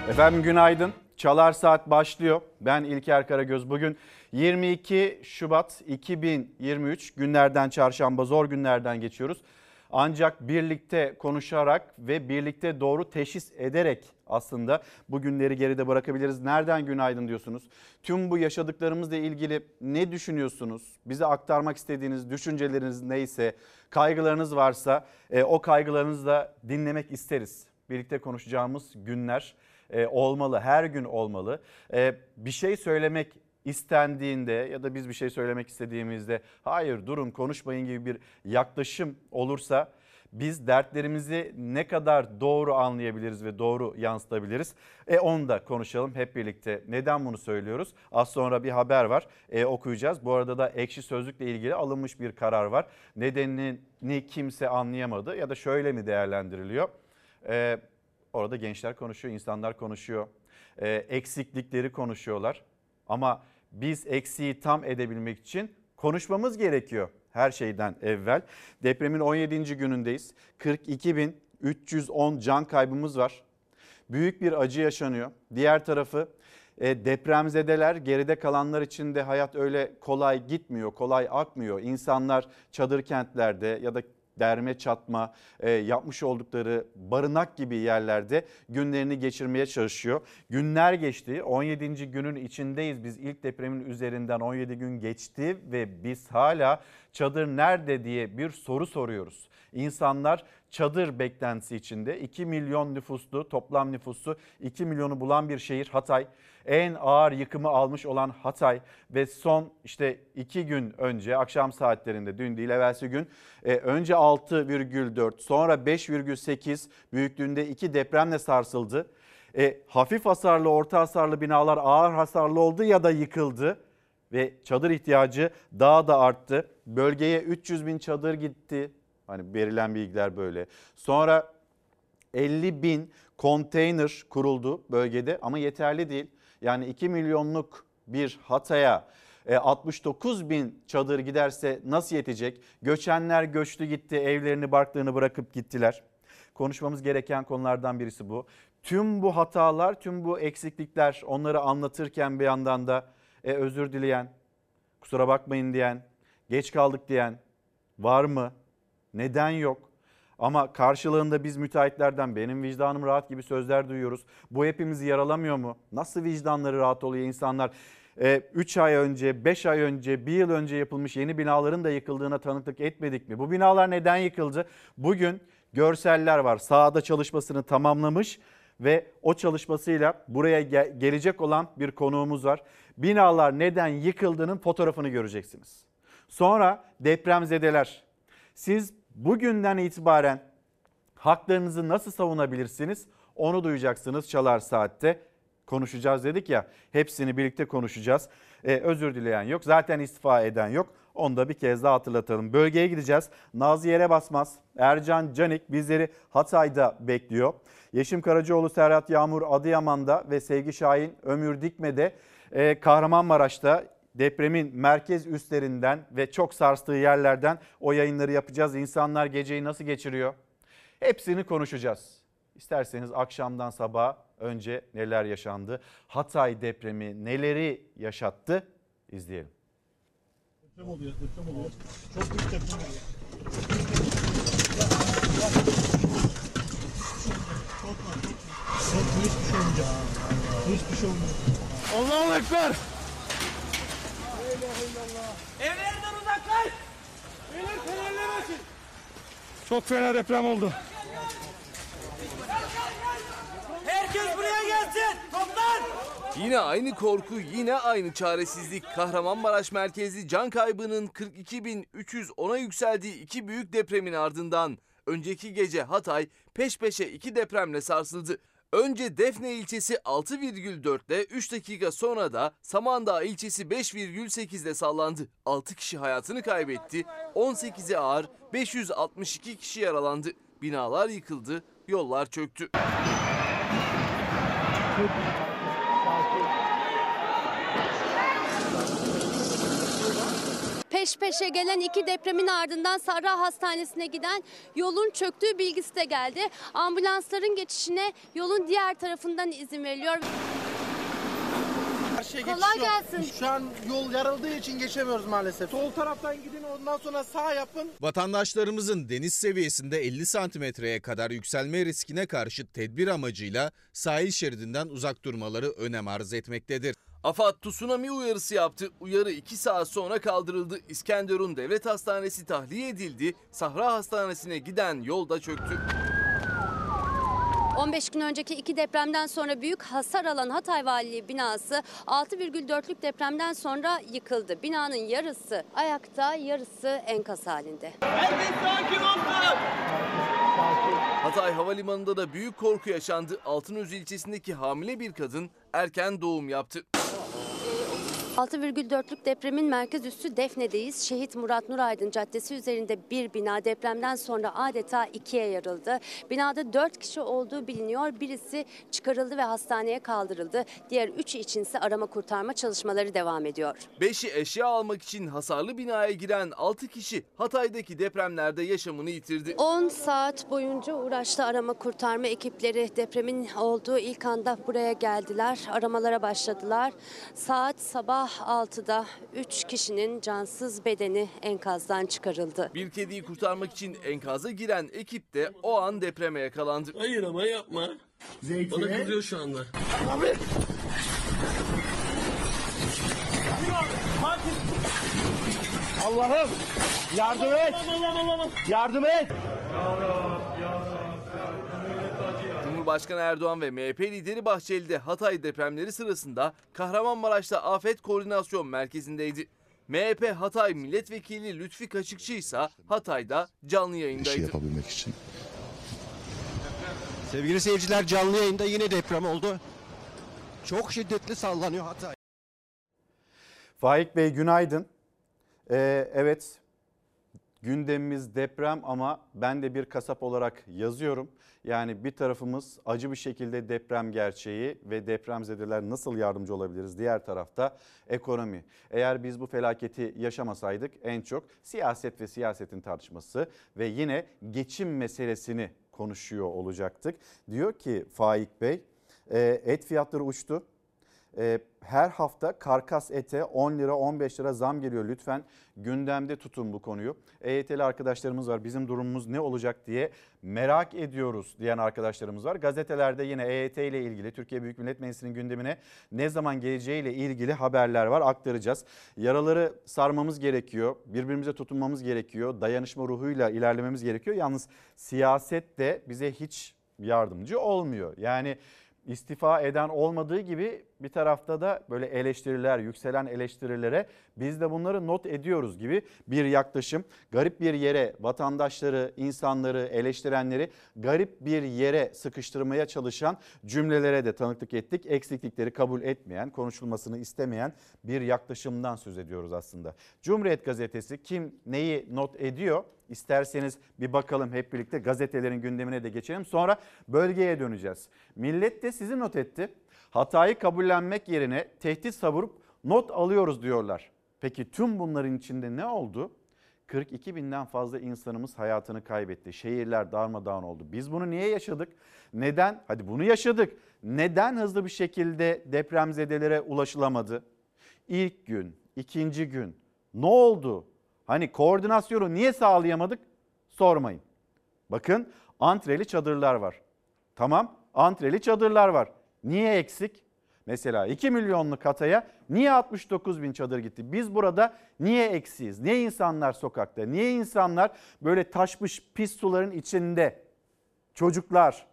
Efendim günaydın. Çalar Saat başlıyor. Ben İlker Karagöz. Bugün 22 Şubat 2023 günlerden çarşamba, zor günlerden geçiyoruz. Ancak birlikte konuşarak ve birlikte doğru teşhis ederek aslında bu günleri geride bırakabiliriz. Nereden günaydın diyorsunuz? Tüm bu yaşadıklarımızla ilgili ne düşünüyorsunuz? Bize aktarmak istediğiniz düşünceleriniz neyse, kaygılarınız varsa o kaygılarınızı da dinlemek isteriz. Birlikte konuşacağımız günler olmalı, her gün olmalı. Bir şey söylemek istendiğinde ya da biz bir şey söylemek istediğimizde hayır durun konuşmayın gibi bir yaklaşım olursa biz dertlerimizi ne kadar doğru anlayabiliriz ve doğru yansıtabiliriz? Onu da konuşalım hep birlikte. Neden bunu söylüyoruz? Az sonra bir haber var, okuyacağız. Bu arada da Ekşi Sözlük'le ilgili alınmış bir karar var. Nedenini kimse anlayamadı ya da şöyle mi değerlendiriliyor? Orada gençler konuşuyor, insanlar konuşuyor, eksiklikleri konuşuyorlar. Ama biz eksiği tam edebilmek için konuşmamız gerekiyor her şeyden evvel. Depremin 17. günündeyiz. 42.310 can kaybımız var. Büyük bir acı yaşanıyor. Diğer tarafı depremzedeler, geride kalanlar için de hayat öyle kolay gitmiyor, kolay akmıyor. İnsanlar çadır kentlerde ya da derme çatma yapmış oldukları barınak gibi yerlerde günlerini geçirmeye çalışıyor. Günler geçti. 17. günün içindeyiz. Biz ilk depremin üzerinden 17 gün geçti ve biz hala çadır nerede diye bir soru soruyoruz. İnsanlar çadır beklentisi içinde. 2 milyon nüfuslu, toplam nüfusu 2 milyonu bulan bir şehir Hatay. En ağır yıkımı almış olan Hatay ve son 2 gün önce akşam saatlerinde, dün değil evvelsi gün önce 6,4 sonra 5,8 büyüklüğünde 2 depremle sarsıldı. Hafif hasarlı, orta hasarlı binalar ağır hasarlı oldu ya da yıkıldı ve çadır ihtiyacı daha da arttı. Bölgeye 300 bin çadır gitti. Hani verilen bilgiler böyle. Sonra 50 bin konteyner kuruldu bölgede ama yeterli değil. Yani 2 milyonluk bir Hatay'a 69 bin çadır giderse nasıl yetecek? Göçenler göçtü gitti, evlerini barklarını bırakıp gittiler. Konuşmamız gereken konulardan birisi bu. Tüm bu hatalar, tüm bu eksiklikler onları anlatırken bir yandan da özür dileyen, kusura bakmayın diyen, geç kaldık diyen var mı? Neden yok? Ama karşılığında biz müteahhitlerden benim vicdanım rahat gibi sözler duyuyoruz. Bu hepimizi yaralamıyor mu? Nasıl vicdanları rahat oluyor insanlar? 3 ay önce, 5 ay önce, 1 yıl önce yapılmış yeni binaların da yıkıldığına tanıklık etmedik mi? Bu binalar neden yıkıldı? Bugün görseller var. Sahada çalışmasını tamamlamış ve o çalışmasıyla buraya gelecek olan bir konuğumuz var. Binalar neden yıkıldığının fotoğrafını göreceksiniz. Sonra depremzedeler. Siz bugünden itibaren haklarınızı nasıl savunabilirsiniz? Onu duyacaksınız Çalar Saat'te. Konuşacağız dedik ya, hepsini birlikte konuşacağız. Özür dileyen yok, zaten istifa eden yok. Onu da bir kez daha hatırlatalım. Bölgeye gideceğiz. Nazlı Yerebasmaz, Ercan Canik bizleri Hatay'da bekliyor. Yeşim Karacaoğlu, Serhat Yağmur Adıyaman'da ve Sevgi Şahin Ömür Dikme'de, Kahramanmaraş'ta depremin merkez üstlerinden ve çok sarstığı yerlerden o yayınları yapacağız. İnsanlar geceyi nasıl geçiriyor? Hepsini konuşacağız. İsterseniz akşamdan sabaha önce neler yaşandı? Hatay depremi neleri yaşattı? İzleyelim. Deprem oluyor. Çok büyük deprem oluyor. Korkma, hiçbir şey olmayacak. Hiçbir şey olmayacak. Allahu Ekber! Evlerden uzaklaş! Beyler fenerler açın! Çok fena deprem oldu. Herkes buraya gelsin! Toplan! Yine aynı korku, yine aynı çaresizlik. Kahramanmaraş merkezli can kaybının 42.310'a yükseldiği 2 büyük depremin ardından önceki gece Hatay peş peşe 2 depremle sarsıldı. Önce Defne ilçesi 6,4'le 3 dakika sonra da Samandağ ilçesi 5,8'le sallandı. 6 kişi hayatını kaybetti, 18'i ağır, 562 kişi yaralandı. Binalar yıkıldı, yollar çöktü. Peş Peş peşe gelen iki depremin ardından Sahra Hastanesi'ne giden yolun çöktüğü bilgisi de geldi. Ambulansların geçişine yolun diğer tarafından izin veriliyor. Kolay gelsin. Şu an yol yarıldığı için geçemiyoruz maalesef. Sol taraftan gidin, ondan sonra sağ yapın. Vatandaşlarımızın deniz seviyesinde 50 santimetreye kadar yükselme riskine karşı tedbir amacıyla sahil şeridinden uzak durmaları önem arz etmektedir. AFAD tsunami uyarısı yaptı. Uyarı 2 saat sonra kaldırıldı. İskenderun Devlet Hastanesi tahliye edildi. Sahra Hastanesi'ne giden yol da çöktü. 15 gün önceki iki depremden sonra büyük hasar alan Hatay Valiliği binası 6,4'lük depremden sonra yıkıldı. Binanın yarısı ayakta, yarısı enkaz halinde. Herkes sakin olsun. Hatay Havalimanı'nda da büyük korku yaşandı. Altınöz ilçesindeki hamile bir kadın erken doğum yaptı. 6,4'lük depremin merkez üssü Defne'deyiz. Şehit Murat Nuraydın Caddesi üzerinde bir bina depremden sonra adeta ikiye yarıldı. Binada 4 kişi olduğu biliniyor. Birisi çıkarıldı ve hastaneye kaldırıldı. Diğer 3'ü içinse arama kurtarma çalışmaları devam ediyor. 5'i eşya almak için hasarlı binaya giren 6 kişi Hatay'daki depremlerde yaşamını yitirdi. 10 saat boyunca uğraştı arama kurtarma ekipleri. Depremin olduğu ilk anda buraya geldiler. Aramalara başladılar. Saat sabah 6'da 3 kişinin cansız bedeni enkazdan çıkarıldı. Bir kediyi kurtarmak için enkaza giren ekip de o an depreme yakalandı. Hayır ama yapma. Bana kızıyor şu anda. Allah'ım yardım et. Yardım et. Cumhurbaşkanı Erdoğan ve MHP lideri Bahçeli de Hatay depremleri sırasında Kahramanmaraş'ta Afet Koordinasyon Merkezi'ndeydi. MHP Hatay Milletvekili Lütfi Kaşıkçı ise Hatay'da canlı yayındaydı. Yapabilmek için. Sevgili seyirciler, canlı yayında yine deprem oldu. Çok şiddetli sallanıyor Hatay. Faik Bey günaydın. Evet, gündemimiz deprem ama ben de bir kasap olarak yazıyorum. Yani bir tarafımız acı bir şekilde deprem gerçeği ve depremzedeler nasıl yardımcı olabiliriz? Diğer tarafta ekonomi. Eğer biz bu felaketi yaşamasaydık en çok siyaset ve siyasetin tartışması ve yine geçim meselesini konuşuyor olacaktık. Diyor ki Faik Bey, et fiyatları uçtu. Her hafta karkas ete 10 lira 15 lira zam geliyor. Lütfen gündemde tutun bu konuyu. EYT'li arkadaşlarımız var. Bizim durumumuz ne olacak diye merak ediyoruz diyen arkadaşlarımız var. Gazetelerde yine EYT ile ilgili Türkiye Büyük Millet Meclisi'nin gündemine ne zaman geleceğiyle ilgili haberler var, aktaracağız. Yaraları sarmamız gerekiyor. Birbirimize tutunmamız gerekiyor. Dayanışma ruhuyla ilerlememiz gerekiyor. Yalnız siyaset de bize hiç yardımcı olmuyor. Yani İstifa eden olmadığı gibi bir tarafta da böyle eleştiriler, yükselen eleştirilere biz de bunları not ediyoruz gibi bir yaklaşım. Garip bir yere vatandaşları, insanları, eleştirenleri garip bir yere sıkıştırmaya çalışan cümlelere de tanıklık ettik. Eksiklikleri kabul etmeyen, konuşulmasını istemeyen bir yaklaşımdan söz ediyoruz aslında. Cumhuriyet Gazetesi kim neyi not ediyor? İsterseniz bir bakalım hep birlikte, gazetelerin gündemine de geçelim. Sonra bölgeye döneceğiz. Millet de sizi not etti. Hatayı kabullenmek yerine tehdit savurup not alıyoruz diyorlar. Peki tüm bunların içinde ne oldu? 42 binden fazla insanımız hayatını kaybetti. Şehirler darmadağın oldu. Biz bunu niye yaşadık? Neden? Hadi bunu yaşadık. Neden hızlı bir şekilde depremzedelere ulaşılamadı? İlk gün, ikinci gün ne oldu? Hani koordinasyonu niye sağlayamadık? Sormayın. Bakın antreli çadırlar var. Tamam, antreli çadırlar var. Niye eksik? Mesela 2 milyonluk Hatay'a niye 69 bin çadır gitti? Biz burada niye eksiyiz? Niye insanlar sokakta? Niye insanlar böyle taşmış pis suların içinde? Çocuklar.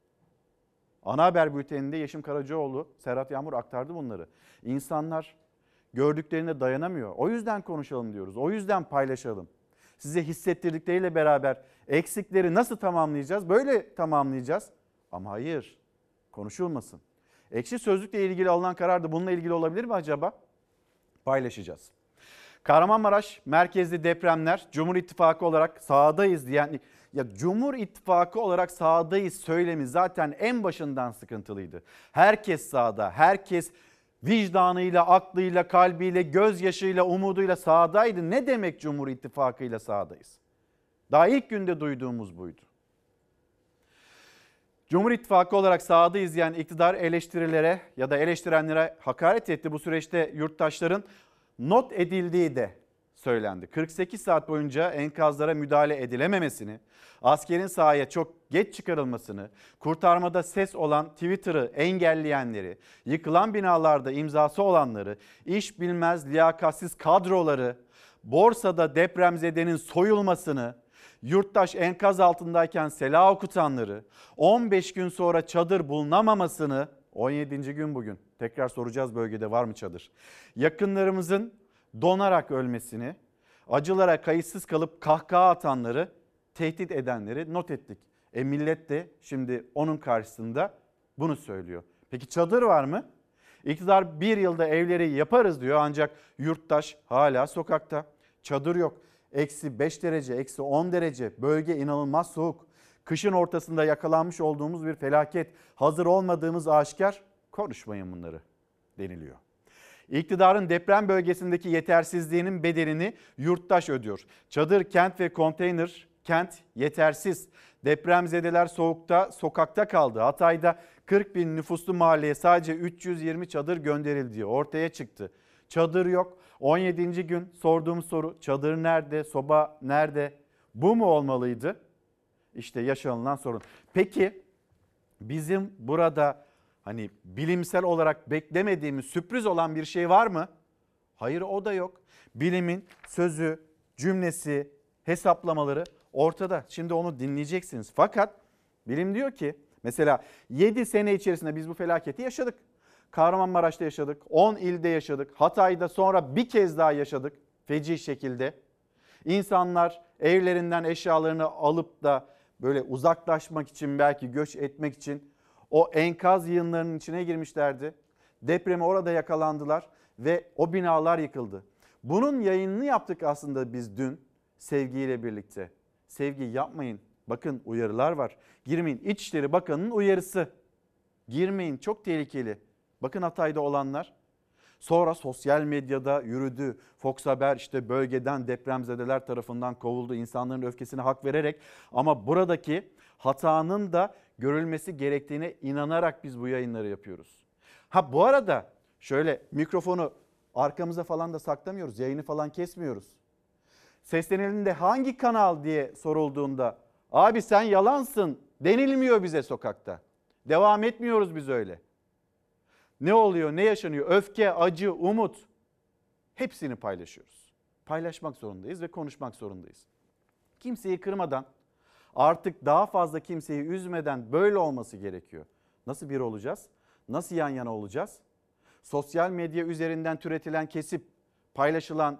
Ana haber bülteninde Yeşim Karacaoğlu, Serhat Yağmur aktardı bunları. İnsanlar gördüklerine dayanamıyor. O yüzden konuşalım diyoruz. O yüzden paylaşalım. Size hissettirdikleriyle beraber eksikleri nasıl tamamlayacağız? Böyle tamamlayacağız. Ama hayır, konuşulmasın. Ekşi Sözlük'le ilgili alınan karar da bununla ilgili olabilir mi acaba? Paylaşacağız. Kahramanmaraş merkezli depremler, Cumhur İttifakı olarak sahadayız diyen, ya Cumhur İttifakı olarak sahadayız söylemi zaten en başından sıkıntılıydı. Herkes sahada, herkes vicdanıyla, aklıyla, kalbiyle, gözyaşıyla, umuduyla sahadaydı. Ne demek Cumhur İttifakı'yla sahadayız? Daha ilk günde duyduğumuz buydu. Cumhur İttifakı olarak sahada izleyen iktidar eleştirilere ya da eleştirenlere hakaret etti. Bu süreçte yurttaşların not edildiği de söylendi. 48 saat boyunca enkazlara müdahale edilememesini, askerin sahaya çok geç çıkarılmasını, kurtarmada ses olan Twitter'ı engelleyenleri, yıkılan binalarda imzası olanları, iş bilmez liyakatsiz kadroları, borsada depremzedenin soyulmasını, yurttaş enkaz altındayken sela okutanları, 15 gün sonra çadır bulunamamasını, 17. gün bugün tekrar soracağız bölgede var mı çadır, yakınlarımızın donarak ölmesini, acılara kayıtsız kalıp kahkaha atanları, tehdit edenleri not ettik. Millet de şimdi onun karşısında bunu söylüyor. Peki çadır var mı? İktidar bir yılda evleri yaparız diyor ancak yurttaş hala sokakta. Çadır yok. -5 derece, -10 derece, bölge inanılmaz soğuk. Kışın ortasında yakalanmış olduğumuz bir felaket. Hazır olmadığımız aşikar, konuşmayın bunları deniliyor. İktidarın deprem bölgesindeki yetersizliğinin bedelini yurttaş ödüyor. Çadır kent ve konteyner kent yetersiz. Depremzedeler soğukta, sokakta kaldı. Hatay'da 40 bin nüfuslu mahalleye sadece 320 çadır gönderildiği ortaya çıktı. Çadır yok. 17. gün sorduğum soru, çadır nerede, soba nerede? Bu mu olmalıydı? İşte yaşanılan sorun. Peki bizim burada hani bilimsel olarak beklemediğimiz sürpriz olan bir şey var mı? Hayır, o da yok. Bilimin sözü, cümlesi, hesaplamaları ortada. Şimdi onu dinleyeceksiniz. Fakat bilim diyor ki mesela 7 sene içerisinde biz bu felaketi yaşadık. Kahramanmaraş'ta yaşadık, 10 ilde yaşadık, Hatay'da sonra bir kez daha yaşadık feci şekilde. İnsanlar evlerinden eşyalarını alıp da böyle uzaklaşmak için, belki göç etmek için o enkaz yığınlarının içine girmişlerdi. Depreme orada yakalandılar ve o binalar yıkıldı. Bunun yayınını yaptık aslında biz dün Sevgi'yle birlikte. Sevgi yapmayın, bakın uyarılar var. Girmeyin, İçişleri Bakanı'nın uyarısı. Girmeyin, çok tehlikeli. Bakın Hatay'da olanlar. Sonra sosyal medyada yürüdü. Fox Haber işte bölgeden depremzedeler tarafından kovuldu. İnsanların öfkesine hak vererek, ama buradaki hatanın da görülmesi gerektiğine inanarak biz bu yayınları yapıyoruz. Ha bu arada şöyle mikrofonu arkamıza falan da saklamıyoruz. Yayını falan kesmiyoruz. Seslenelim de hangi kanal diye sorulduğunda abi sen yalansın denilmiyor bize sokakta. Devam etmiyoruz biz öyle. Ne oluyor, ne yaşanıyor? Öfke, acı, umut hepsini paylaşıyoruz. Paylaşmak zorundayız ve konuşmak zorundayız. Kimseyi kırmadan, artık daha fazla kimseyi üzmeden böyle olması gerekiyor. Nasıl bir olacağız? Nasıl yan yana olacağız? Sosyal medya üzerinden türetilen, kesip paylaşılan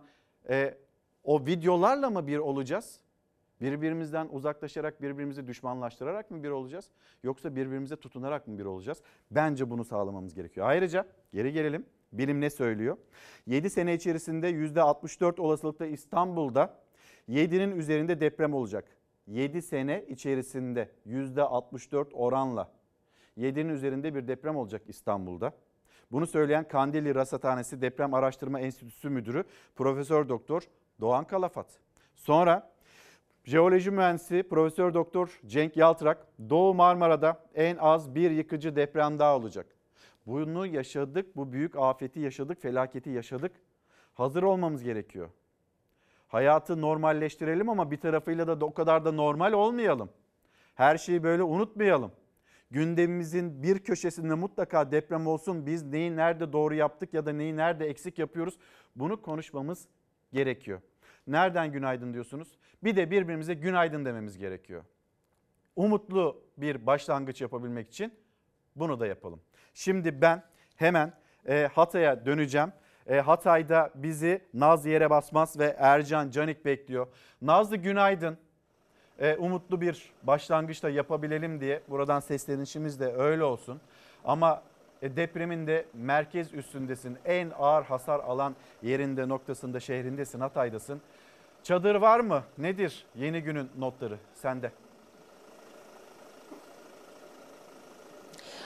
o videolarla mı bir olacağız? Birbirimizden uzaklaşarak, birbirimizi düşmanlaştırarak mı bir olacağız? Yoksa birbirimize tutunarak mı bir olacağız? Bence bunu sağlamamız gerekiyor. Ayrıca geri gelelim. Bilim ne söylüyor? 7 sene içerisinde %64 olasılıkla İstanbul'da 7'nin üzerinde deprem olacak. 7 sene içerisinde %64 oranla 7'nin üzerinde bir deprem olacak İstanbul'da. Bunu söyleyen Kandilli Rasathanesi Deprem Araştırma Enstitüsü Müdürü Profesör Doktor Doğan Kalafat. Sonra jeoloji mühendisi Profesör Doktor Cenk Yaltrak, Doğu Marmara'da en az bir yıkıcı deprem daha olacak. Bunu yaşadık, bu büyük afeti yaşadık, felaketi yaşadık. Hazır olmamız gerekiyor. Hayatı normalleştirelim ama bir tarafıyla da o kadar da normal olmayalım. Her şeyi böyle unutmayalım. Gündemimizin bir köşesinde mutlaka deprem olsun. Biz neyi nerede doğru yaptık ya da neyi nerede eksik yapıyoruz, bunu konuşmamız gerekiyor. Nereden günaydın diyorsunuz? Bir de birbirimize günaydın dememiz gerekiyor. Umutlu bir başlangıç yapabilmek için bunu da yapalım. Şimdi ben hemen Hatay'a döneceğim. Hatay'da bizi Naz Yere Basmaz ve Ercan Canik bekliyor. Nazlı günaydın. Umutlu bir başlangıçta yapabilelim diye buradan seslenişimiz de öyle olsun. Ama depremin de merkez üstündesin. En ağır hasar alan yerinde, noktasında, şehrindesin, Hatay'dasın. Çadır var mı? Nedir yeni günün notları? Sende.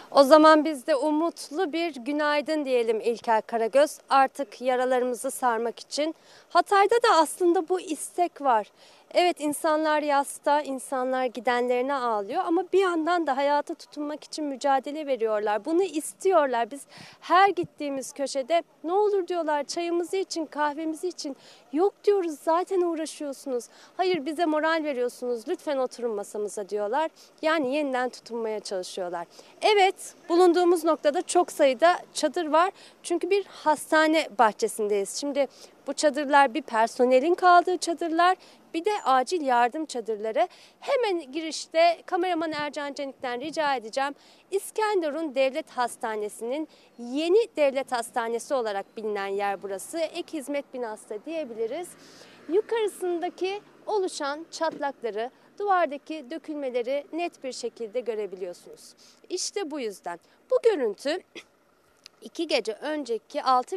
O zaman biz de umutlu bir günaydın diyelim İlker Karagöz. Artık yaralarımızı sarmak için. Hatay'da da aslında bu istek var. Evet, insanlar yasta, insanlar gidenlerine ağlıyor ama bir yandan da hayata tutunmak için mücadele veriyorlar. Bunu istiyorlar. Biz her gittiğimiz köşede ne olur diyorlar, çayımızı için, kahvemizi için. Yok diyoruz, zaten uğraşıyorsunuz. Hayır, bize moral veriyorsunuz, lütfen oturun masamıza diyorlar. Yani yeniden tutunmaya çalışıyorlar. Evet, bulunduğumuz noktada çok sayıda çadır var. Çünkü bir hastane bahçesindeyiz. Şimdi bu çadırlar bir personelin kaldığı çadırlar, bir de acil yardım çadırları. Hemen girişte kameraman Ercan Canik'ten rica edeceğim. İskenderun Devlet Hastanesi'nin yeni devlet hastanesi olarak bilinen yer burası. Ek hizmet binası da diyebiliriz. Yukarısındaki oluşan çatlakları, duvardaki dökülmeleri net bir şekilde görebiliyorsunuz. İşte bu yüzden bu görüntü 2 gece önceki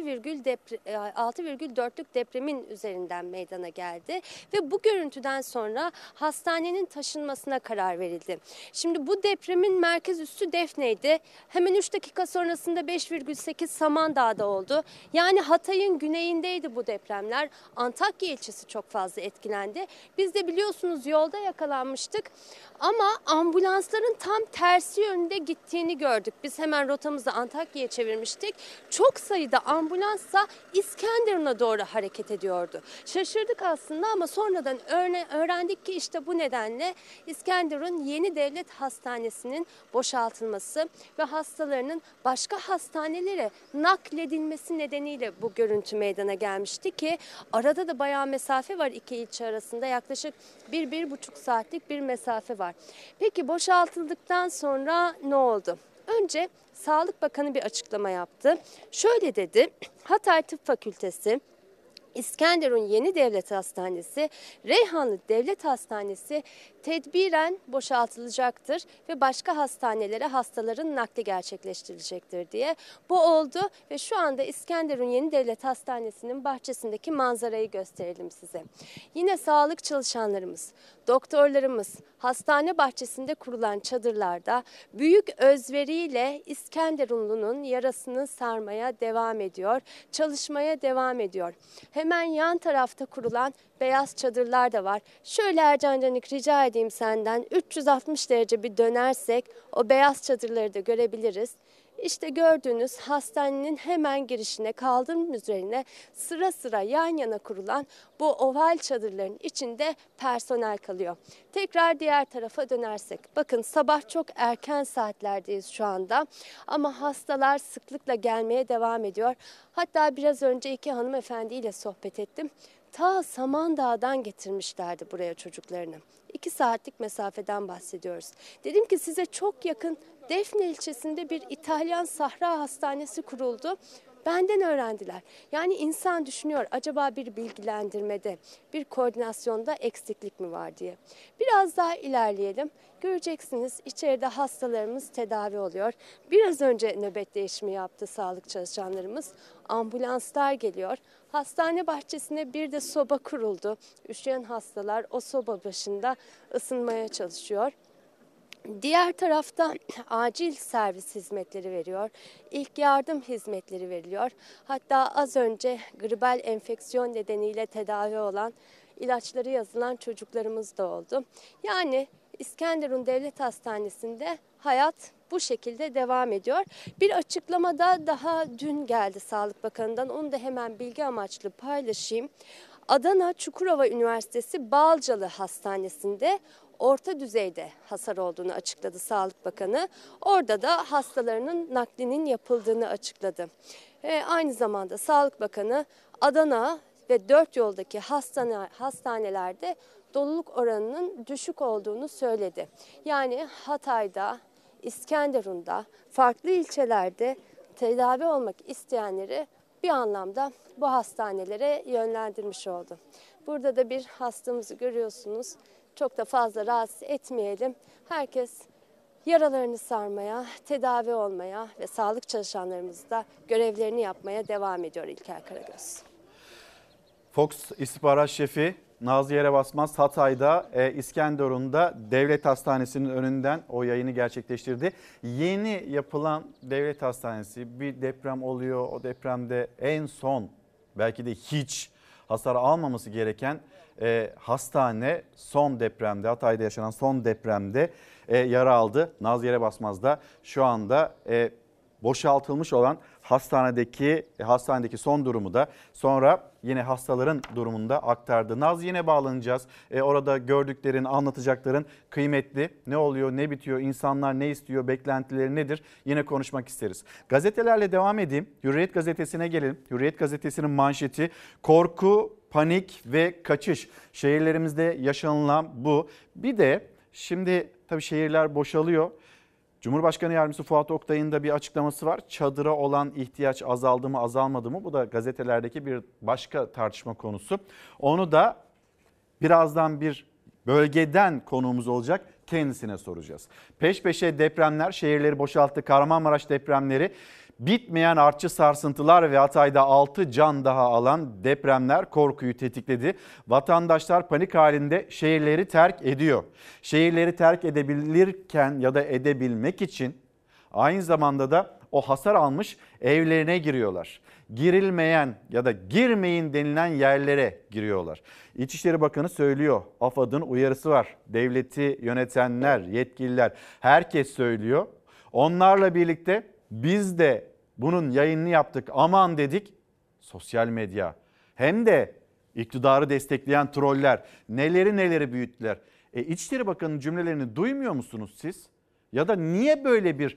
6,4'lük depremin üzerinden meydana geldi ve bu görüntüden sonra hastanenin taşınmasına karar verildi. Şimdi bu depremin merkez üssü Defne'ydi. Hemen 3 dakika sonrasında 5,8 Samandağ'da oldu. Yani Hatay'ın güneyindeydi bu depremler. Antakya ilçesi çok fazla etkilendi. Biz de biliyorsunuz yolda yakalanmıştık ama ambulansların tam tersi yönde gittiğini gördük. Biz hemen rotamızı Antakya'ya çevirmiştik. Çok sayıda ambulansa İskenderun'a doğru hareket ediyordu. Şaşırdık aslında ama sonradan öğrendik ki işte bu nedenle İskenderun Yeni Devlet Hastanesi'nin boşaltılması ve hastalarının başka hastanelere nakledilmesi nedeniyle bu görüntü meydana gelmişti ki arada da bayağı mesafe var iki ilçe arasında, yaklaşık 1-1,5 saatlik bir mesafe var. Peki boşaltıldıktan sonra ne oldu? Önce Sağlık Bakanı bir açıklama yaptı. Şöyle dedi: Hatay Tıp Fakültesi, İskenderun Yeni Devlet Hastanesi, Reyhanlı Devlet Hastanesi tedbiren boşaltılacaktır ve başka hastanelere hastaların nakli gerçekleştirilecektir diye. Bu oldu ve şu anda İskenderun Yeni Devlet Hastanesi'nin bahçesindeki manzarayı gösterelim size. Yine sağlık çalışanlarımız, doktorlarımız hastane bahçesinde kurulan çadırlarda büyük özveriyle İskenderunlu'nun yarasını sarmaya devam ediyor, çalışmaya devam ediyor. Hemen yan tarafta kurulan beyaz çadırlar da var. Şöyle Ercan Canik, rica edeyim senden, 360 derece bir dönersek o beyaz çadırları da görebiliriz. İşte gördüğünüz hastanenin hemen girişine, kaldırım üzerine sıra sıra yan yana kurulan bu oval çadırların içinde personel kalıyor. Tekrar diğer tarafa dönersek, bakın sabah çok erken saatlerdeyiz şu anda ama hastalar sıklıkla gelmeye devam ediyor. Hatta biraz önce iki hanımefendiyle sohbet ettim. Ta Samandağ'dan getirmişlerdi buraya çocuklarını. 2 saatlik mesafeden bahsediyoruz. Dedim ki size çok yakın Defne ilçesinde bir İtalyan Sahra Hastanesi kuruldu. Benden öğrendiler. Yani insan düşünüyor, acaba bir bilgilendirmede, bir koordinasyonda eksiklik mi var diye. Biraz daha ilerleyelim. Göreceksiniz içeride hastalarımız tedavi oluyor. Biraz önce nöbet değişimi yaptı sağlık çalışanlarımız. Ambulanslar geliyor. Hastane bahçesine bir de soba kuruldu. Üşüyen hastalar o soba başında ısınmaya çalışıyor. Diğer tarafta acil servis hizmetleri veriyor, ilk yardım hizmetleri veriliyor. Hatta az önce gribal enfeksiyon nedeniyle tedavi olan, ilaçları yazılan çocuklarımız da oldu. Yani İskenderun Devlet Hastanesi'nde hayat bu şekilde devam ediyor. Bir açıklamada daha dün geldi Sağlık Bakanı'ndan, onu da hemen bilgi amaçlı paylaşayım. Adana Çukurova Üniversitesi Balcalı Hastanesi'nde orta düzeyde hasar olduğunu açıkladı Sağlık Bakanı. Orada da hastalarının naklinin yapıldığını açıkladı. Aynı zamanda Sağlık Bakanı Adana ve 4 yoldaki hastanelerde doluluk oranının düşük olduğunu söyledi. Yani Hatay'da, İskenderun'da, farklı ilçelerde tedavi olmak isteyenleri bir anlamda bu hastanelere yönlendirmiş oldu. Burada da bir hastamızı görüyorsunuz. Çok da fazla rahatsız etmeyelim. Herkes yaralarını sarmaya, tedavi olmaya ve sağlık çalışanlarımız da görevlerini yapmaya devam ediyor İlker Karagöz. Fox İstihbarat Şefi Nazlı Yere Basmaz Hatay'da İskenderun'da Devlet Hastanesi'nin önünden o yayını gerçekleştirdi. Yeni yapılan Devlet Hastanesi, bir deprem oluyor. O depremde en son belki de hiç hasar almaması gereken hastane son depremde, Hatay'da yaşanan son depremde yara aldı. Nazlı Yere Basmaz'da şu anda boşaltılmış olan hastanedeki son durumu da sonra yine hastaların durumunda aktardı. Naz, yine bağlanacağız. Orada gördüklerin, anlatacakların kıymetli. Ne oluyor, ne bitiyor, insanlar ne istiyor, beklentileri nedir? Yine konuşmak isteriz. Gazetelerle devam edeyim. Hürriyet gazetesine gelelim. Hürriyet gazetesinin manşeti: korku, panik ve kaçış. Şehirlerimizde yaşanılan bu. Bir de şimdi tabii şehirler boşalıyor. Cumhurbaşkanı Yardımcısı Fuat Oktay'ın da bir açıklaması var. Çadıra olan ihtiyaç azaldı mı, azalmadı mı? Bu da gazetelerdeki bir başka tartışma konusu. Onu da birazdan bir bölgeden konuğumuz olacak, kendisine soracağız. Peş peşe depremler şehirleri boşalttı. Kahramanmaraş depremleri, bitmeyen artçı sarsıntılar ve Hatay'da 6 can daha alan depremler korkuyu tetikledi. Vatandaşlar panik halinde şehirleri terk ediyor. Şehirleri terk edebilirken ya da edebilmek için aynı zamanda da o hasar almış evlerine giriyorlar. Girilmeyen ya da girmeyin denilen yerlere giriyorlar. İçişleri Bakanı söylüyor. AFAD'ın uyarısı var. Devleti yönetenler, yetkililer, herkes söylüyor. Onlarla birlikte biz de bunun yayınını yaptık, aman dedik. Sosyal medya hem de iktidarı destekleyen troller neleri büyüttüler. İçişleri Bakanı'nın cümlelerini duymuyor musunuz siz? Ya da niye böyle bir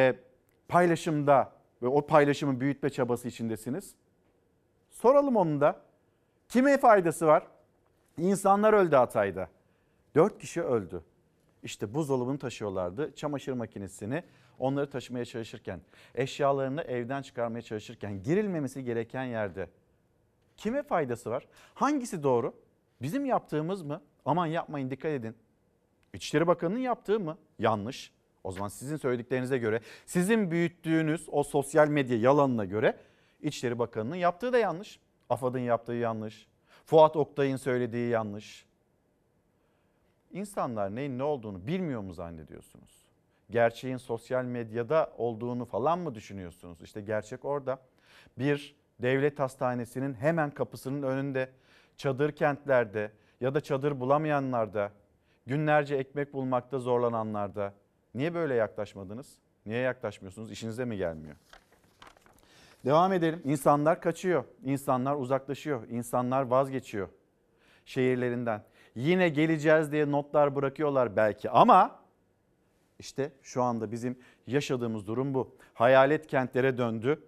paylaşımda ve o paylaşımı büyütme çabası içindesiniz? Soralım onu da. Kime faydası var? İnsanlar öldü Hatay'da. 4 kişi öldü. İşte buzdolabını taşıyorlardı, çamaşır makinesini, onları taşımaya çalışırken, eşyalarını evden çıkarmaya çalışırken, girilmemesi gereken yerde. Kime faydası var? Hangisi doğru? Bizim yaptığımız mı? Aman yapmayın, dikkat edin. İçişleri Bakanı'nın yaptığı mı? Yanlış. O zaman sizin söylediklerinize göre, sizin büyüttüğünüz o sosyal medya yalanına göre İçişleri Bakanı'nın yaptığı da yanlış. AFAD'ın yaptığı yanlış. Fuat Oktay'ın söylediği yanlış. İnsanlar neyin ne olduğunu bilmiyor mu zannediyorsunuz? Gerçeğin sosyal medyada olduğunu falan mı düşünüyorsunuz? İşte gerçek orada. Bir devlet hastanesinin hemen kapısının önünde, çadır kentlerde ya da çadır bulamayanlarda, günlerce ekmek bulmakta zorlananlarda. Niye böyle yaklaşmadınız? Niye yaklaşmıyorsunuz? İşinize mi gelmiyor? Devam edelim. İnsanlar kaçıyor, insanlar uzaklaşıyor, insanlar vazgeçiyor şehirlerinden. Yine geleceğiz diye notlar bırakıyorlar belki ama işte şu anda bizim yaşadığımız durum bu. Hayalet kentlere döndü.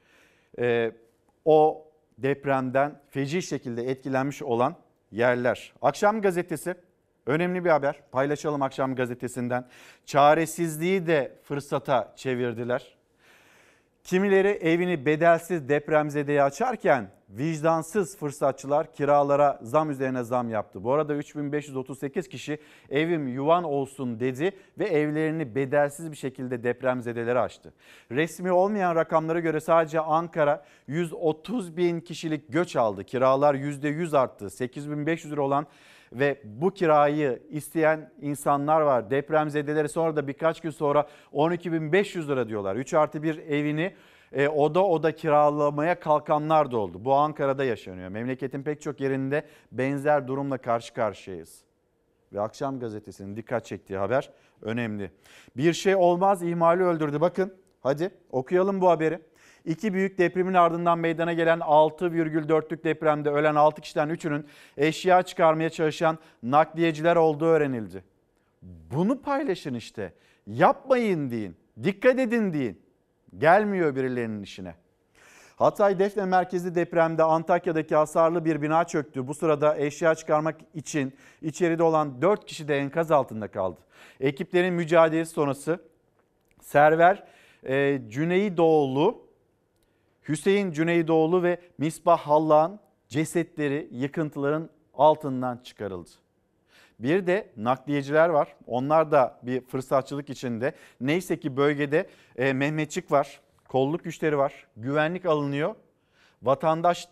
O depremden feci şekilde etkilenmiş olan yerler. Akşam gazetesi, önemli bir haber. Paylaşalım Akşam gazetesinden. Çaresizliği de fırsata çevirdiler. Kimileri evini bedelsiz depremzedeye açarken vicdansız fırsatçılar kiralara zam üzerine zam yaptı. Bu arada 3538 kişi evim yuvan olsun dedi ve evlerini bedelsiz bir şekilde depremzedelere açtı. Resmi olmayan rakamlara göre sadece Ankara 130 bin kişilik göç aldı. Kiralar %100 arttı. 8500 lira olan ve bu kirayı isteyen insanlar var. Depremzedeleri sonra da birkaç gün sonra 12.500 lira diyorlar. 3+1 evini oda kiralamaya kalkanlar da oldu. Bu Ankara'da yaşanıyor. Memleketin pek çok yerinde benzer durumla karşı karşıyayız. Ve Akşam gazetesinin dikkat çektiği haber önemli. Bir şey olmaz ihmali öldürdü. Bakın hadi okuyalım bu haberi. 2 büyük depremin ardından meydana gelen 6,4'lük depremde ölen 6 kişiden 3'ünün eşya çıkarmaya çalışan nakliyeciler olduğu öğrenildi. Bunu paylaşın işte. Yapmayın deyin. Dikkat edin deyin. Gelmiyor birilerinin işine. Hatay Defne merkezli depremde Antakya'daki hasarlı bir bina çöktü. Bu sırada eşya çıkarmak için içeride olan 4 kişi de enkaz altında kaldı. Ekiplerin mücadelesi sonrası Server Cüneydoğlu, Hüseyin Cüneydoğlu ve Misbah Hallak'ın cesetleri yıkıntıların altından çıkarıldı. Bir de nakliyeciler var. Onlar da bir fırsatçılık içinde. Neyse ki bölgede Mehmetçik var, kolluk güçleri var, güvenlik alınıyor. Vatandaşla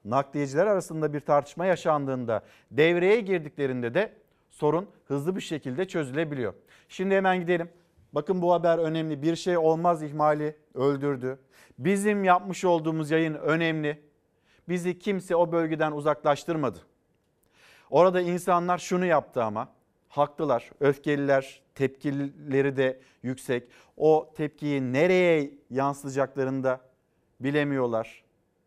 nakliyeciler arasında bir tartışma yaşandığında, devreye girdiklerinde de sorun hızlı bir şekilde çözülebiliyor. Şimdi hemen gidelim. Bakın bu haber önemli. Bir şey olmaz ihmali öldürdü. Bizim yapmış olduğumuz yayın önemli. Bizi kimse o bölgeden uzaklaştırmadı. Orada insanlar şunu yaptı ama haklılar, öfkeliler, tepkileri de yüksek. O tepkiyi nereye yansıtacaklarını da bilemiyorlar.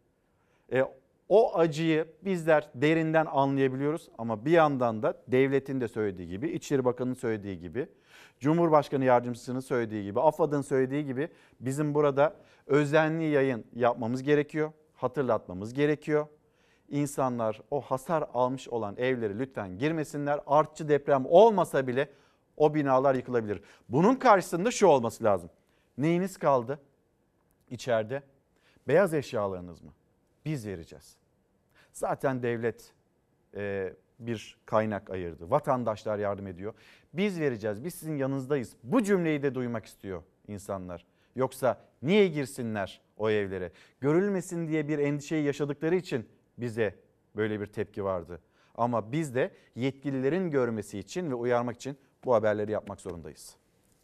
O acıyı bizler derinden anlayabiliyoruz ama bir yandan da devletin de söylediği gibi, İçişleri Bakanı'nın söylediği gibi, Cumhurbaşkanı Yardımcısının söylediği gibi, AFAD'ın söylediği gibi bizim burada özenli yayın yapmamız gerekiyor, hatırlatmamız gerekiyor. İnsanlar o hasar almış olan evlere lütfen girmesinler. Artçı deprem olmasa bile o binalar yıkılabilir. Bunun karşısında şu olması lazım. Neyiniz kaldı içeride? Beyaz eşyalarınız mı? Biz vereceğiz. Zaten devlet bir kaynak ayırdı. Vatandaşlar yardım ediyor. Biz vereceğiz, biz sizin yanınızdayız. Bu cümleyi de duymak istiyor insanlar. Yoksa niye girsinler o evlere? Görülmesin diye bir endişeyi yaşadıkları için bize böyle bir tepki vardı. Ama biz de yetkililerin görmesi için ve uyarmak için bu haberleri yapmak zorundayız.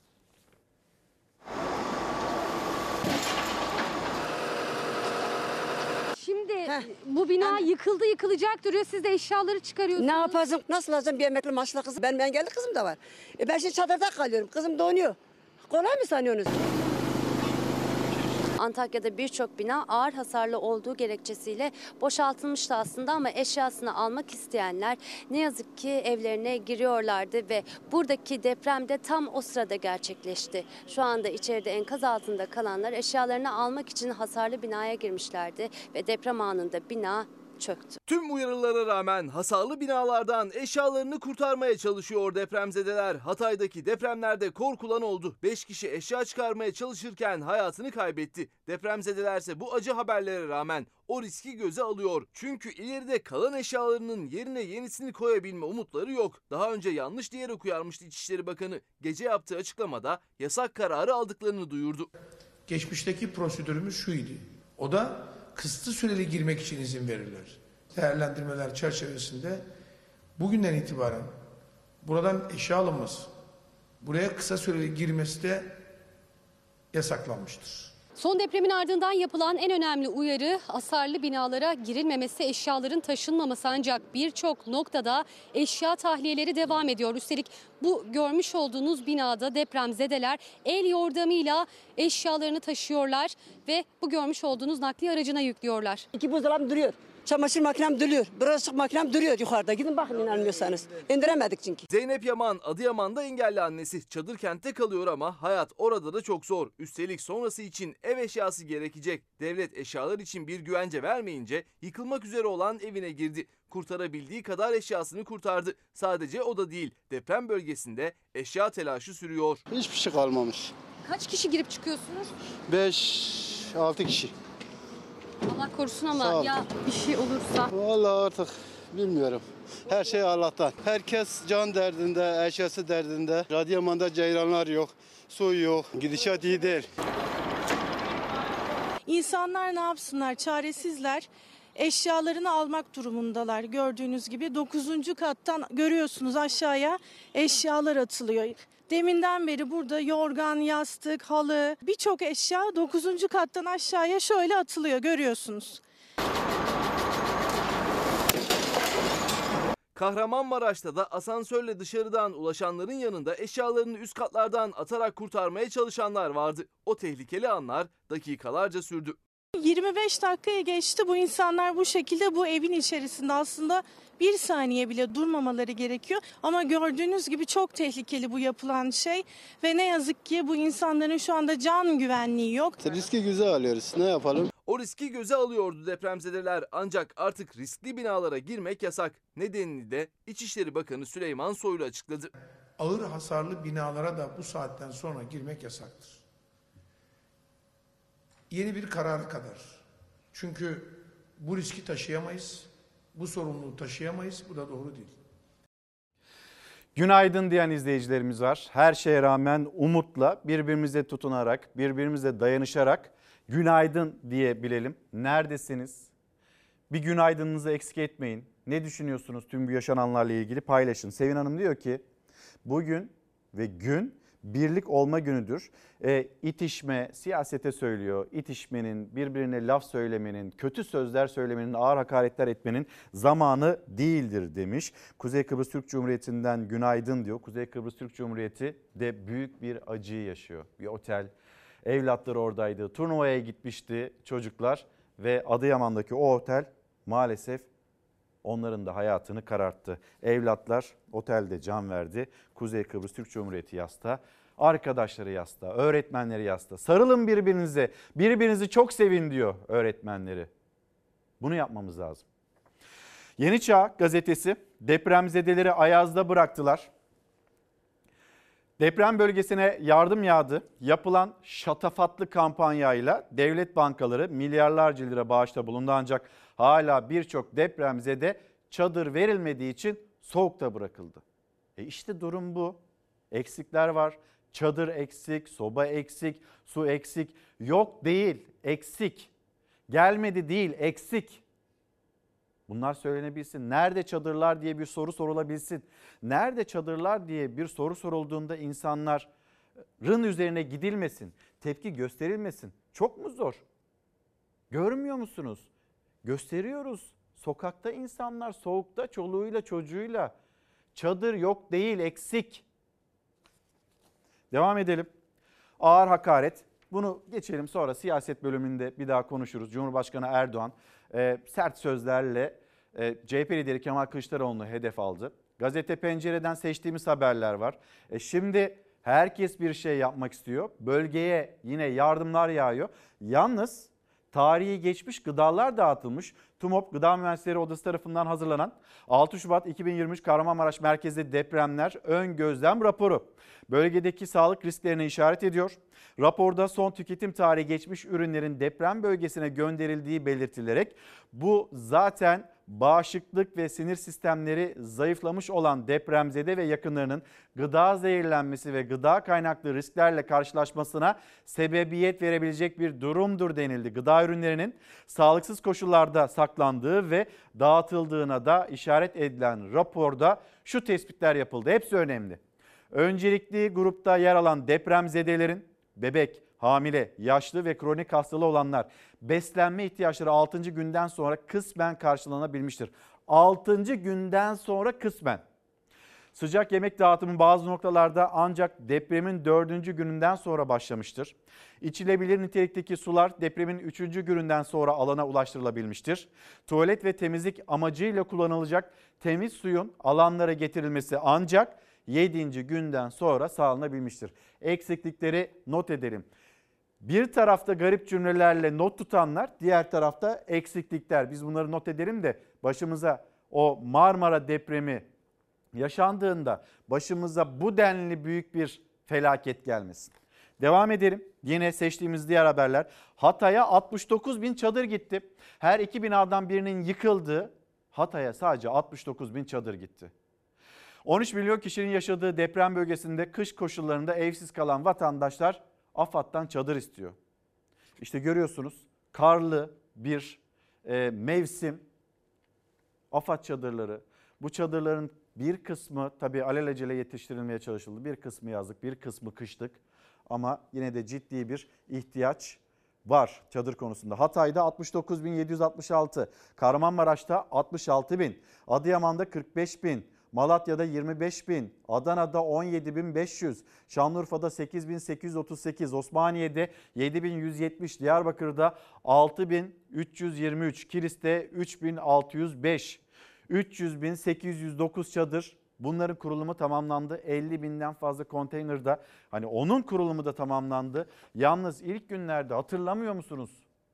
Şimdi bu bina yıkıldı yıkılacak duruyor. Siz de eşyaları çıkarıyorsunuz. Ne yaparsın? Nasıl alacağım bir emekli maaşlı kızım? Benim engelli kızım da var. Ben şimdi çadırda kalıyorum. Kızım donuyor. Kolay mı sanıyorsunuz? Antakya'da birçok bina ağır hasarlı olduğu gerekçesiyle boşaltılmıştı aslında ama eşyasını almak isteyenler ne yazık ki evlerine giriyorlardı ve buradaki deprem de tam o sırada gerçekleşti. Şu anda içeride enkaz altında kalanlar eşyalarını almak için hasarlı binaya girmişlerdi ve deprem anında bina çöktü. Tüm uyarılara rağmen hasarlı binalardan eşyalarını kurtarmaya çalışıyor depremzedeler. Hatay'daki depremlerde korkulan oldu. 5 kişi eşya çıkarmaya çalışırken hayatını kaybetti. Depremzedelerse bu acı haberlere rağmen o riski göze alıyor. Çünkü ileride kalan eşyalarının yerine yenisini koyabilme umutları yok. Daha önce yanlış diyerek uyarmıştı İçişleri Bakanı. Gece yaptığı açıklamada yasak kararı aldıklarını duyurdu. Geçmişteki prosedürümüz şuydu. O da kısıtlı süreli girmek için izin verirler. Değerlendirmeler çerçevesinde bugünden itibaren buradan eşya alınması, buraya kısa süreli girmesi de yasaklanmıştır. Son depremin ardından yapılan en önemli uyarı hasarlı binalara girilmemesi, eşyaların taşınmaması, ancak birçok noktada eşya tahliyeleri devam ediyor. Üstelik bu görmüş olduğunuz binada depremzedeler el yordamıyla eşyalarını taşıyorlar ve bu görmüş olduğunuz nakliye aracına yüklüyorlar. 2 buzdolabım duruyor. Çamaşır makinem duruyor. Bulaşık makinem duruyor yukarıda. Gidin bakın inanmıyorsanız. İndiremedik çünkü. Zeynep Yaman Adıyaman'da engelli annesi. Çadır kentte kalıyor ama hayat orada da çok zor. Üstelik sonrası için ev eşyası gerekecek. Devlet eşyalar için bir güvence vermeyince yıkılmak üzere olan evine girdi. Kurtarabildiği kadar eşyasını kurtardı. Sadece o da değil, deprem bölgesinde eşya telaşı sürüyor. Hiçbir şey kalmamış. Kaç kişi girip çıkıyorsunuz? 5-6 kişi. Allah korusun Sağ ama olun. ya bir şey olursa. Vallahi artık bilmiyorum. Her şey Allah'tan. Herkes can derdinde, eşyası derdinde. Adıyaman'da ceylanlar yok, su yok. Gidişat iyi değil. İnsanlar ne yapsınlar? Çaresizler. Eşyalarını almak durumundalar. Gördüğünüz gibi 9. kattan görüyorsunuz aşağıya eşyalar atılıyor. Deminden beri burada yorgan, yastık, halı, birçok eşya 9. kattan aşağıya şöyle atılıyor, görüyorsunuz. Kahramanmaraş'ta da asansörle dışarıdan ulaşanların yanında eşyalarını üst katlardan atarak kurtarmaya çalışanlar vardı. O tehlikeli anlar dakikalarca sürdü. 25 dakikaya geçti, bu insanlar bu şekilde bu evin içerisinde, aslında bir saniye bile durmamaları gerekiyor. Ama gördüğünüz gibi çok tehlikeli bu yapılan şey ve ne yazık ki bu insanların şu anda can güvenliği yok. Riski güzel alıyoruz. Ne yapalım? O riski göze alıyordu depremzedeler, ancak artık riskli binalara girmek yasak. Nedenini de İçişleri Bakanı Süleyman Soylu açıkladı. Ağır hasarlı binalara da bu saatten sonra girmek yasaktır. Yeni bir karar kadar. Çünkü bu riski taşıyamayız, bu sorumluluğu taşıyamayız, bu da doğru değil. Günaydın diyen izleyicilerimiz var. Her şeye rağmen umutla birbirimize tutunarak, birbirimize dayanışarak günaydın diyebilelim. Neredesiniz? Bir günaydınınızı eksik etmeyin. Ne düşünüyorsunuz tüm bu yaşananlarla ilgili paylaşın. Sevin Hanım diyor ki bugün ve gün birlik olma günüdür. İtişme, siyasete söylüyor. İtişmenin, birbirine laf söylemenin, kötü sözler söylemenin, ağır hakaretler etmenin zamanı değildir demiş. Kuzey Kıbrıs Türk Cumhuriyeti'nden günaydın diyor. Kuzey Kıbrıs Türk Cumhuriyeti de büyük bir acıyı yaşıyor. Bir otel, evlatları oradaydı. Turnuvaya gitmişti çocuklar ve Adıyaman'daki o otel maalesef onların da hayatını kararttı. Evlatlar otelde can verdi. Kuzey Kıbrıs Türk Cumhuriyeti yasta. Arkadaşları yasta, öğretmenleri yasta. Sarılın birbirinize, birbirinizi çok sevin diyor öğretmenleri. Bunu yapmamız lazım. Yeni Çağ gazetesi depremzedeleri ayazda bıraktılar. Deprem bölgesine yardım yağdı. Yapılan şatafatlı kampanyayla devlet bankaları milyarlarca lira bağışta bulundu ancak hala birçok depremzede çadır verilmediği için soğukta bırakıldı. İşte durum bu. Eksikler var. Çadır eksik, soba eksik, su eksik. Yok değil, eksik. Gelmedi değil, eksik. Bunlar söylenebilsin. Nerede çadırlar diye bir soru sorulabilsin. Nerede çadırlar diye bir soru sorulduğunda insanların üzerine gidilmesin. Tepki gösterilmesin. Çok mu zor? Görmüyor musunuz? Gösteriyoruz. Sokakta insanlar soğukta çoluğuyla çocuğuyla. Çadır yok değil, eksik. Devam edelim. Ağır hakaret. Bunu geçelim, sonra siyaset bölümünde bir daha konuşuruz. Cumhurbaşkanı Erdoğan sert sözlerle CHP lideri Kemal Kılıçdaroğlu'nu hedef aldı. Gazete Pencere'den seçtiğimiz haberler var. Şimdi herkes bir şey yapmak istiyor. Bölgeye yine yardımlar yağıyor. Yalnız tarihi geçmiş gıdalar dağıtılmış. TUMOP Gıda Mühendisleri Odası tarafından hazırlanan 6 Şubat 2023 Kahramanmaraş merkezli depremler ön gözlem raporu bölgedeki sağlık risklerine işaret ediyor. Raporda son tüketim tarihi geçmiş ürünlerin deprem bölgesine gönderildiği belirtilerek bu zaten bağışıklık ve sinir sistemleri zayıflamış olan depremzede ve yakınlarının gıda zehirlenmesi ve gıda kaynaklı risklerle karşılaşmasına sebebiyet verebilecek bir durumdur denildi. Gıda ürünlerinin sağlıksız koşullarda saklandığı ve dağıtıldığına da işaret edilen raporda şu tespitler yapıldı. Hepsi önemli. Öncelikli grupta yer alan depremzedelerin bebek, hamile, yaşlı ve kronik hastalığı olanlar beslenme ihtiyaçları 6. günden sonra kısmen karşılanabilmiştir. 6. günden sonra kısmen. Sıcak yemek dağıtımı bazı noktalarda ancak depremin 4. gününden sonra başlamıştır. İçilebilir nitelikteki sular depremin 3. gününden sonra alana ulaştırılabilmiştir. Tuvalet ve temizlik amacıyla kullanılacak temiz suyun alanlara getirilmesi ancak 7. günden sonra sağlanabilmiştir. Eksiklikleri not edelim. Bir tarafta garip cümlelerle not tutanlar, diğer tarafta eksiklikler. Biz bunları not edelim de başımıza o Marmara depremi yaşandığında başımıza bu denli büyük bir felaket gelmesin. Devam edelim. Yine seçtiğimiz diğer haberler. Hatay'a 69 bin çadır gitti. Her iki binadan birinin yıkıldığı Hatay'a sadece 69 bin çadır gitti. 13 milyon kişinin yaşadığı deprem bölgesinde kış koşullarında evsiz kalan vatandaşlar AFAD'dan çadır istiyor. İşte görüyorsunuz karlı bir mevsim, AFAD çadırları. Bu çadırların bir kısmı tabii alelacele yetiştirilmeye çalışıldı. Bir kısmı yazlık, bir kısmı kışlık. Ama yine de ciddi bir ihtiyaç var çadır konusunda. Hatay'da 69.766, Kahramanmaraş'ta 66.000, Adıyaman'da 45.000, Malatya'da 25.000, Adana'da 17.500, Şanlıurfa'da 8.838, Osmaniye'de 7.170, Diyarbakır'da 6.323, Kilis'te 3.605, 300.809 çadır. Bunların kurulumu tamamlandı. 50.000'den fazla konteynerda onun kurulumu da tamamlandı. Yalnız ilk günlerde hatırlamıyor musunuz?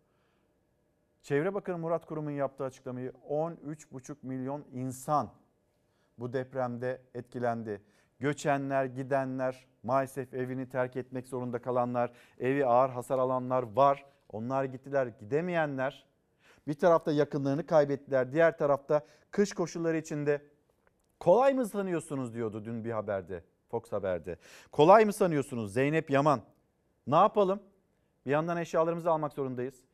Çevre Bakanı Murat Kurum'un yaptığı açıklamayı 13,5 milyon insan bu depremde etkilendi. Göçenler, gidenler, maalesef evini terk etmek zorunda kalanlar, evi ağır hasar alanlar var. Onlar gittiler, gidemeyenler bir tarafta yakınlarını kaybettiler. Diğer tarafta kış koşulları içinde kolay mı sanıyorsunuz diyordu dün bir haberde, Fox Haber'de. Kolay mı sanıyorsunuz Zeynep Yaman? Ne yapalım? Bir yandan eşyalarımızı almak zorundayız.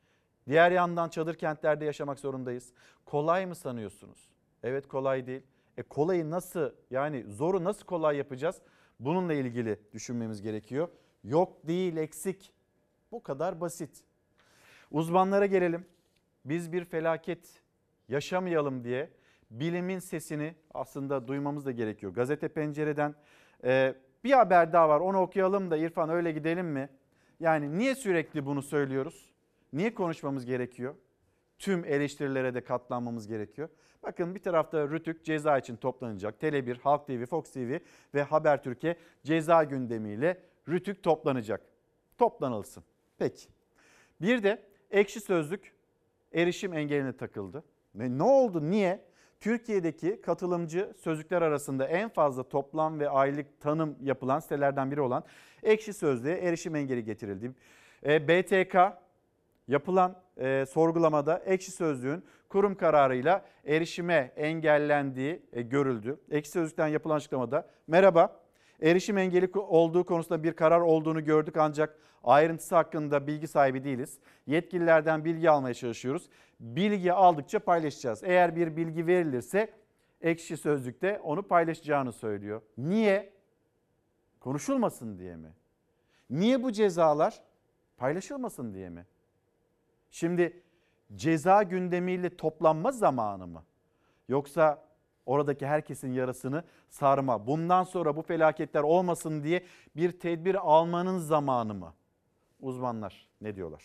Diğer yandan çadır kentlerde yaşamak zorundayız. Kolay mı sanıyorsunuz? Evet, kolay değil. Kolayı nasıl, yani zoru nasıl kolay yapacağız? Bununla ilgili düşünmemiz gerekiyor. Yok değil, eksik. Bu kadar basit. Uzmanlara gelelim. Biz bir felaket yaşamayalım diye bilimin sesini aslında duymamız da gerekiyor. Gazete Pencere'den bir haber daha var, onu okuyalım da İrfan, öyle gidelim mi? Yani niye sürekli bunu söylüyoruz? Niye konuşmamız gerekiyor? Tüm eleştirilere de katlanmamız gerekiyor. Bakın, bir tarafta Rütük ceza için toplanacak. Tele1, Halk TV, Fox TV ve Habertürk'e ceza gündemiyle Rütük toplanacak. Toplanılsın. Peki. Bir de Ekşi Sözlük erişim engeline takıldı. Ve ne oldu? Niye? Türkiye'deki katılımcı sözlükler arasında en fazla toplam ve aylık tanım yapılan sitelerden biri olan Ekşi Sözlüğe erişim engeli getirildi. BTK yapılan sorgulamada Ekşi Sözlüğün kurum kararıyla erişime engellendiği görüldü. Ekşi Sözlük'ten yapılan açıklamada merhaba, erişim engeli olduğu konusunda bir karar olduğunu gördük ancak ayrıntısı hakkında bilgi sahibi değiliz. Yetkililerden bilgi almaya çalışıyoruz. Bilgi aldıkça paylaşacağız. Eğer bir bilgi verilirse Ekşi Sözlük'te onu paylaşacağını söylüyor. Niye? Konuşulmasın diye mi? Niye bu cezalar? Paylaşılmasın diye mi? Şimdi ceza gündemiyle toplanma zamanı mı? Yoksa oradaki herkesin yarasını sarma, bundan sonra bu felaketler olmasın diye bir tedbir almanın zamanı mı? Uzmanlar ne diyorlar?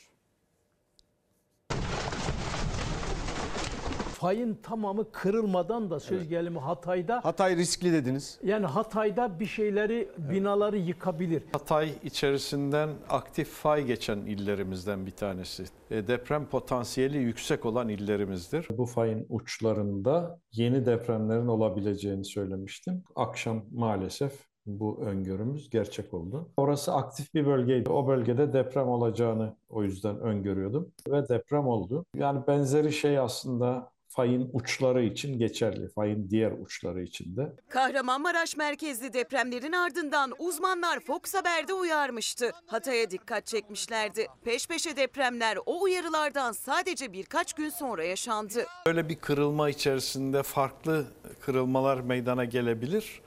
Fayın tamamı kırılmadan da söz gelimi Hatay'da. Hatay riskli dediniz. Yani Hatay'da bir şeyleri, binaları yıkabilir. Hatay içerisinden aktif fay geçen illerimizden bir tanesi. Deprem potansiyeli yüksek olan illerimizdir. Bu fayın uçlarında yeni depremlerin olabileceğini söylemiştim. Akşam maalesef bu öngörümüz gerçek oldu. Orası aktif bir bölgeydi. O bölgede deprem olacağını o yüzden öngörüyordum ve deprem oldu. Yani benzeri şey aslında fayın uçları için geçerli, fayın diğer uçları için de. Kahramanmaraş merkezli depremlerin ardından uzmanlar Fox Haber'de uyarmıştı. Hatay'a dikkat çekmişlerdi. Peş peşe depremler o uyarılardan sadece birkaç gün sonra yaşandı. Böyle bir kırılma içerisinde farklı kırılmalar meydana gelebilir.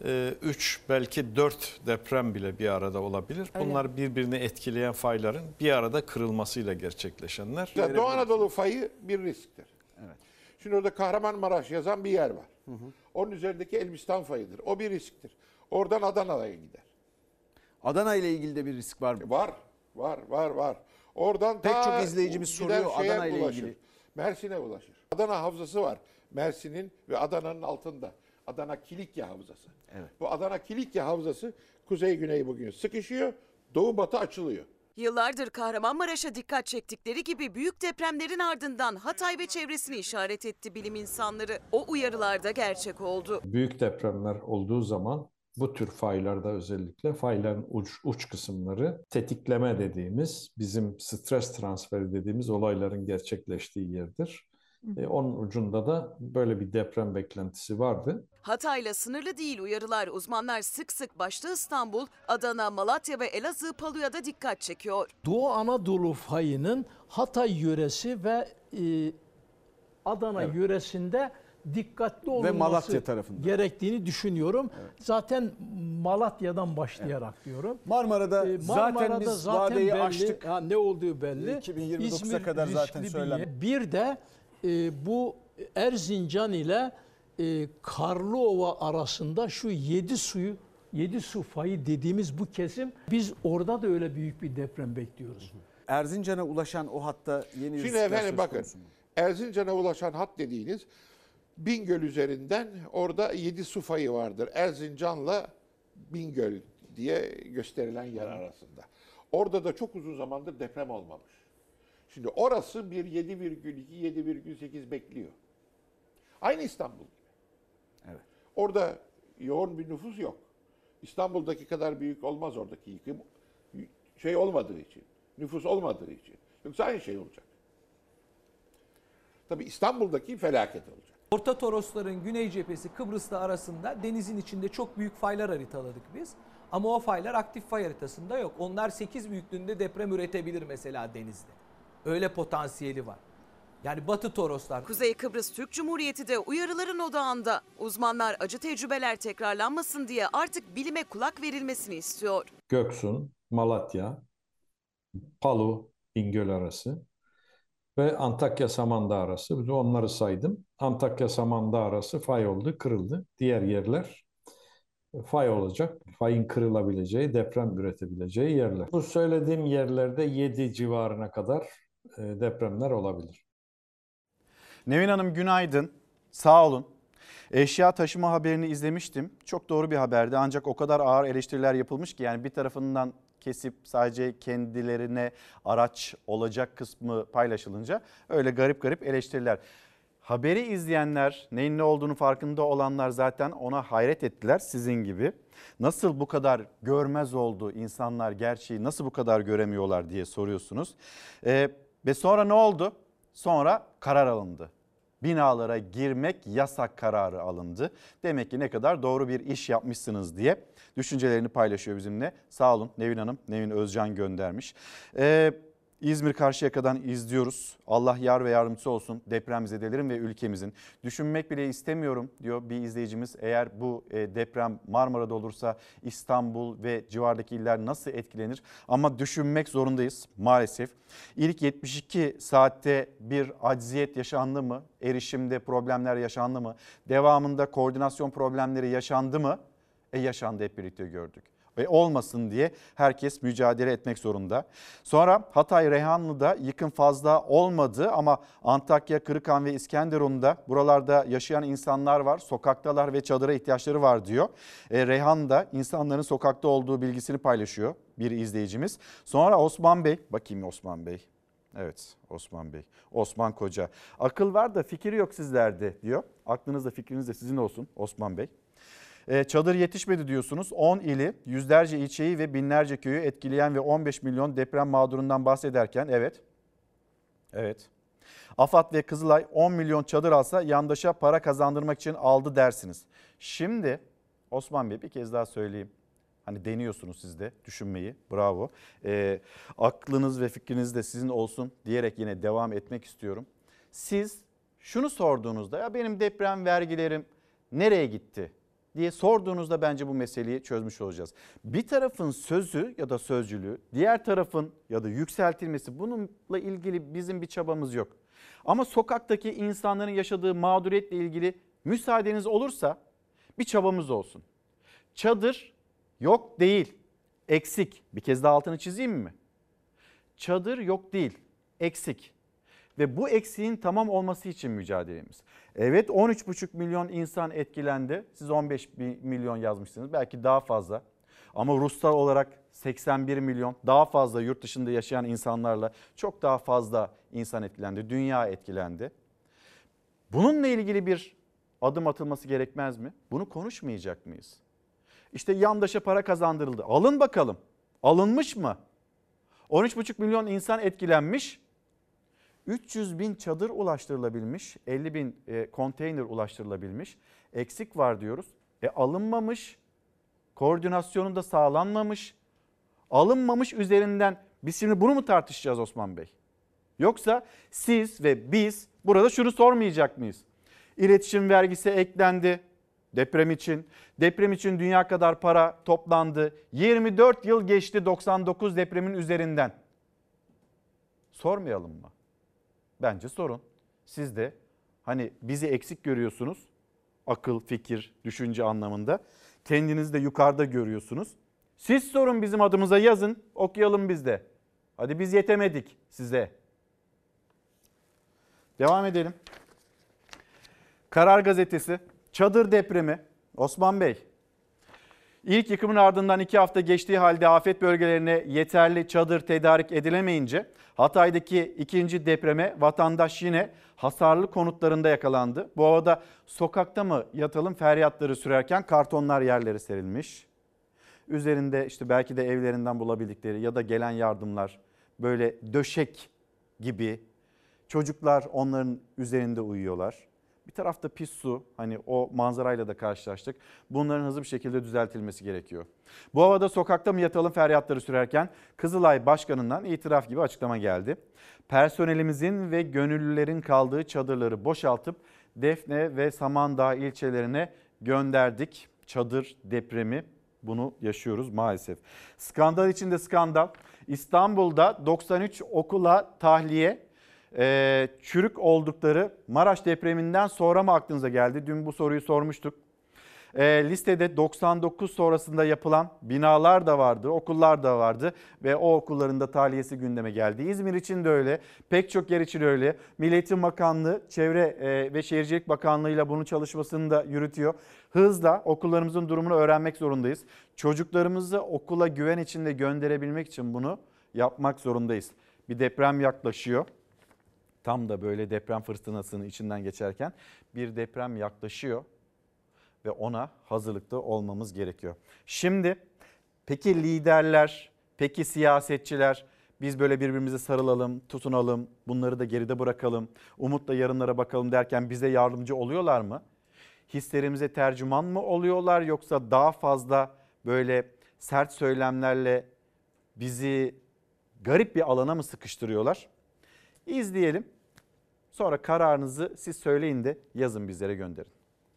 3 belki 4 deprem bile bir arada olabilir. Bunlar birbirini etkileyen fayların bir arada kırılmasıyla gerçekleşenler. Doğu Anadolu fayı bir risktir. Evet. Şimdi orada Kahramanmaraş yazan bir yer var. Onun üzerindeki Elbistan fayıdır. O bir risktir. Oradan Adana'ya gider. Adana ile ilgili de bir risk var mı? Var. Oradan pek çok izleyicimiz soruyor Adana ile ilgili. Mersin'e ulaşır. Adana Havzası var. Mersin'in ve Adana'nın altında. Adana Kilikya Havzası. Evet. Bu Adana Kilikya Havzası kuzey-güney bugün sıkışıyor. Doğu-batı açılıyor. Yıllardır Kahramanmaraş'a dikkat çektikleri gibi büyük depremlerin ardından Hatay ve çevresini işaret etti bilim insanları. O uyarılar da gerçek oldu. Büyük depremler olduğu zaman bu tür faylarda özellikle fayların uç kısımları tetikleme dediğimiz, bizim stres transferi dediğimiz olayların gerçekleştiği yerdir. Onun ucunda da böyle bir deprem beklentisi vardı. Hatay'la sınırlı değil uyarılar. Uzmanlar sık sık başta İstanbul, Adana, Malatya ve Elazığ, Palu'ya da dikkat çekiyor. Doğu Anadolu fayının Hatay yöresi ve Adana yöresinde dikkatli olunması ve Malatya tarafında gerektiğini düşünüyorum. Evet. Zaten Malatya'dan başlayarak diyorum. Marmara'da zaten biz vadeyi belli, aştık. Ne olduğu belli. 2029'a kadar zaten söylenmiş. Bir de bu Erzincan ile Karlıova arasında şu 7 su fayı dediğimiz bu kesim, biz orada da öyle büyük bir deprem bekliyoruz. Erzincan'a ulaşan o hatta yeni Şimdi efendim bakın, Erzincan'a ulaşan hat dediğiniz Bingöl üzerinden orada 7 su fayı vardır. Erzincan'la Bingöl diye gösterilen yer arasında. Orada da çok uzun zamandır deprem olmamış. Şimdi orası bir 7,2-7,8 bekliyor. Aynı İstanbul gibi. Evet. Orada yoğun bir nüfus yok. İstanbul'daki kadar büyük olmaz oradaki yıkım. Şey olmadığı için, nüfus olmadığı için. Yoksa aynı şey olacak. Tabii İstanbul'daki felaket olacak. Orta Torosların güney cephesi Kıbrıs'la arasında denizin içinde çok büyük faylar haritaladık biz. Ama o faylar aktif fay haritasında yok. Onlar 8 büyüklüğünde deprem üretebilir mesela denizde. Öyle potansiyeli var. Yani Batı Toroslar. Kuzey Kıbrıs Türk Cumhuriyeti de uyarıların odağında. Uzmanlar acı tecrübeler tekrarlanmasın diye artık bilime kulak verilmesini istiyor. Göksun, Malatya, Palu, Bingöl arası ve Antakya Samandağ arası. Bir de onları saydım. Antakya Samandağ arası fay oldu, kırıldı. Diğer yerler fay olacak. Fayın kırılabileceği, deprem üretebileceği yerler. Bu söylediğim yerlerde 7 civarına kadar depremler olabilir. Nevin Hanım günaydın. Sağ olun. Eşya taşıma haberini izlemiştim. Çok doğru bir haberdi ancak o kadar ağır eleştiriler yapılmış ki yani bir tarafından kesip sadece kendilerine araç olacak kısmı paylaşılınca öyle garip garip eleştiriler. Haberi izleyenler, neyin ne olduğunu farkında olanlar zaten ona hayret ettiler sizin gibi. Nasıl bu kadar görmez oldu insanlar, gerçeği nasıl bu kadar göremiyorlar diye soruyorsunuz. Ve sonra ne oldu? Sonra karar alındı. Binalara girmek yasak kararı alındı. Demek ki ne kadar doğru bir iş yapmışsınız diye düşüncelerini paylaşıyor bizimle. Sağ olun Nevin Hanım, Nevin Özcan göndermiş. İzmir Karşıyaka'dan izliyoruz. Allah yar ve yardımcısı olsun depremzedelerin ve ülkemizin. Düşünmek bile istemiyorum diyor bir izleyicimiz. Eğer bu deprem Marmara'da olursa İstanbul ve civardaki iller nasıl etkilenir? Ama düşünmek zorundayız maalesef. İlk 72 saatte bir acziyet yaşandı mı? Erişimde problemler yaşandı mı? Devamında koordinasyon problemleri yaşandı mı? Yaşandı, hep birlikte gördük. Ve olmasın diye herkes mücadele etmek zorunda. Sonra Hatay Reyhanlı'da yıkım fazla olmadı ama Antakya, Kırıkhan ve İskenderun'da buralarda yaşayan insanlar var. Sokaktalar ve çadıra ihtiyaçları var diyor. Reyhan'da insanların sokakta olduğu bilgisini paylaşıyor bir izleyicimiz. Sonra Osman Bey, bakayım Osman Bey. Evet Osman Bey, Osman Koca. Akıl var da fikir yok sizlerde diyor. Aklınızda fikriniz de sizin olsun Osman Bey. Çadır yetişmedi diyorsunuz. 10 ili, yüzlerce ilçeyi ve binlerce köyü etkileyen ve 15 milyon deprem mağdurundan bahsederken evet. AFAD ve Kızılay 10 milyon çadır alsa yandaşa para kazandırmak için aldı dersiniz. Şimdi Osman Bey bir kez daha söyleyeyim. Hani deniyorsunuz siz de düşünmeyi, bravo. Aklınız ve fikriniz de sizin olsun diyerek yine devam etmek istiyorum. Siz şunu sorduğunuzda ya benim deprem vergilerim nereye gitti diye sorduğunuzda bence bu meseleyi çözmüş olacağız. Bir tarafın sözü ya da sözcülüğü, diğer tarafın ya da yükseltilmesi, bununla ilgili bizim bir çabamız yok. Ama sokaktaki insanların yaşadığı mağduriyetle ilgili müsaadeniz olursa bir çabamız olsun. Çadır yok değil, eksik. Bir kez daha altını çizeyim mi? Çadır yok değil, eksik. Ve bu eksiğin tamam olması için mücadelemiz. Evet 13,5 milyon insan etkilendi. Siz 15 milyon yazmışsınız. Belki daha fazla. Ama Ruslar olarak 81 milyon, daha fazla yurt dışında yaşayan insanlarla çok daha fazla insan etkilendi. Dünya etkilendi. Bununla ilgili bir adım atılması gerekmez mi? Bunu konuşmayacak mıyız? İşte yandaşa para kazandırıldı. Alın bakalım. Alınmış mı? 13,5 milyon insan etkilenmiş. 300 bin çadır ulaştırılabilmiş, 50 bin konteyner ulaştırılabilmiş. Eksik var diyoruz. Alınmamış, koordinasyonu da sağlanmamış, alınmamış üzerinden biz şimdi bunu mu tartışacağız Osman Bey? Yoksa siz ve biz burada şunu sormayacak mıyız? İletişim vergisi eklendi deprem için. Deprem için dünya kadar para toplandı. 24 yıl geçti 99 depremin üzerinden. Sormayalım mı? Bence sorun. Siz de hani bizi eksik görüyorsunuz. Akıl, fikir, düşünce anlamında. Kendinizi de yukarıda görüyorsunuz. Siz sorun bizim adımıza yazın, okuyalım biz de. Hadi biz yetemedik size. Devam edelim. Karar Gazetesi, çadır depremi. Osman Bey, ilk yıkımın ardından 2 hafta geçtiği halde afet bölgelerine yeterli çadır tedarik edilemeyince Hatay'daki ikinci depreme vatandaş yine hasarlı konutlarında yakalandı. Bu havada sokakta mı yatalım feryatları sürerken kartonlar yerlere serilmiş. Üzerinde işte belki de evlerinden bulabildikleri ya da gelen yardımlar böyle döşek gibi, çocuklar onların üzerinde uyuyorlar. Bir tarafta pis su, hani o manzarayla da karşılaştık. Bunların hızlı bir şekilde düzeltilmesi gerekiyor. Bu havada sokakta mı yatalım feryatları sürerken Kızılay Başkanı'ndan itiraf gibi açıklama geldi. Personelimizin ve gönüllülerin kaldığı çadırları boşaltıp Defne ve Samandağ ilçelerine gönderdik. Çadır depremi, bunu yaşıyoruz maalesef. Skandal içinde skandal. İstanbul'da 93 okula tahliye, çürük oldukları Maraş depreminden sonra mı aklınıza geldi? Dün bu soruyu sormuştuk. Listede 99 sonrasında yapılan binalar da vardı, okullar da vardı ve o okulların da tahliyesi gündeme geldi. İzmir için de öyle, pek çok yer için öyle. Milli Eğitim Bakanlığı, Çevre ve Şehircilik Bakanlığı ile bunun çalışmasını da yürütüyor. Hızla okullarımızın durumunu öğrenmek zorundayız. Çocuklarımızı okula güven içinde gönderebilmek için bunu yapmak zorundayız. Bir deprem yaklaşıyor. Tam da böyle deprem fırtınasının içinden geçerken bir deprem yaklaşıyor ve ona hazırlıklı olmamız gerekiyor. Şimdi peki liderler, peki siyasetçiler, biz böyle birbirimize sarılalım, tutunalım, bunları da geride bırakalım, umutla yarınlara bakalım derken bize yardımcı oluyorlar mı? Hislerimize tercüman mı oluyorlar, yoksa daha fazla böyle sert söylemlerle bizi garip bir alana mı sıkıştırıyorlar? İzleyelim. Sonra kararınızı siz söyleyin de yazın, bizlere gönderin.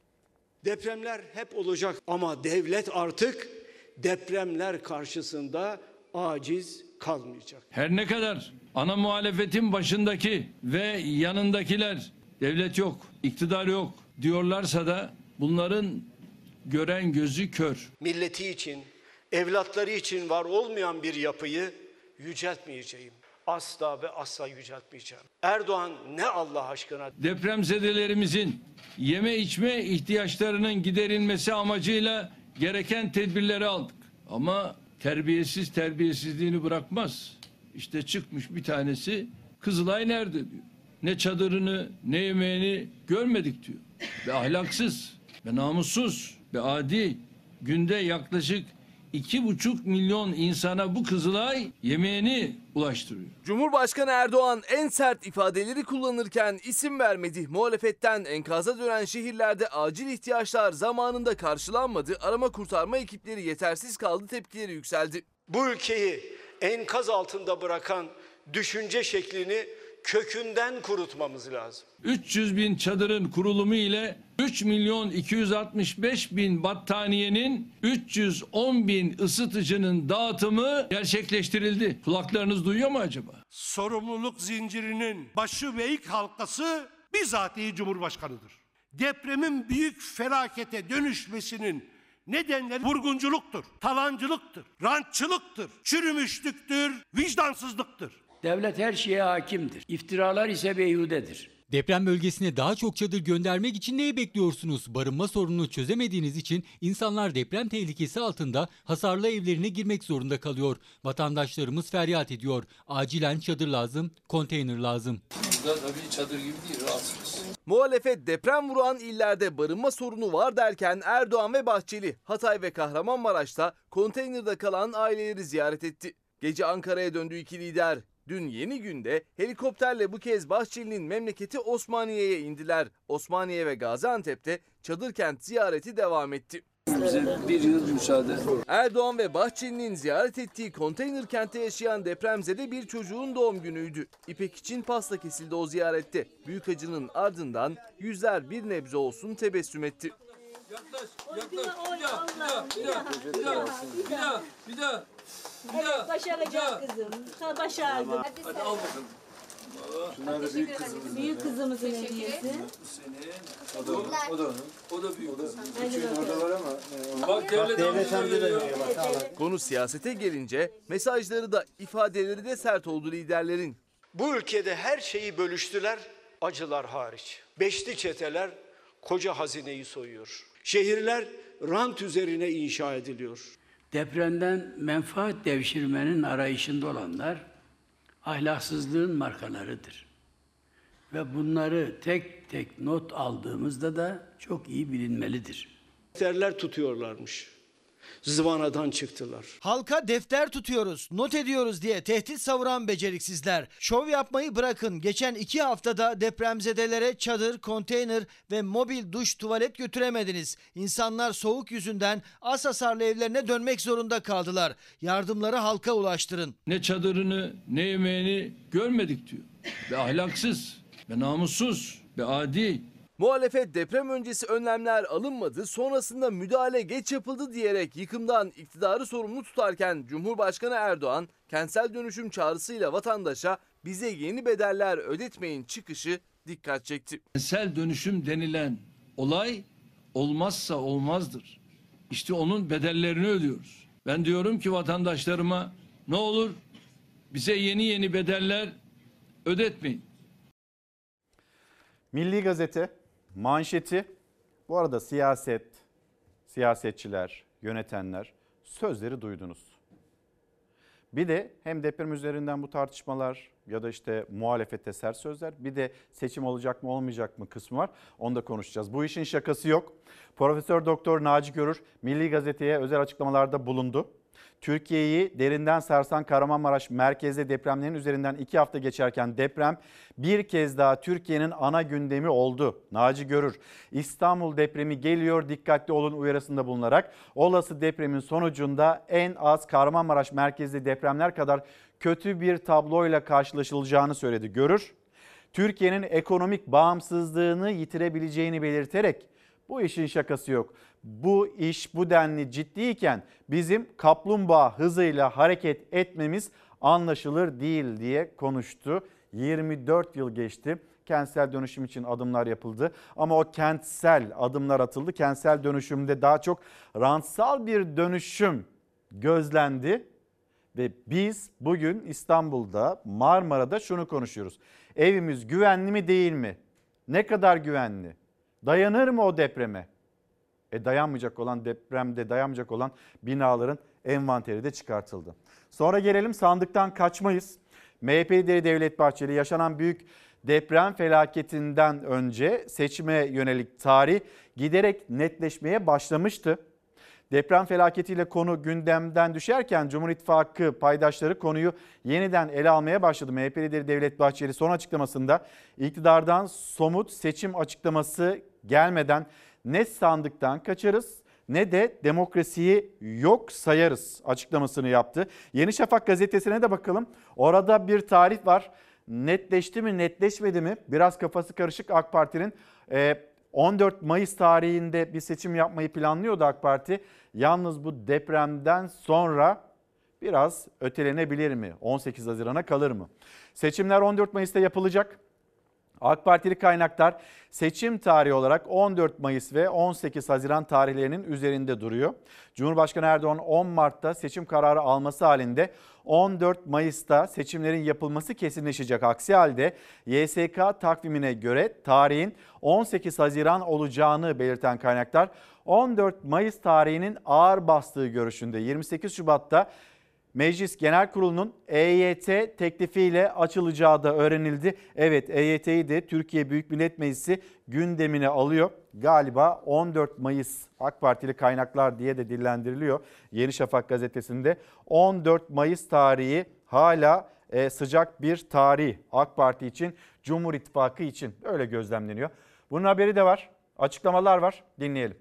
Depremler hep olacak ama devlet artık depremler karşısında aciz kalmayacak. Her ne kadar ana muhalefetin başındaki ve yanındakiler devlet yok, iktidar yok diyorlarsa da bunların gören gözü kör. Milleti için, evlatları için var olmayan bir yapıyı yüceltmeyeceğim. Asla ve asla yüceltmeyeceğim. Erdoğan ne Allah aşkına? Depremzedelerimizin yeme içme ihtiyaçlarının giderilmesi amacıyla gereken tedbirleri aldık. Ama terbiyesiz terbiyesizliğini bırakmaz. İşte çıkmış bir tanesi, Kızılay nerede diyor. Ne çadırını ne yemeğini görmedik diyor. Ve ahlaksız ve namussuz ve adi, günde yaklaşık 2,5 milyon insana bu Kızılay yemeğini ulaştırıyor. Cumhurbaşkanı Erdoğan en sert ifadeleri kullanırken isim vermedi. Muhalefetten enkaza dönen şehirlerde acil ihtiyaçlar zamanında karşılanmadı. Arama kurtarma ekipleri yetersiz kaldı, tepkileri yükseldi. Bu ülkeyi enkaz altında bırakan düşünce şeklini kökünden kurutmamız lazım. 300 bin çadırın kurulumu ile 3 milyon 265 bin battaniyenin 310 bin ısıtıcının dağıtımı gerçekleştirildi. Kulaklarınız duyuyor mu acaba? Sorumluluk zincirinin başı ve ilk halkası bizatihi Cumhurbaşkanı'dır. Depremin büyük felakete dönüşmesinin nedenleri vurgunculuktur, talancılıktır, rantçılıktır, çürümüşlüktür, vicdansızlıktır. Devlet her şeye hakimdir. İftiralar ise beyhudedir. Deprem bölgesine daha çok çadır göndermek için neyi bekliyorsunuz? Barınma sorununu çözemediğiniz için insanlar deprem tehlikesi altında hasarlı evlerine girmek zorunda kalıyor. Vatandaşlarımız feryat ediyor. Acilen çadır lazım, konteyner lazım. Burada tabii çadır gibi değil, rahatsız. Muhalefet deprem vuran illerde barınma sorunu var derken Erdoğan ve Bahçeli Hatay ve Kahramanmaraş'ta konteynerde kalan aileleri ziyaret etti. Gece Ankara'ya döndü iki lider. Dün Yeni Gün'de helikopterle bu kez Bahçeli'nin memleketi Osmaniye'ye indiler. Osmaniye ve Gaziantep'te çadır kent ziyareti devam etti. Bize bir yıl müsaade. Erdoğan ve Bahçeli'nin ziyaret ettiği konteyner kentte yaşayan depremzede bir çocuğun doğum günüydü. İpek için pasta kesildi o ziyarette. Büyük acının ardından yüzler bir nebze olsun tebessüm etti. Yaklaş. Bir daha. Evet, başaracağız kızım. Başardım. Hadi al bakalım. Şunlar da büyük kızımızın. Büyük kızımızın hediyesi. O da büyük kızım. Orada var ama. Bak devlet amca da Konu siyasete gelince mesajları da ifadeleri de sert oldu liderlerin. Bu ülkede her şeyi bölüştüler, acılar hariç. Beşli çeteler koca hazineyi soyuyor. Şehirler rant üzerine inşa ediliyor. Depremden menfaat devşirmenin arayışında olanlar ahlaksızlığın markalarıdır. Ve bunları tek tek not aldığımızda da çok iyi bilinmelidir. Terler tutuyorlarmış. Zıvanadan çıktılar. Halka defter tutuyoruz, not ediyoruz diye tehdit savuran beceriksizler. Şov yapmayı bırakın. Geçen 2 haftada depremzedelere çadır, konteyner ve mobil duş, tuvalet götüremediniz. İnsanlar soğuk yüzünden az hasarlı evlerine dönmek zorunda kaldılar. Yardımları halka ulaştırın. Ne çadırını ne yemeğini görmedik diyor. Ve ahlaksız, ve namussuz, ve adi. Muhalefet deprem öncesi önlemler alınmadı, sonrasında müdahale geç yapıldı diyerek yıkımdan iktidarı sorumlu tutarken Cumhurbaşkanı Erdoğan kentsel dönüşüm çağrısıyla vatandaşa bize yeni bedeller ödetmeyin çıkışı dikkat çekti. Kentsel dönüşüm denilen olay olmazsa olmazdır. İşte onun bedellerini ödüyoruz. Ben diyorum ki vatandaşlarıma ne olur bize yeni bedeller ödetmeyin. Milli Gazete manşeti, bu arada siyasetçiler, yönetenler sözleri duydunuz. Bir de hem deprem üzerinden bu tartışmalar ya da işte muhalefete sert sözler, bir de seçim olacak mı olmayacak mı kısmı var. Onu da konuşacağız. Bu işin şakası yok. Profesör Doktor Naci Görür Milli Gazete'ye özel açıklamalarda bulundu. Türkiye'yi derinden sarsan Kahramanmaraş merkezli depremlerin üzerinden 2 hafta geçerken deprem bir kez daha Türkiye'nin ana gündemi oldu. Naci Görür, İstanbul depremi geliyor, dikkatli olun uyarısında bulunarak olası depremin sonucunda en az Kahramanmaraş merkezli depremler kadar kötü bir tabloyla karşılaşılacağını söyledi. Görür, Türkiye'nin ekonomik bağımsızlığını yitirebileceğini belirterek bu işin şakası yok. Bu iş bu denli ciddiyken bizim kaplumbağa hızıyla hareket etmemiz anlaşılır değil diye konuştu. 24 yıl geçti. Kentsel dönüşüm için adımlar yapıldı ama o kentsel adımlar atıldı. Kentsel dönüşümde daha çok rantsal bir dönüşüm gözlendi ve biz bugün İstanbul'da, Marmara'da şunu konuşuyoruz. Evimiz güvenli mi değil mi? Ne kadar güvenli? Dayanır mı o depreme? Dayanmayacak olan, depremde dayanmayacak olan binaların envanteri de çıkartıldı. Sonra gelelim sandıktan kaçmayız. MHP lideri Devlet Bahçeli yaşanan büyük deprem felaketinden önce seçime yönelik tarih giderek netleşmeye başlamıştı. Deprem felaketiyle konu gündemden düşerken Cumhur İttifakı paydaşları konuyu yeniden ele almaya başladı. MHP lideri Devlet Bahçeli son açıklamasında iktidardan somut seçim açıklaması gelmeden ne sandıktan kaçarız ne de demokrasiyi yok sayarız açıklamasını yaptı. Yeni Şafak gazetesine de bakalım. Orada bir tarih var. Netleşti mi netleşmedi mi? Biraz kafası karışık AK Parti'nin 14 Mayıs tarihinde bir seçim yapmayı planlıyordu AK Parti. Yalnız bu depremden sonra biraz ötelenebilir mi? 18 Haziran'a kalır mı? Seçimler 14 Mayıs'ta yapılacak. AK Partili kaynaklar seçim tarihi olarak 14 Mayıs ve 18 Haziran tarihlerinin üzerinde duruyor. Cumhurbaşkanı Erdoğan 10 Mart'ta seçim kararı alması halinde 14 Mayıs'ta seçimlerin yapılması kesinleşecek. Aksi halde YSK takvimine göre tarihin 18 Haziran olacağını belirten kaynaklar 14 Mayıs tarihinin ağır bastığı görüşünde. 28 Şubat'ta Meclis Genel Kurulu'nun EYT teklifiyle açılacağı da öğrenildi. Evet, EYT'yi de Türkiye Büyük Millet Meclisi gündemine alıyor. Galiba 14 Mayıs AK Partili kaynaklar diye de dillendiriliyor. Yeni Şafak gazetesinde 14 Mayıs tarihi hala sıcak bir tarih AK Parti için, Cumhur İttifakı için öyle gözlemleniyor. Bunun haberi de var, açıklamalar var, dinleyelim.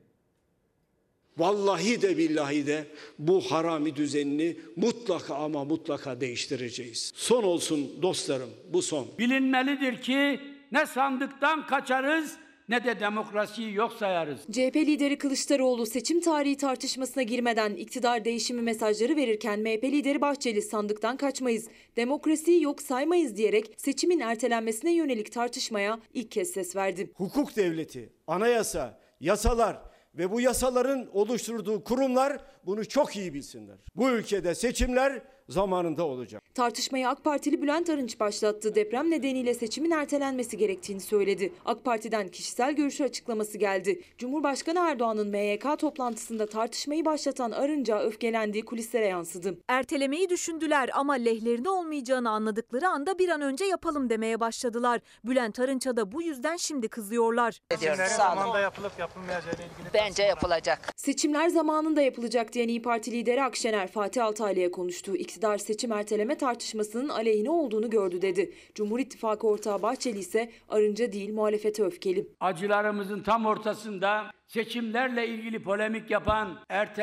Vallahi de billahi de bu harami düzenini mutlaka ama mutlaka değiştireceğiz. Son olsun dostlarım, bu son. Bilinmelidir ki ne sandıktan kaçarız ne de demokrasiyi yok sayarız. CHP lideri Kılıçdaroğlu seçim tarihi tartışmasına girmeden iktidar değişimi mesajları verirken MHP lideri Bahçeli sandıktan kaçmayız, demokrasiyi yok saymayız diyerek seçimin ertelenmesine yönelik tartışmaya ilk kez ses verdi. Hukuk devleti, anayasa, yasalar ve bu yasaların oluşturduğu kurumlar bunu çok iyi bilsinler. Bu ülkede seçimler zamanında olacak. Tartışmayı AK Partili Bülent Arınç başlattı. Deprem nedeniyle seçimin ertelenmesi gerektiğini söyledi. AK Parti'den kişisel görüşü açıklaması geldi. Cumhurbaşkanı Erdoğan'ın MYK toplantısında tartışmayı başlatan Arınç'a öfkelendiği kulislere yansıdı. Ertelemeyi düşündüler ama lehlerine olmayacağını anladıkları anda bir an önce yapalım demeye başladılar. Bülent Arınç'a da bu yüzden şimdi kızıyorlar. Zamanında yapılıp yapılmayacağıyla ilgili bence yapılacak. Seçimler zamanında yapılacak diyen İYİ Parti lideri Akşener Fatih Altaylı'ya konuştu. İktidar seçim erteleme tartışmasının aleyhine olduğunu gördü dedi. Cumhur İttifakı ortağı Bahçeli ise Arınç'a değil muhalefete öfkeli. Acılarımızın tam ortasında seçimlerle ilgili polemik yapan,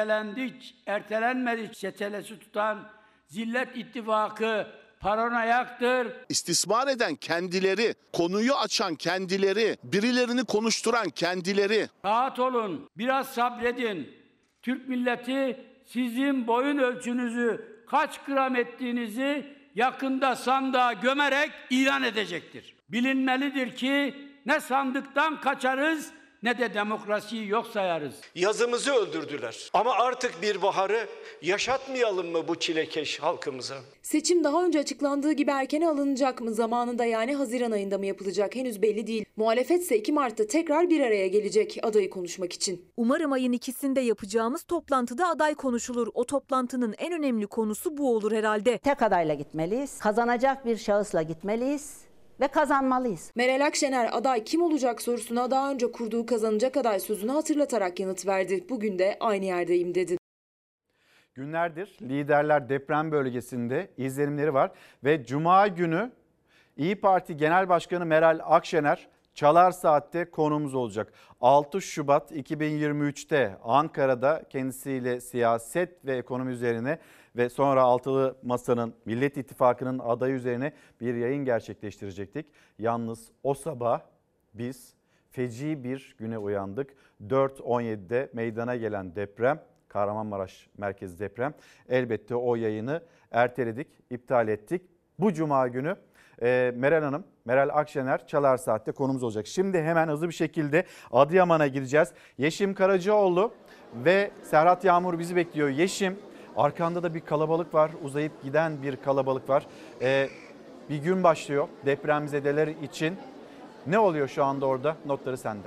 ertelenmedi çetelesi tutan Zillet İttifakı paranoyaktır. İstismar eden kendileri, konuyu açan kendileri, birilerini konuşturan kendileri. Rahat olun, biraz sabredin. Türk milleti sizin boyun ölçünüzü kaç gram ettiğinizi yakında sandığa gömerek ilan edecektir. Bilinmelidir ki ne sandıktan kaçarız ne de demokrasiyi yok sayarız. Yazımızı öldürdüler. Ama artık bir baharı yaşatmayalım mı bu çilekeş halkımıza? Seçim daha önce açıklandığı gibi erken alınacak mı? Zamanında yani Haziran ayında mı yapılacak? Henüz belli değil. Muhalefetse 2 Mart'ta tekrar bir araya gelecek adayı konuşmak için. Umarım ayın 2'sinde yapacağımız toplantıda aday konuşulur. O toplantının en önemli konusu bu olur herhalde. Tek adayla gitmeliyiz. Kazanacak bir şahısla gitmeliyiz. Ve kazanmalıyız. Meral Akşener aday kim olacak sorusuna daha önce kurduğu kazanacak aday sözünü hatırlatarak yanıt verdi. Bugün de aynı yerdeyim dedi. Günlerdir liderler deprem bölgesinde izlenimleri var ve Cuma günü İYİ Parti Genel Başkanı Meral Akşener Çalar Saat'te konuğumuz olacak. 6 Şubat 2023'te Ankara'da kendisiyle siyaset ve ekonomi üzerine ve sonra Altılı Masa'nın Millet İttifakı'nın adayı üzerine bir yayın gerçekleştirecektik. Yalnız o sabah biz feci bir güne uyandık. 4.17'de meydana gelen deprem, Kahramanmaraş merkezi deprem. Elbette o yayını erteledik, iptal ettik. Bu Cuma günü Meral Hanım, Meral Akşener Çalar Saat'te konumuz olacak. Şimdi hemen hızlı bir şekilde Adıyaman'a gideceğiz. Yeşim Karacaoğlu ve Serhat Yağmur bizi bekliyor. Yeşim, arkanda da bir kalabalık var, uzayıp giden bir kalabalık var. Bir gün başlıyor depremzedeler için. Ne oluyor şu anda orada? Notları sende.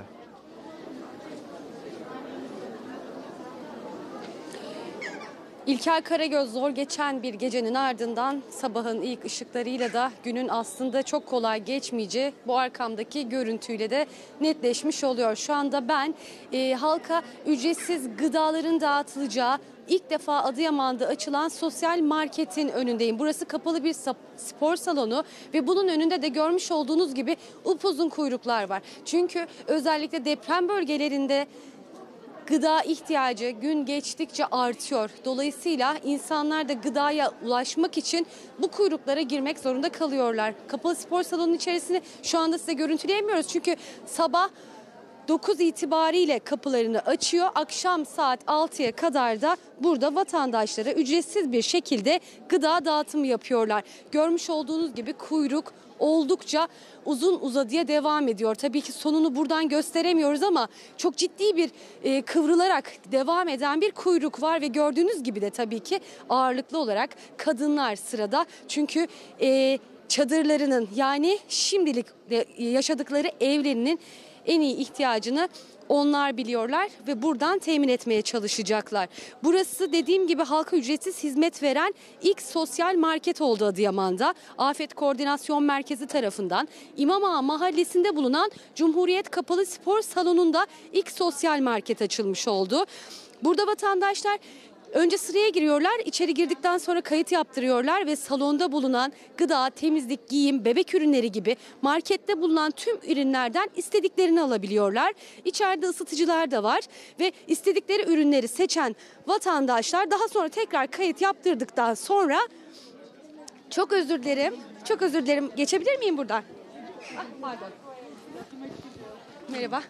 İlker Karagöz, zor geçen bir gecenin ardından sabahın ilk ışıklarıyla da günün aslında çok kolay geçmeyeceği bu arkamdaki görüntüyle de netleşmiş oluyor. Şu anda ben halka ücretsiz gıdaların dağıtılacağı ilk defa Adıyaman'da açılan sosyal marketin önündeyim. Burası kapalı bir spor salonu ve bunun önünde de görmüş olduğunuz gibi upuzun kuyruklar var. Çünkü özellikle deprem bölgelerinde gıda ihtiyacı gün geçtikçe artıyor. Dolayısıyla insanlar da gıdaya ulaşmak için bu kuyruklara girmek zorunda kalıyorlar. Kapalı spor salonunun içerisini şu anda size görüntüleyemiyoruz. Çünkü sabah 9 itibariyle kapılarını açıyor. Akşam saat 6'ya kadar da burada vatandaşlara ücretsiz bir şekilde gıda dağıtımı yapıyorlar. Görmüş olduğunuz gibi kuyruk oldukça uzun uzadıya devam ediyor. Tabii ki sonunu buradan gösteremiyoruz ama çok ciddi bir kıvrılarak devam eden bir kuyruk var ve gördüğünüz gibi de tabii ki ağırlıklı olarak kadınlar sırada. Çünkü çadırlarının yani şimdilik yaşadıkları evlerinin en iyi ihtiyacını onlar biliyorlar ve buradan temin etmeye çalışacaklar. Burası dediğim gibi halka ücretsiz hizmet veren ilk sosyal market oldu Adıyaman'da. Afet Koordinasyon Merkezi tarafından İmam Ağa Mahallesi'nde bulunan Cumhuriyet Kapalı Spor Salonu'nda ilk sosyal market açılmış oldu. Burada vatandaşlar önce sıraya giriyorlar, içeri girdikten sonra kayıt yaptırıyorlar ve salonda bulunan gıda, temizlik, giyim, bebek ürünleri gibi markette bulunan tüm ürünlerden istediklerini alabiliyorlar. İçeride ısıtıcılar da var ve istedikleri ürünleri seçen vatandaşlar daha sonra tekrar kayıt yaptırdıktan sonra çok özür dilerim, geçebilir miyim buradan? Pardon. Merhaba.